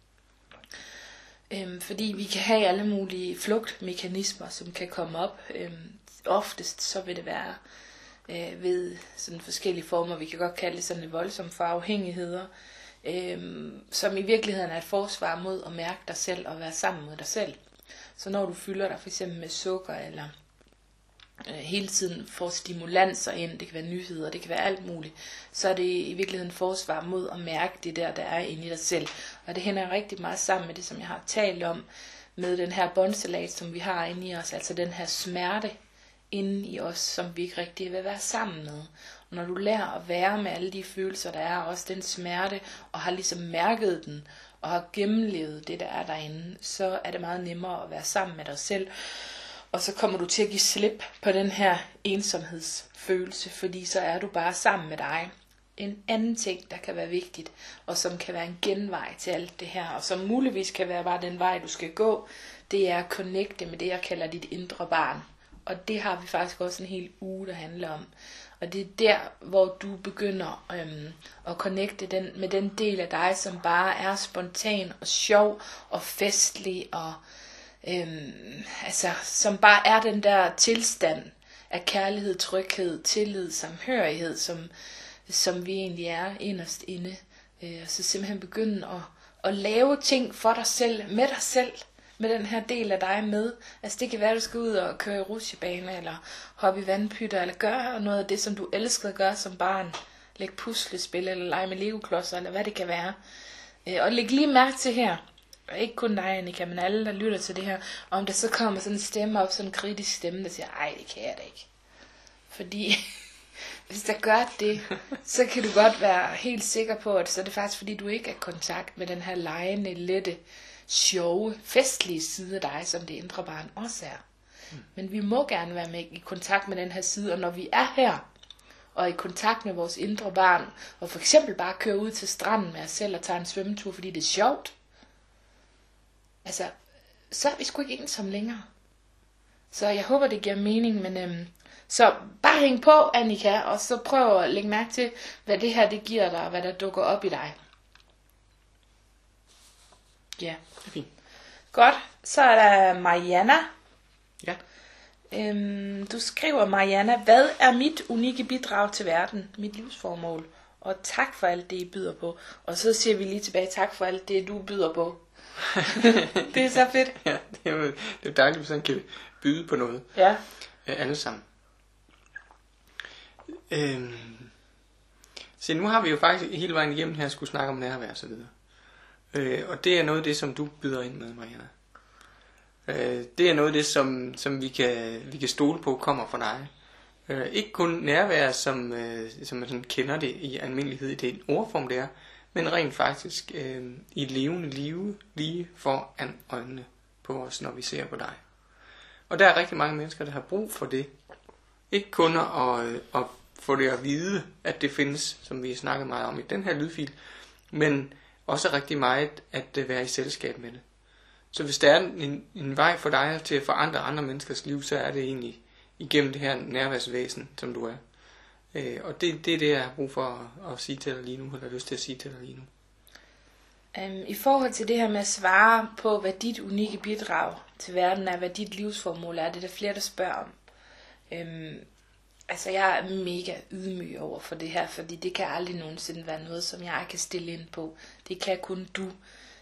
Fordi vi kan have alle mulige flugtmekanismer, som kan komme op. Oftest så vil det være ved sådan forskellige former. Vi kan godt kalde det sådan en voldsom for afhængigheder. Som i virkeligheden er et forsvar mod at mærke dig selv og være sammen med dig selv. Så når du fylder dig for eksempel med sukker, eller hele tiden får stimulanser ind, det kan være nyheder, det kan være alt muligt, så er det i virkeligheden forsvar mod at mærke det der er inde i dig selv. Og det hænger rigtig meget sammen med det, som jeg har talt om, med den her båndsalat, som vi har inde i os, altså den her smerte inde i os, som vi ikke rigtig vil være sammen med. Og når du lærer at være med alle de følelser, der er, også den smerte, og har ligesom mærket den, og har gennemlevet det, der er derinde, så er det meget nemmere at være sammen med dig selv. Og så kommer du til at give slip på den her ensomhedsfølelse, fordi så er du bare sammen med dig. En anden ting, der kan være vigtigt, og som kan være en genvej til alt det her, og som muligvis kan være bare den vej, du skal gå, det er at connecte med det, jeg kalder dit indre barn. Og det har vi faktisk også en hel uge, der handler om. Og det er der, hvor du begynder at connecte med den del af dig, som bare er spontan og sjov og festlig, og som bare er den der tilstand af kærlighed, tryghed, tillid, samhørighed, som vi egentlig er inderst inde. Så simpelthen begynde at lave ting for dig selv, med dig selv, med den her del af dig med. Altså det kan være, at du skal ud og køre i rutsjebane, eller hoppe i vandpytter, eller gøre noget af det, som du elskede at gøre som barn. Læg puslespil, eller lege med legoklodser, eller hvad det kan være. Og læg lige mærke til her, og ikke kun dig, Annika, men alle, der lytter til det her, om der så kommer sådan en stemme op, sådan en kritisk stemme, der siger, ej, det kan jeg da ikke. Fordi hvis der gør det, så kan du godt være helt sikker på, at så er det faktisk, fordi du ikke er i kontakt med den her legende, lette, sjove, festlige side af dig, som det indre barn også er. Men vi må gerne være med i kontakt med den her side, og når vi er her, og i kontakt med vores indre barn, og for eksempel bare køre ud til stranden med os selv og tage en svømmetur, fordi det er sjovt, altså, så er vi sgu ikke ensomme længere. Så jeg håber, det giver mening, men så bare hæng på, Annika, og så prøv at lægge mærke til, hvad det her det giver dig, og hvad der dukker op i dig. Ja. Det er fint. Godt, så er der Mariana. Ja. Du skriver, Mariana, hvad er mit unikke bidrag til verden, mit livsformål? Og tak for alt det, I byder på. Og så siger vi lige tilbage, tak for alt det, du byder på. Det er så fedt. Ja, det er jo dejligt, hvis man kan byde på noget. Ja. Alle sammen. Så nu har vi jo faktisk hele vejen igennem her skulle snakke om nærvær og så videre. Og det er noget af det, som du byder ind med, Mariana. Det er noget af det, som vi kan stole på kommer fra dig. Ikke kun nærvær, som man sådan kender det i almindelighed i den ordform det er, men rent faktisk i levende live lige foran øjnene på os, når vi ser på dig. Og der er rigtig mange mennesker, der har brug for det. Ikke kun at få det at vide, at det findes, som vi har snakket meget om i den her lydfil, men også rigtig meget at være i selskab med det. Så hvis der er en vej for dig til at forandre andre menneskers liv, så er det egentlig igennem det her nærværsvæsen, som du er. Og det er det, jeg har brug for at sige til dig lige nu, eller lyst til at sige til dig lige nu. I forhold til det her med at svare på, hvad dit unikke bidrag til verden er, hvad dit livsformål er, det er der flere, der spørger om. Altså jeg er mega ydmyg over for det her, fordi det kan aldrig nogensinde være noget, som jeg kan stille ind på. Det kan kun du.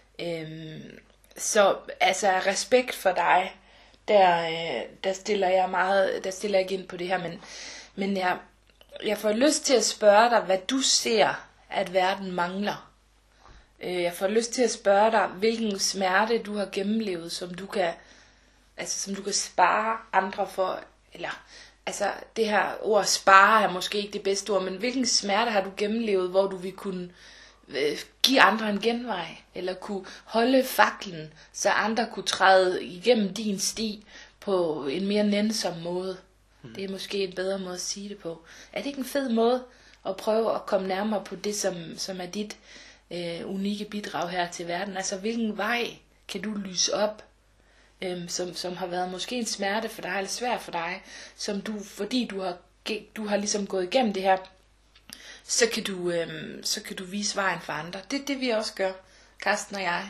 Så altså respekt for dig, der stiller jeg ikke ind på det her, men Jeg får lyst til at spørge dig, hvad du ser, at verden mangler. Jeg får lyst til at spørge dig, hvilken smerte du har gennemlevet, som du kan spare andre for. Eller, altså det her ord spare er måske ikke det bedste ord, men hvilken smerte har du gennemlevet, hvor du vil kunne give andre en genvej, eller kunne holde faklen, så andre kunne træde igennem din sti på en mere nænsom måde. Det er måske en bedre måde at sige det på. Er det ikke en fed måde at prøve at komme nærmere på det, som er dit unikke bidrag her til verden? Altså hvilken vej kan du lyse op, som har været måske en smerte for dig, eller svær for dig, som du, fordi du har ligesom gået igennem det her, så kan du vise vejen for andre. Det er det, vi også gør, Karsten og jeg,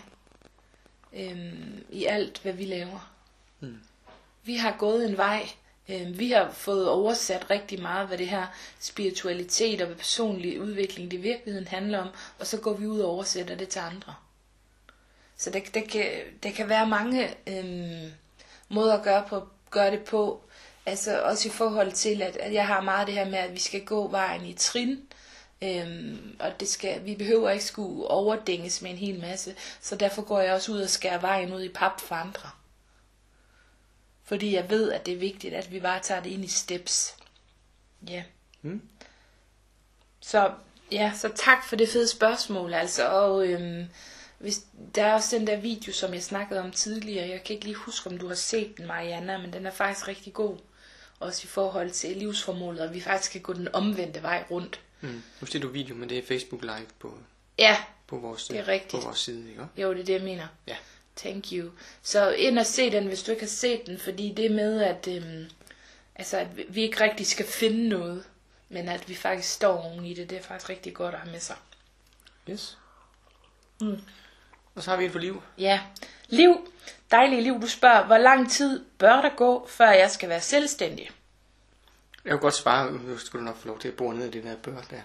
i alt, hvad vi laver. Vi har gået en vej. Vi har fået oversat rigtig meget, hvad det her spiritualitet og personlig udvikling det i virkeligheden handler om, og så går vi ud og oversætter det til andre. Så der kan være mange måder at gøre det på. Altså også i forhold til, at jeg har meget det her med, at vi skal gå vejen i trin. Og vi behøver ikke skulle overdænges med en hel masse. Så derfor går jeg også ud og skærer vejen ud i pap for andre. Fordi jeg ved, at det er vigtigt, at vi bare tager det ind i steps. Ja. Så tak for det fede spørgsmål. Altså, og hvis der er også den der video, som jeg snakkede om tidligere. Jeg kan ikke lige huske, om du har set den, Marianne, men den er faktisk rigtig god. Også i forhold til livsformålet, og vi faktisk kan gå den omvendte vej rundt. Nu ser du video, men det er Facebook Live på vores, det er rigtigt. på vores side, ikke? Jo, det er det, jeg mener. Ja. Thank you. Så ind og se den, hvis du ikke har set den, fordi det med, at at vi ikke rigtig skal finde noget, men at vi faktisk står oven i det, det er faktisk rigtig godt at have med sig. Yes. Og så har vi et for Liv. Ja. Liv, dejlige Liv, du spørger, hvor lang tid bør der gå, før jeg skal være selvstændig? Jeg kan godt svare, nu skal du nok få lov til at bore ned i det der bør der.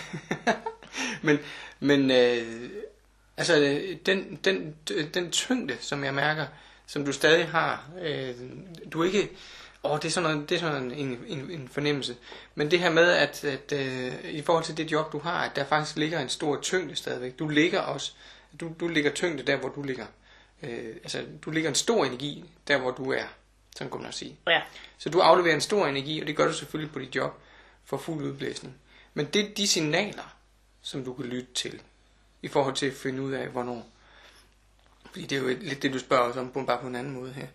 men altså den tyngde, som jeg mærker, som du stadig har, du er ikke, det er sådan en fornemmelse. Men det her med, at i forhold til det job, du har, at der faktisk ligger en stor tyngde stadigvæk. Du ligger også, du ligger tyngde der, hvor du ligger. Du ligger en stor energi der, hvor du er. Sådan kunne man også sige. Ja. Så du afleverer en stor energi, og det gør du selvfølgelig på dit job for fuld udblæsning. Men det er de signaler, som du kan lytte til, i forhold til at finde ud af, hvornår. Fordi det er jo lidt det, du spørger os om, bare på en anden måde her.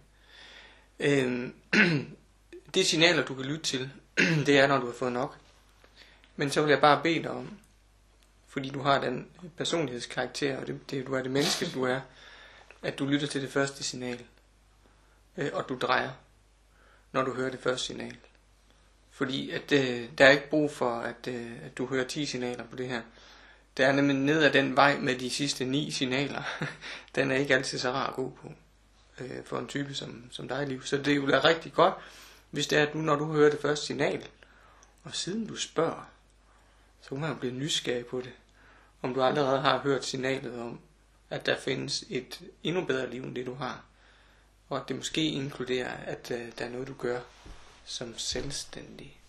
De signaler, du kan lytte til, det er, når du har fået nok. Men så vil jeg bare bede dig om, fordi du har den personlighedskarakter, og du er det menneske, du er, at du lytter til det første signal. Og du drejer, når du hører det første signal. Fordi at der er ikke brug for, at du hører 10 signaler på det her. Der er nemlig ned ad den vej med de sidste 9 signaler. Den er ikke altid så rar at gå på for en type som dig, Liv. Så det vil være rigtig godt, hvis det er, at når du hører det første signal, og siden du spørger, så må man blive nysgerrig på det. Om du allerede har hørt signalet om, at der findes et endnu bedre liv end det du har. Og at det måske inkluderer, at der er noget, du gør som selvstændig.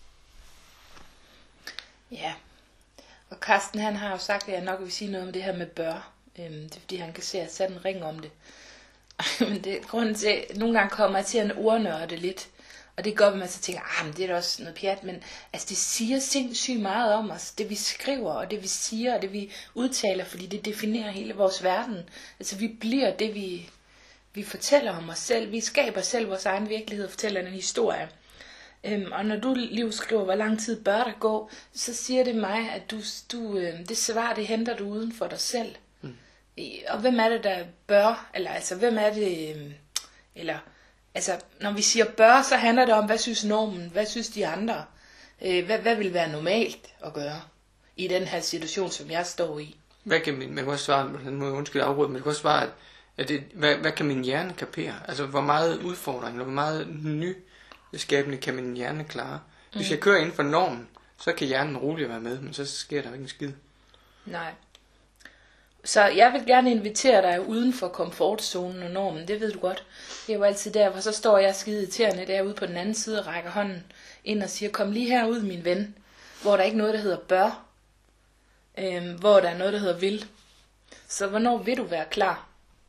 Ja. Og Karsten, han har jo sagt, at jeg nok vil sige noget om det her med bør. Det er fordi, han kan se, at jeg satte en ring om det. Men det er grunden til, at nogle gange kommer jeg til at ordnørde lidt. Og det gør, at man så tænker, men det er da også noget pjat. Men altså, det siger sindssygt meget om os. Det vi skriver, og det vi siger, og det vi udtaler. Fordi det definerer hele vores verden. Altså, vi bliver det, vi fortæller om os selv. Vi skaber selv vores egen virkelighed og fortæller en historie. Og når du, Liv, skriver, hvor lang tid bør der gå, så siger det mig, at det svar, det henter du uden for dig selv. Og hvem er det, der bør? Eller altså, hvem er det? Når vi siger bør, så handler det om, hvad synes normen? Hvad synes de andre? Hvad vil være normalt at gøre i den her situation, som jeg står i? Man kan også svare, men du kan også svare, hvad kan min hjerne kapere? Altså, hvor meget udfordring, eller hvor meget nyskabende kan min hjerne klare? Hvis jeg kører inden for normen, så kan hjernen roligt være med, men så sker der ikke en skid. Nej. Så jeg vil gerne invitere dig uden for komfortzonen og normen, det ved du godt. Det er jo altid der, hvor så står jeg skide irriterende derude på den anden side og rækker hånden ind og siger, kom lige herud, min ven. hvor der ikke er noget, der hedder bør, hvor der er noget, der hedder vil. Så hvornår vil du være klar?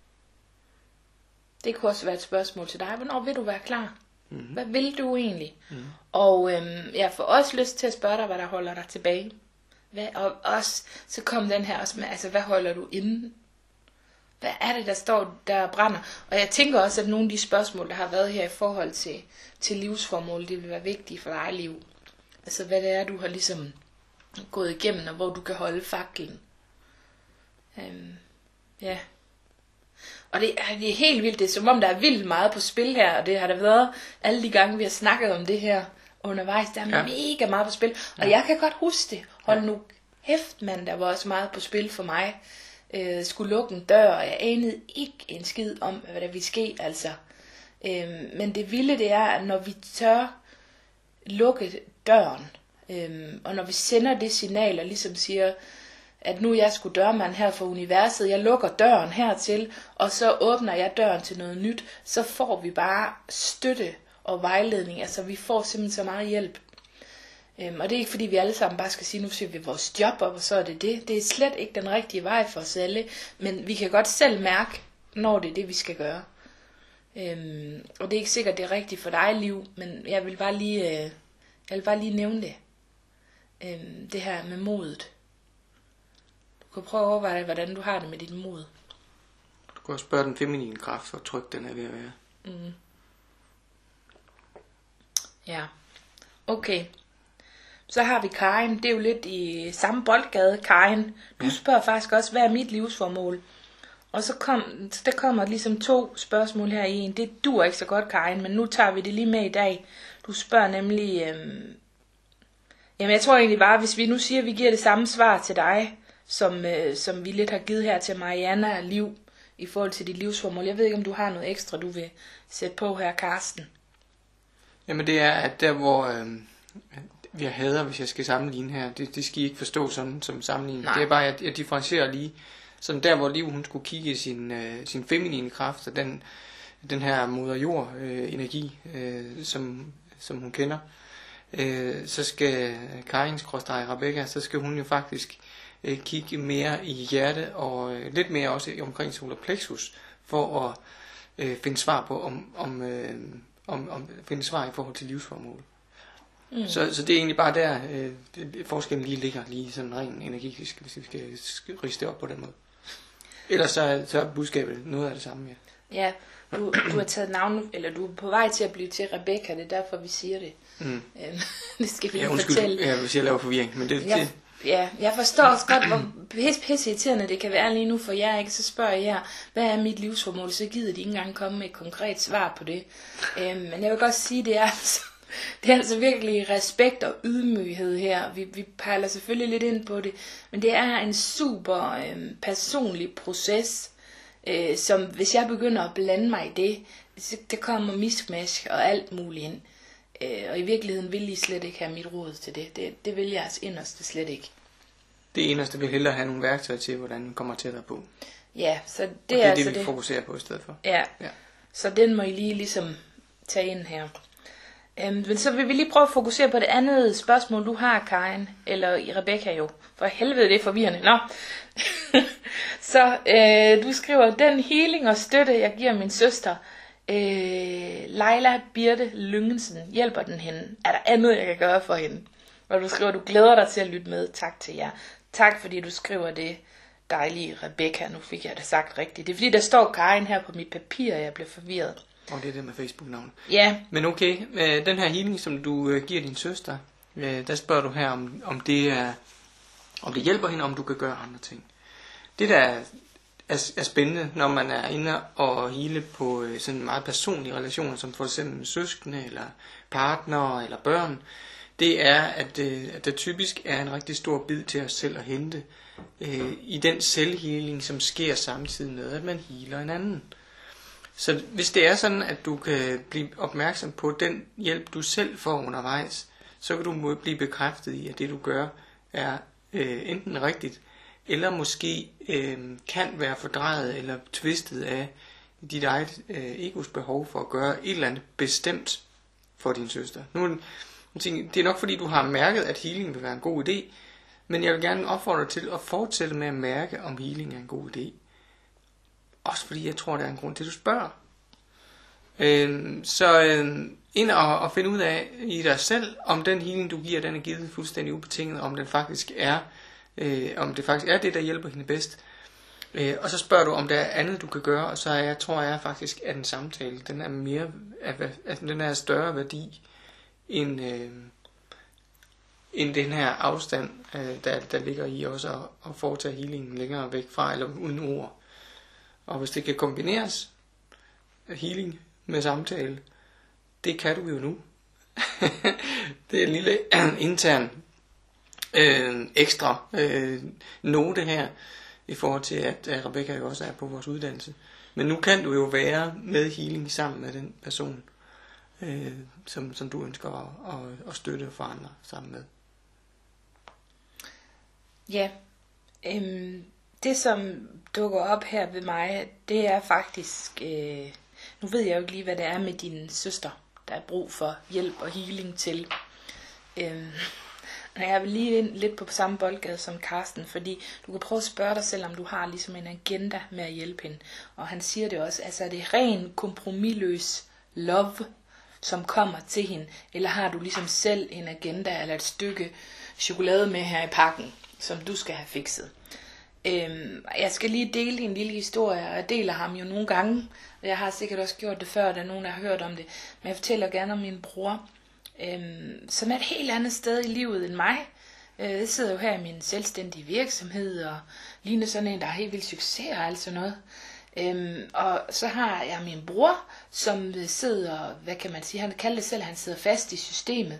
Det kunne også være et spørgsmål til dig. Hvornår vil du være klar? Mm-hmm. Hvad vil du egentlig? Mm-hmm. Og jeg får også lyst til at spørge dig, hvad der holder dig tilbage. Og også, så kom den her også med, altså hvad holder du inde? Hvad er det, der står, der brænder? Og jeg tænker også, at nogle af de spørgsmål, der har været her i forhold til livsformål, det vil være vigtige for dig liv. Altså hvad det er, du har ligesom gået igennem, og hvor du kan holde faklen. Ja. Og det er helt vildt. Det er som om, der er vildt meget på spil her, og det har der været alle de gange, vi har snakket om det her undervejs. Der er mega meget på spil. Og jeg kan godt huske det. Hold nu hæft, mand, der var også meget på spil for mig. Skulle lukke en dør, og jeg anede ikke en skid om, hvad der ville ske, altså. Men det vilde, det er, at når vi tør lukke døren, og når vi sender det signal, og ligesom siger, at nu er jeg sgu dørmand her for universet, jeg lukker døren hertil, og så åbner jeg døren til noget nyt, så får vi bare støtte og vejledning, altså vi får simpelthen så meget hjælp. Og det er ikke fordi vi alle sammen bare skal sige, nu siger vi vores job op, og så er det det. Det er slet ikke den rigtige vej for os alle, men vi kan godt selv mærke, når det er det, vi skal gøre. Og det er ikke sikkert, det er rigtigt for dig, Liv, men jeg vil bare lige nævne det. Det her med modet. Du kan prøve at overveje, hvordan du har det med dit mod. Du kan også spørge den feminine kraft, hvor tryg den er ved at være. Mm. Ja, okay. Så har vi Karin. Det er jo lidt i samme boldgade, Karin. Du spørger faktisk også, hvad er mit livsformål? Og så der kommer ligesom 2 spørgsmål her i en. Det duer ikke så godt, Karin, men nu tager vi det lige med i dag. Du spørger nemlig... Jamen jeg tror egentlig bare, hvis vi nu siger, at vi giver det samme svar til dig, som vi lidt har givet her til Marianne og Liv, i forhold til dit livsformål. Jeg ved ikke, om du har noget ekstra, du vil sætte på her, Karsten. Jamen det er, at der hvor... vi hader, hvis jeg skal sammenligne her. Det skal I ikke forstå sådan som sammenligning. Nej. Det er bare, at jeg differentierer lige. Sådan der, hvor Liv hun skulle kigge sin feminine kraft, og den her moder jord energi, som hun kender. Så skal Karin/Rebecca, så skal hun jo faktisk kigge mere i hjerte, og lidt mere også omkring solar plexus, for at finde svar på, finde svar i forhold til livsformål. Mm. Så det er egentlig bare der forskellen lige ligger, lige sådan ren energisk, hvis vi skal riste op på den måde. Ellers så er budskabet noget af det samme, ja. Ja, du har taget navn, eller du er på vej til at blive til Rebecca, det er derfor vi siger det. Mm. Det skal vi lige fortælle. Ja, hvis jeg laver forvirring, men det... Ja, jeg forstår også godt, hvor pisse irriterende det kan være lige nu for jer, ikke? Så spørger jeg jer, hvad er mit livsformål? Så gider de ikke engang komme med et konkret svar på det. Men jeg vil godt sige, det er altså virkelig respekt og ydmyghed her. Vi pejler selvfølgelig lidt ind på det, men det er en super personlig proces, som hvis jeg begynder at blande mig i det, så der kommer miskmask og alt muligt ind. Og i virkeligheden vil I slet ikke have mit råd til det. Det vil jeres inderste slet ikke. Det inderste vil hellere have nogle værktøjer til, hvordan man kommer tættere på. Ja, så det er altså det, vi fokuserer på i stedet for. Ja. Så den må I lige ligesom tage ind her. Men så vil vi lige prøve at fokusere på det andet spørgsmål, du har, Karin. Eller Rebecca jo. For helvede, det er forvirrende. Nå. Så du skriver, den healing og støtte, jeg giver min søster, Leila Birte Lyngensen, hjælper den hende? Er der andet, jeg kan gøre for hende? Og du skriver, du glæder dig til at lytte med. Tak til jer. Tak fordi du skriver det, dejlige Rebecca. Nu fik jeg det sagt rigtigt. Det er fordi, der står Karin her på mit papir, og jeg blev forvirret. Og det er det med Facebook-navnet. Ja. Men okay, den her healing, som du giver din søster, der spørger du her, om det hjælper hende, om du kan gøre andre ting. Det der er spændende, når man er inde og hele på sådan meget personlige relationer, som for eksempel søskende, eller partnere, eller børn, det er, at der typisk er en rigtig stor bid til os selv at hente i den selvhealing, som sker samtidig med, at man healer en anden. Så hvis det er sådan, at du kan blive opmærksom på den hjælp, du selv får undervejs, så kan du blive bekræftet i, at det du gør er enten rigtigt, eller måske kan være fordrejet eller twistet af dit eget egos behov for at gøre et eller andet bestemt for din søster. Det er nok fordi, du har mærket, at healing vil være en god idé, men jeg vil gerne opfordre dig til at fortsætte med at mærke, om healing er en god idé. Også fordi jeg tror, der er en grund til, at du spørger. Så ind og finde ud af i dig selv, om den healing, du giver, den er givet fuldstændig ubetinget, om det faktisk er det, der hjælper hende bedst. Og så spørger du, om der er andet, du kan gøre, og så tror jeg faktisk, at en samtale, den er af større værdi, end den her afstand, der ligger i også at foretage healingen længere væk fra, eller uden ord. Og hvis det kan kombineres, healing med samtale, det kan du jo nu. Det er en lille intern ekstra note her, i forhold til, at Rebecca jo også er på vores uddannelse. Men nu kan du jo være med healing sammen med den person, som du ønsker at støtte og forandre sammen med. Ja, det som dukker op her ved mig, det er faktisk, nu ved jeg jo ikke lige, hvad det er med din søster, der er brug for hjælp og healing til. Jeg vil lige ind lidt på samme boldgade som Karsten, fordi du kan prøve at spørge dig selv, om du har ligesom en agenda med at hjælpe hende. Og han siger det også, altså er det ren kompromisløs love, som kommer til hende, eller har du ligesom selv en agenda eller et stykke chokolade med her i pakken, som du skal have fikset. Jeg skal lige dele en lille historie, og jeg deler ham jo nogle gange, og jeg har sikkert også gjort det før, da nogen har hørt om det, men jeg fortæller gerne om min bror, som er et helt andet sted i livet end mig. Jeg sidder jo her i min selvstændige virksomhed, og ligner sådan en, der har helt vildt succes og alt sådan noget. Og så har jeg min bror, som sidder, hvad kan man sige, han kalder det selv, han sidder fast i systemet.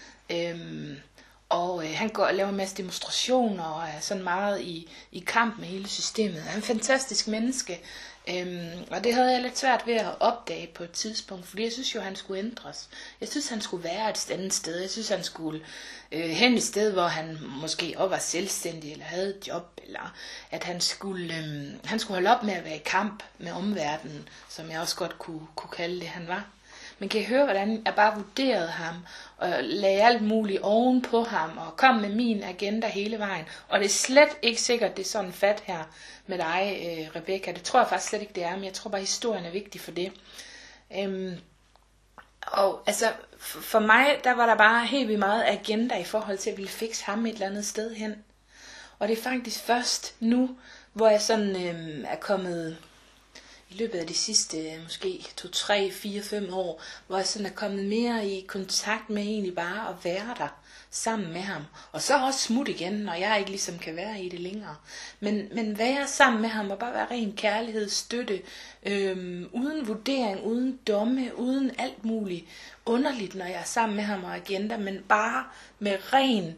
Han går og laver en masse demonstrationer og er sådan meget i kamp med hele systemet. Han er en fantastisk menneske, og det havde jeg lidt svært ved at opdage på et tidspunkt, fordi jeg synes jo, han skulle ændres. Jeg synes, han skulle være et andet sted. Jeg synes, han skulle hen et sted, hvor han måske også var selvstændig, eller havde et job, eller at han skulle holde op med at være i kamp med omverdenen, som jeg også godt kunne kalde det, han var. Men kan I høre, hvordan jeg bare vurderede ham, og lagde alt muligt oven på ham, og kom med min agenda hele vejen. Og det er slet ikke sikkert, det er sådan fat her med dig, Rebecca. Det tror jeg faktisk slet ikke, det er, men jeg tror bare, historien er vigtig for det. Og altså, for mig, der var der bare helt vildt meget agenda i forhold til at ville fikse ham et eller andet sted hen. Og det er faktisk først nu, hvor jeg sådan er kommet i løbet af de sidste måske 2, 3, 4, 5 år, hvor jeg sådan er kommet mere i kontakt med egentlig bare at være der sammen med ham. Og så også smut igen, når jeg ikke ligesom kan være i det længere. Men være sammen med ham og bare være ren kærlighed, støtte, uden vurdering, uden domme, uden alt muligt underligt, når jeg er sammen med ham og agenda, men bare med ren,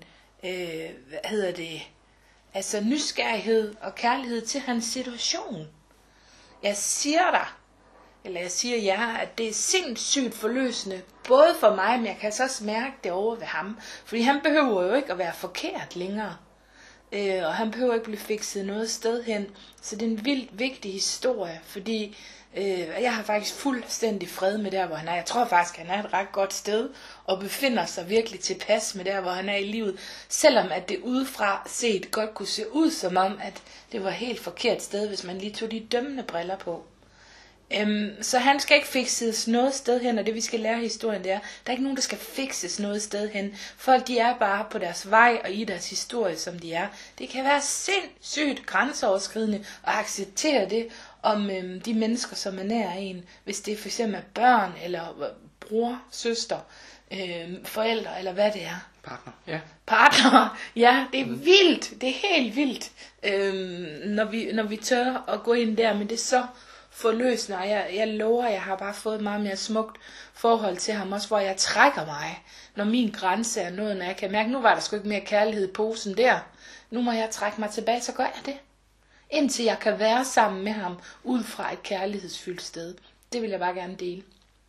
altså nysgerrighed og kærlighed til hans situation. Jeg siger jer, at det er sindssygt forløsende, både for mig, men jeg kan så også mærke det over ved ham. Fordi han behøver jo ikke at være forkert længere. Og han behøver ikke blive fikset noget sted hen. Så det er en vildt vigtig historie, fordi jeg har faktisk fuldstændig fred med der, hvor han er. Jeg tror faktisk, han er et ret godt sted, og befinder sig virkelig tilpas med der, hvor han er i livet. Selvom at det udefra set godt kunne se ud som om, at det var et helt forkert sted, hvis man lige tog de dømmende briller på. Så han skal ikke fikses noget sted hen, og det vi skal lære i historien, det er, der er ikke nogen, der skal fikses noget sted hen. Folk, de er bare på deres vej og i deres historie, som de er. Det kan være sindssygt grænseoverskridende at acceptere det om de mennesker, som er nær en. Hvis det for eksempel er børn, eller bror, søster, forældre, eller hvad det er. Partner, ja. Partner, ja, det er vildt. Det er helt vildt, når vi tør at gå ind der, men det er så forløsende, og jeg lover, jeg har bare fået et meget mere smukt forhold til ham, også hvor jeg trækker mig, når min grænse er nået, når jeg kan mærke, nu var der sgu ikke mere kærlighed i posen der, nu må jeg trække mig tilbage, så gør jeg det, indtil jeg kan være sammen med ham, ud fra et kærlighedsfyldt sted. Det vil jeg bare gerne dele.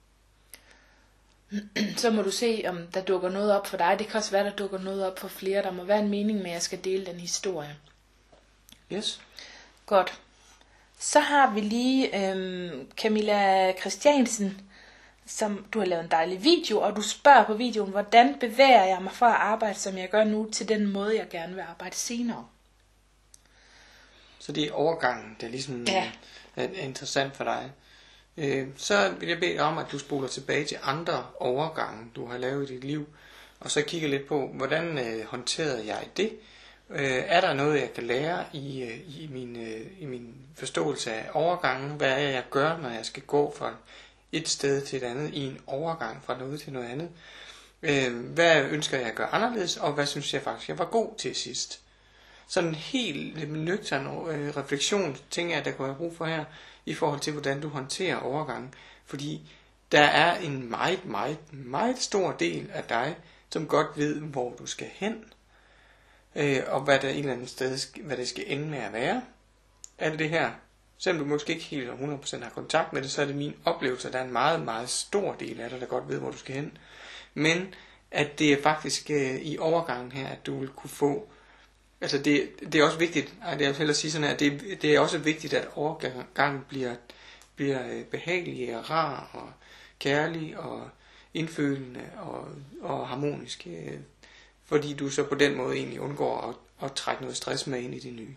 Så må du se, om der dukker noget op for dig. Det kan også være, der dukker noget op for flere. Der må være en mening med, at jeg skal dele den historie. Yes. Godt. Så har vi lige Camilla Christiansen, som du har lavet en dejlig video, og du spørger på videoen, hvordan bevæger jeg mig fra at arbejde, som jeg gør nu, til den måde, jeg gerne vil arbejde senere. Så det er overgangen, der ligesom er interessant for dig. Så vil jeg bede dig om, at du spoler tilbage til andre overgange, du har lavet i dit liv, og så kigger lidt på, hvordan håndterede jeg det? Er der noget, jeg kan lære i min forståelse af overgangen? Hvad er jeg gør, når jeg skal gå fra et sted til et andet i en overgang fra noget til noget andet? Hvad ønsker jeg at gøre anderledes, og hvad synes jeg faktisk, jeg var god til sidst? Sådan en helt nøgtern refleksion, tænker jeg, der kunne være brug for her, i forhold til, hvordan du håndterer overgangen. Fordi der er en meget, meget, meget stor del af dig, som godt ved, hvor du skal hen, og hvad der et eller andet sted, hvad det skal ende med at være. Alt det her, selvom du måske ikke helt 100% har kontakt med det, så er det min oplevelse, at der er en meget, meget stor del af dig, der godt ved, hvor du skal hen. Men at det er faktisk i overgangen her, at du vil kunne få, altså det er også vigtigt, det er hellere at sige sådan her, det er også vigtigt, at overgangen bliver behagelig og rar og kærlig og indfølende og harmonisk, fordi du så på den måde egentlig undgår at trække noget stress med ind i det nye.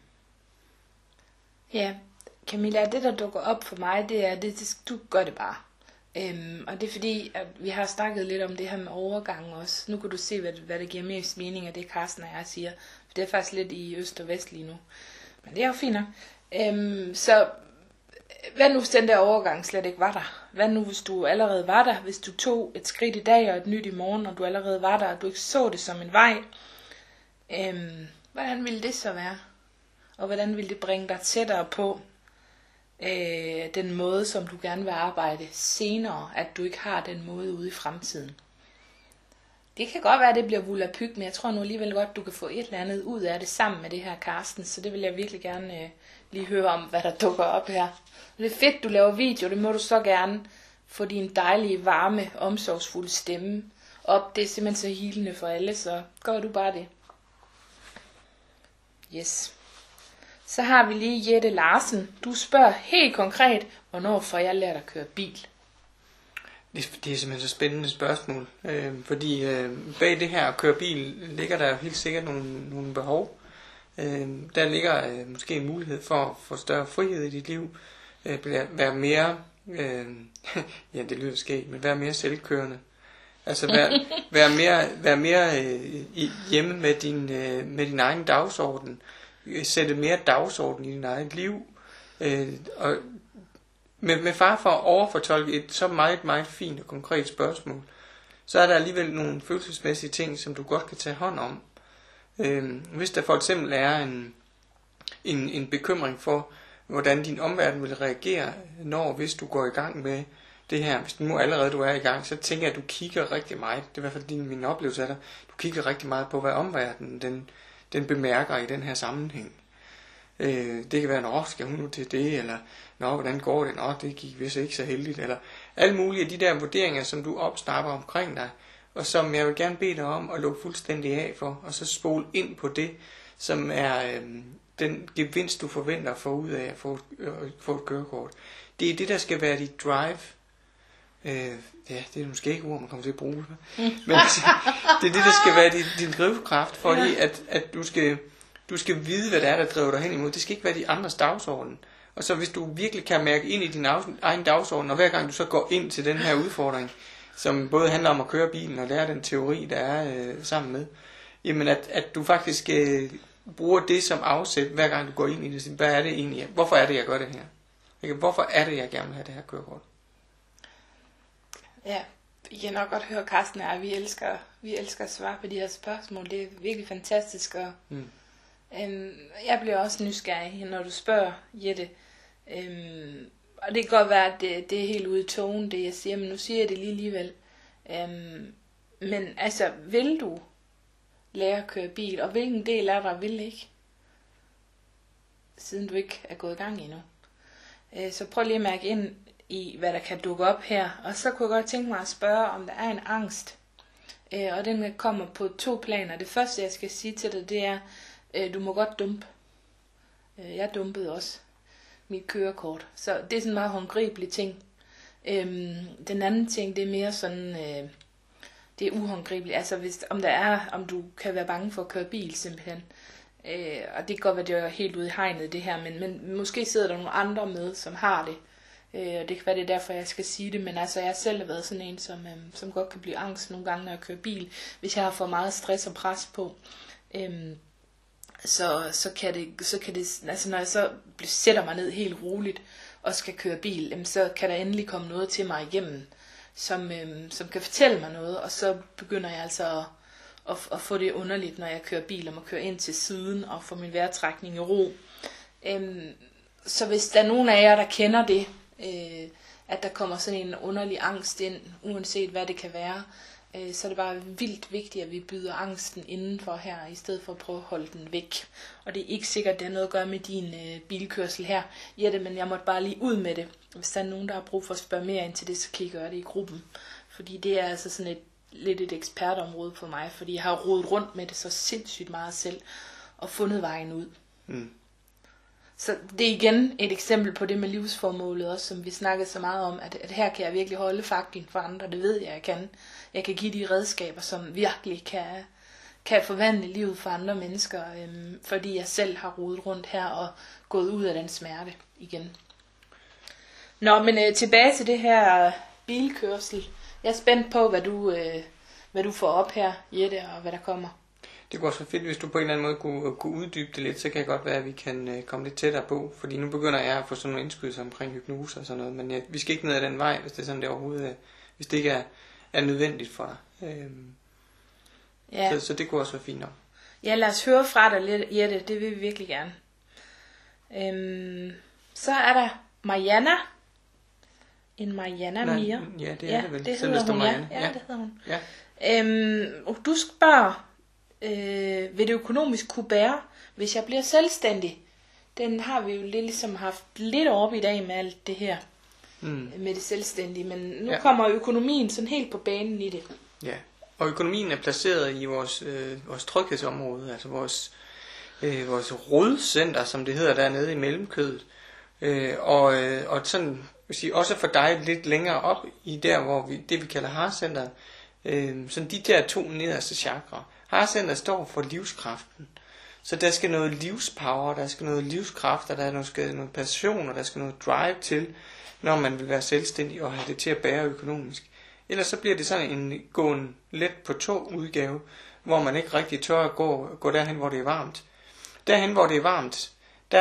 Ja, Camilla, det der dukker op for mig, det er, du gør det bare. Og det er fordi, at vi har snakket lidt om det her med overgang også. Nu kan du se, hvad der giver mest mening af det, Carsten og jeg siger. For det er faktisk lidt i øst og vest lige nu. Men det er jo fint nok. Så hvad nu, hvis den der overgang slet ikke var der? Hvad nu, hvis du allerede var der? Hvis du tog et skridt i dag og et nyt i morgen, og du allerede var der, og du ikke så det som en vej? Hvordan ville det så være? Og hvordan ville det bringe dig tættere på den måde, som du gerne vil arbejde senere, at du ikke har den måde ude i fremtiden? Det kan godt være, at det bliver volapyk, men jeg tror nu alligevel godt, du kan få et eller andet ud af det sammen med det her, Carsten. Så det vil jeg virkelig gerne lige høre om, hvad der dukker op her. Det er fedt, du laver video, det må du så gerne få din dejlige, varme, omsorgsfulde stemme op. Det er simpelthen så healende for alle, så gør du bare det. Yes. Så har vi lige Jette Larsen. Du spørger helt konkret, hvornår får jeg lært at køre bil? Det er simpelthen så spændende spørgsmål, fordi bag det her at køre bil ligger der helt sikkert nogle behov. Der ligger måske en mulighed for at få større frihed i dit liv, være mere, ja det lyder skægt, men være mere selvkørende. Altså være mere hjemme med din egen dagsorden, sætte mere dagsorden i din eget liv, og med far for at overfortolke et så meget, meget fint og konkret spørgsmål, så er der alligevel nogle følelsesmæssige ting, som du godt kan tage hånd om. Hvis der for eksempel er en bekymring for, hvordan din omverden vil reagere, hvis du går i gang med det her. Hvis nu allerede du er i gang, så tænker jeg, at du kigger rigtig meget. Det er i hvert fald min oplevelse af dig. Du kigger rigtig meget på, hvad omverdenen den bemærker i den her sammenhæng. Det kan være, skal hun nu til det, eller hvordan går det? Det gik vist ikke så heldigt, eller alle mulige af de der vurderinger, som du opsnapper omkring dig, og som jeg vil gerne bede dig om at lukke fuldstændig af for, og så spole ind på det, som er den gevinst, du forventer at få ud af at få et kørekort. Det er det, der skal være dit drive. Det er måske ikke ord, man kommer til at bruge det. Men det er det, der skal være din drivkraft, fordi at du skal vide, hvad det er, der driver dig hen imod. Det skal ikke være de andres dagsorden. Og så hvis du virkelig kan mærke ind i din egen dagsorden, og hver gang du så går ind til den her udfordring, som både handler om at køre bilen og lære den teori, der er sammen med, jamen at du faktisk bruger det som afsæt, hver gang du går ind i det. Hvad er det egentlig? Hvorfor er det, jeg gør det her? Hvorfor er det, jeg gerne vil have det her kørekort? Ja, I kan nok godt høre, Carsten og jeg, vi elsker at svare på de her spørgsmål. Det er virkelig fantastisk, og jeg bliver også nysgerrig, når du spørger, Jette. Og det kan godt være, at det er helt ude i togen, det jeg siger, men nu siger jeg det lige alligevel. Men altså, vil du lære at køre bil, og hvilken del af dig vil ikke? Siden du ikke er gået i gang endnu. Så prøv lige at mærke ind i, hvad der kan dukke op her. Og så kunne jeg godt tænke mig at spørge, om der er en angst. Og den kommer på 2 planer. Det første, jeg skal sige til dig, det er, du må godt dumpe. Jeg dumpede også mit kørekort. Så det er sådan en meget håndgribelig ting. Den anden ting, det er mere sådan, det er uhåndgribeligt. Altså om du kan være bange for at køre bil simpelthen. Og det kan godt være, det er helt ude i hegnet det her, men måske sidder der nogle andre med, som har det. Og det kan være, det er derfor, jeg skal sige det, men altså, jeg har selv været sådan en, som godt kan blive angst nogle gange, når jeg kører bil, hvis jeg har for meget stress og pres på. Så kan det, altså når jeg så sætter mig ned helt roligt og skal køre bil, så kan der endelig komme noget til mig igennem, som kan fortælle mig noget, og så begynder jeg altså at få det underligt, når jeg kører bil, og må køre ind til siden og få min vejrtrækning i ro. Så hvis der er nogen af jer, der kender det, at der kommer sådan en underlig angst ind, uanset hvad det kan være, så er det bare vildt vigtigt, at vi byder angsten indenfor her, i stedet for at prøve at holde den væk. Og det er ikke sikkert, at det har noget at gøre med din bilkørsel her, Jette, men jeg måtte bare lige ud med det. Hvis der er nogen, der har brug for at spørge mere ind til det, så kan I gøre det i gruppen. Fordi det er altså sådan lidt et ekspertområde for mig, fordi jeg har rodet rundt med det så sindssygt meget selv, og fundet vejen ud. Så det er igen et eksempel på det med livsformålet også, som vi snakkede så meget om, at her kan jeg virkelig holde faklen for andre, det ved jeg kan. Jeg kan give de redskaber, som virkelig kan forvandle livet for andre mennesker, fordi jeg selv har rodet rundt her og gået ud af den smerte igen. Nå, men tilbage til det her bilkørsel. Jeg er spændt på, hvad du får op her, Jette, og hvad der kommer. Det kunne også være fedt, hvis du på en eller anden måde kunne uddybe det lidt, så kan det godt være, at vi kan komme lidt tættere på. Fordi nu begynder jeg at få sådan nogle indskydelser omkring hypnose og sådan noget, men vi skal ikke ned ad den vej, hvis det er sådan, det overhovedet hvis det ikke er nødvendigt for dig. Ja. Så det kunne også være fint nok. Ja, lad os høre fra dig lidt, Jette, det vil vi virkelig gerne. Så er der Mariana. En Mariana mere. Ja, det er det vel. Det hedder hun, Mariana. Ja, det hedder hun. Ja. Du spørger, vil det økonomisk kunne bære, hvis jeg bliver selvstændig? Den har vi jo ligesom haft lidt oppe i dag med alt det her med det selvstændige, men nu kommer økonomien sådan helt på banen i det. Ja, og økonomien er placeret i vores tryghedsområde, altså vores rodcenter, som det hedder dernede i mellemkødet, og sådan vil sige, også for dig lidt længere op i der, hvor vi kalder harcenter, sådan de der 2 nederste chakra. Harcenter står for livskraften. Så der skal noget livspower, der skal noget livskraft, og der skal noget passion, og der skal noget drive til, når man vil være selvstændig og have det til at bære økonomisk. Ellers så bliver det sådan en gåen let på tog udgave, hvor man ikke rigtig tør at gå derhen, hvor det er varmt. Derhen, hvor det er varmt, der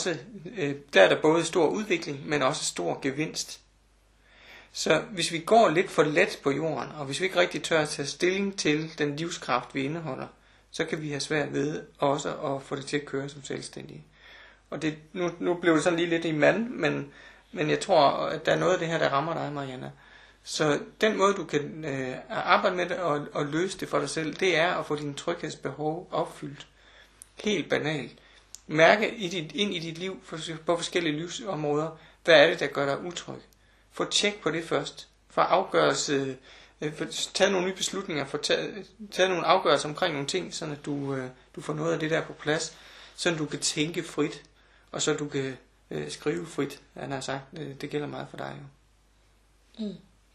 er der både stor udvikling, men også stor gevinst. Så hvis vi går lidt for let på jorden, og hvis vi ikke rigtig tør at tage stilling til den livskraft, vi indeholder, så kan vi have svært ved også at få det til at køre som selvstændige. Og nu blev det sådan lige lidt i mand, men jeg tror, at der er noget af det her, der rammer dig, Mariana. Så den måde, du kan arbejde med det og løse det for dig selv, det er at få dine tryghedsbehov opfyldt. Helt banalt. Mærke ind i dit liv på forskellige livsområder, hvad er det, der gør dig utryg. Få tjek på det først. For afgørelse, tage nogle nye beslutninger, for tage nogle afgørelser omkring nogle ting, så at du får noget af det der på plads, så du kan tænke frit, og så du kan skrive frit. Han har sagt, det gælder meget for dig jo.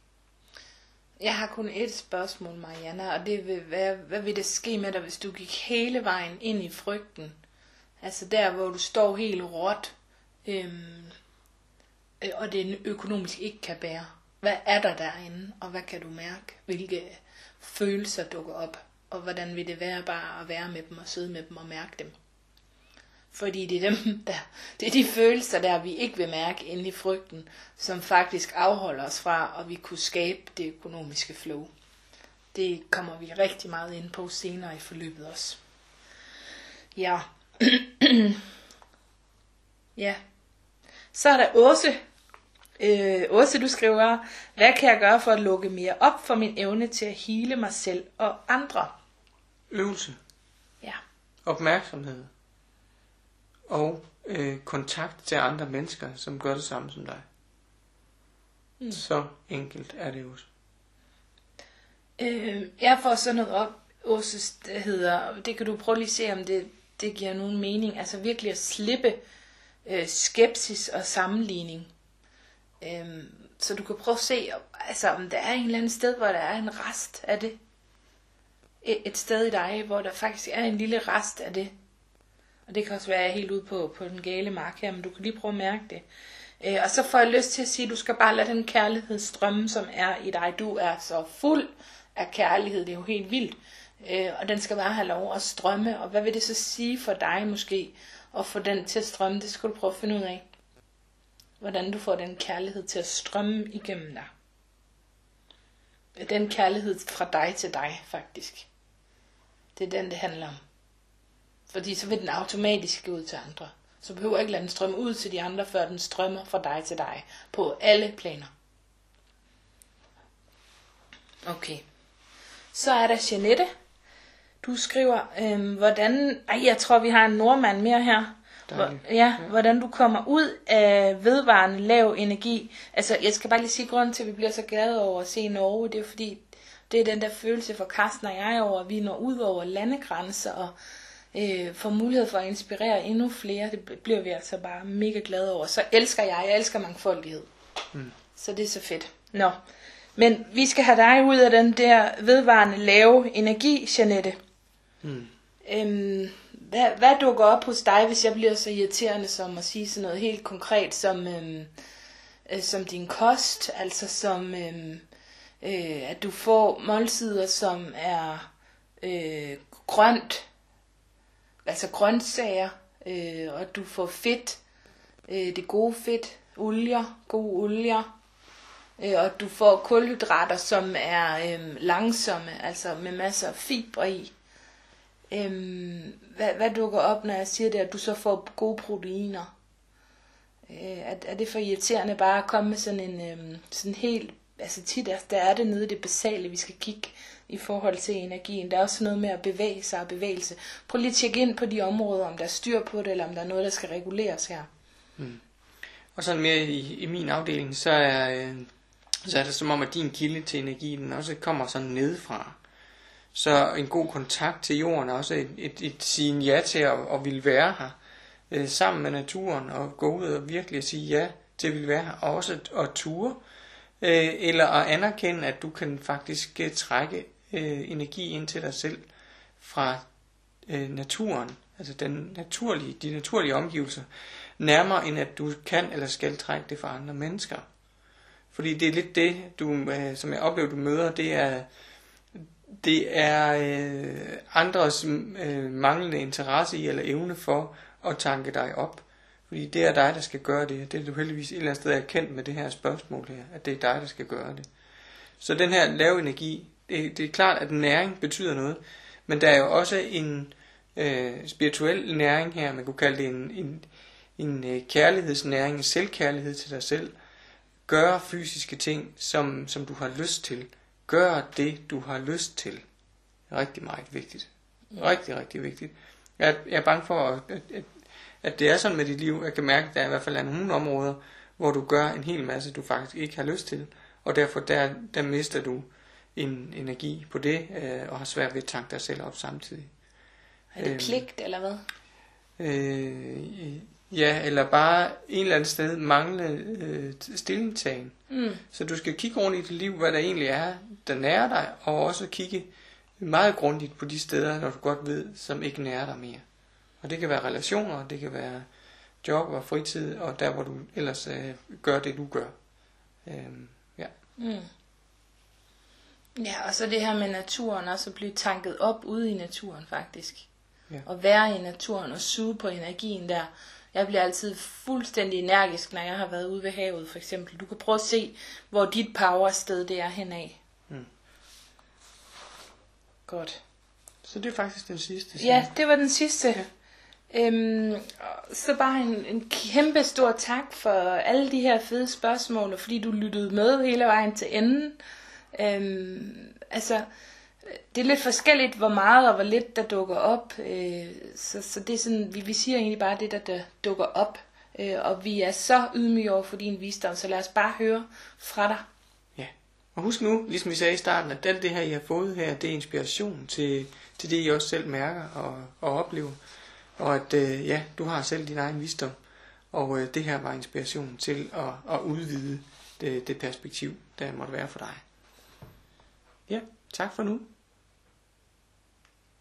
Jeg har kun et spørgsmål, Mariana, og det vil være, hvad vil det ske med dig, hvis du gik hele vejen ind i frygten? Altså der, hvor du står helt råt, og det økonomisk ikke kan bære. Hvad er der derinde, og hvad kan du mærke? Hvilke følelser dukker op, og hvordan vil det være bare at være med dem og sidde med dem og mærke dem? Fordi det er det er de følelser der, vi ikke vil mærke inde i frygten, som faktisk afholder os fra, at vi kunne skabe det økonomiske flow. Det kommer vi rigtig meget ind på senere i forløbet også. Ja. Ja. Så er der Åse. Åse, du skriver, hvad kan jeg gøre for at lukke mere op for min evne til at hele mig selv og andre? Øvelse. Ja. Opmærksomhed. Og kontakt til andre mennesker, som gør det samme som dig. Så enkelt er det også. Jeg får sådan noget op, Åse, der hedder, det kan du prøve lige at se, om det giver nogen mening. Altså virkelig at slippe skepsis og sammenligning. Så du kan prøve at se, altså, om der er en eller anden sted, hvor der er en rest af det. Et sted i dig, hvor der faktisk er en lille rest af det. Og det kan også være helt ude på den gale mark her, men du kan lige prøve at mærke det. Og så får jeg lyst til at sige, at du skal bare lade den kærlighed strømme, som er i dig. Du er så fuld af kærlighed, det er jo helt vildt. Og den skal bare have lov at strømme. Og hvad vil det så sige for dig måske, at få den til at strømme? Det skal du prøve at finde ud af. Hvordan du får den kærlighed til at strømme igennem dig. Den kærlighed fra dig til dig, faktisk. Det er den, det handler om. Fordi så vil den automatisk gå ud til andre. Så behøver ikke lade den strømme ud til de andre, før den strømmer fra dig til dig. På alle planer. Okay. Så er der Jeanette. Du skriver, hvordan... jeg tror, vi har en nordmand mere her. Hvordan du kommer ud af vedvarende lav energi. Altså, jeg skal bare lige sige, grunden til, at vi bliver så glade over at se Norge, det er fordi, det er den der følelse for Karsten og jeg over, at vi når ud over landegrænser og får mulighed for at inspirere endnu flere. Det bliver vi altså bare mega glade over. Så jeg elsker mangfoldighed. Så det er så fedt. Nå, men vi skal have dig ud af den der vedvarende lave energi, Jeanette. Hvad dukker op hos dig, hvis jeg bliver så irriterende som at sige sådan noget helt konkret som din kost, altså som at du får måltider, som er grønt, altså grøntsager, og du får fedt, det gode fedt, gode olier, og du får kulhydrater, som er langsomme, altså med masser af fibre i. Hvad dukker op, når jeg siger det, at du så får gode proteiner? Er det for irriterende bare at komme med sådan en sådan helt, altså tit der er det nede i det basale, vi skal kigge i forhold til energien. Der er også noget med at bevæge sig og bevægelse. Prøv lige at tjekke ind på de områder, om der er styr på det, eller om der er noget, der skal reguleres her. Og sådan mere i min afdeling, så er det som om, at din kilde til energi, den også kommer sådan nedefra. Så en god kontakt til jorden er også et sige ja til at ville være her sammen med naturen og gå ud og virkelig sige ja til at ville være her, og også at ture eller at anerkende, at du kan faktisk trække energi ind til dig selv fra naturen, altså de naturlige omgivelser, nærmere end at du kan eller skal trække det fra andre mennesker. Fordi det er lidt det, som jeg oplever, du møder, det er andres manglende interesse i eller evne for at tanke dig op. Fordi det er dig, der skal gøre det. Det er du heldigvis et eller andet sted erkendt med det her spørgsmål her, at det er dig, der skal gøre det. Så den her lave energi, det er klart, at næring betyder noget, men der er jo også en spirituel næring her, man kunne kalde det en kærlighedsnæring, en selvkærlighed til dig selv. Gøre fysiske ting, som du har lyst til. Gør det, du har lyst til. Rigtig meget vigtigt. Rigtig, rigtig vigtigt. Jeg er bange for, at det er sådan med dit liv. Jeg kan mærke, at der i hvert fald er nogle områder, hvor du gør en hel masse, du faktisk ikke har lyst til. Og derfor der mister du en energi på det, og har svært ved at tanke dig selv op samtidig. Er det pligt, eller hvad? Ja, eller bare en eller anden sted mangle stillingtagen. Så du skal kigge rundt i dit liv, hvad der egentlig er, der nærer dig, og også kigge meget grundigt på de steder, når du godt ved, som ikke nærer dig mere. Og det kan være relationer, det kan være job og fritid, og der hvor du ellers gør det, du gør. Ja, og så det her med naturen, også at blive tanket op ude i naturen faktisk. Ja. Og være i naturen og suge på energien der. Jeg bliver altid fuldstændig energisk, når jeg har været ude ved havet for eksempel. Du kan prøve at se, hvor dit powersted det er henad. Godt. Så det er faktisk den sidste. Ja, det var den sidste. Ja. Så bare en kæmpe stor tak for alle de her fede spørgsmål, og fordi du lyttede med hele vejen til enden. Altså, det er lidt forskelligt, hvor meget og hvor lidt der dukker op. Så det er sådan, vi siger egentlig bare det, der dukker op. Og vi er så ydmyge over for din visdom, så lad os bare høre fra dig. Ja, og husk nu, ligesom vi sagde i starten, at alt det her, I har fået her, det er inspiration til det, I også selv mærker og oplever. Og at du har selv din egen visdom, og det her var inspiration til at udvide det perspektiv, der måtte være for dig. Ja, tak for nu.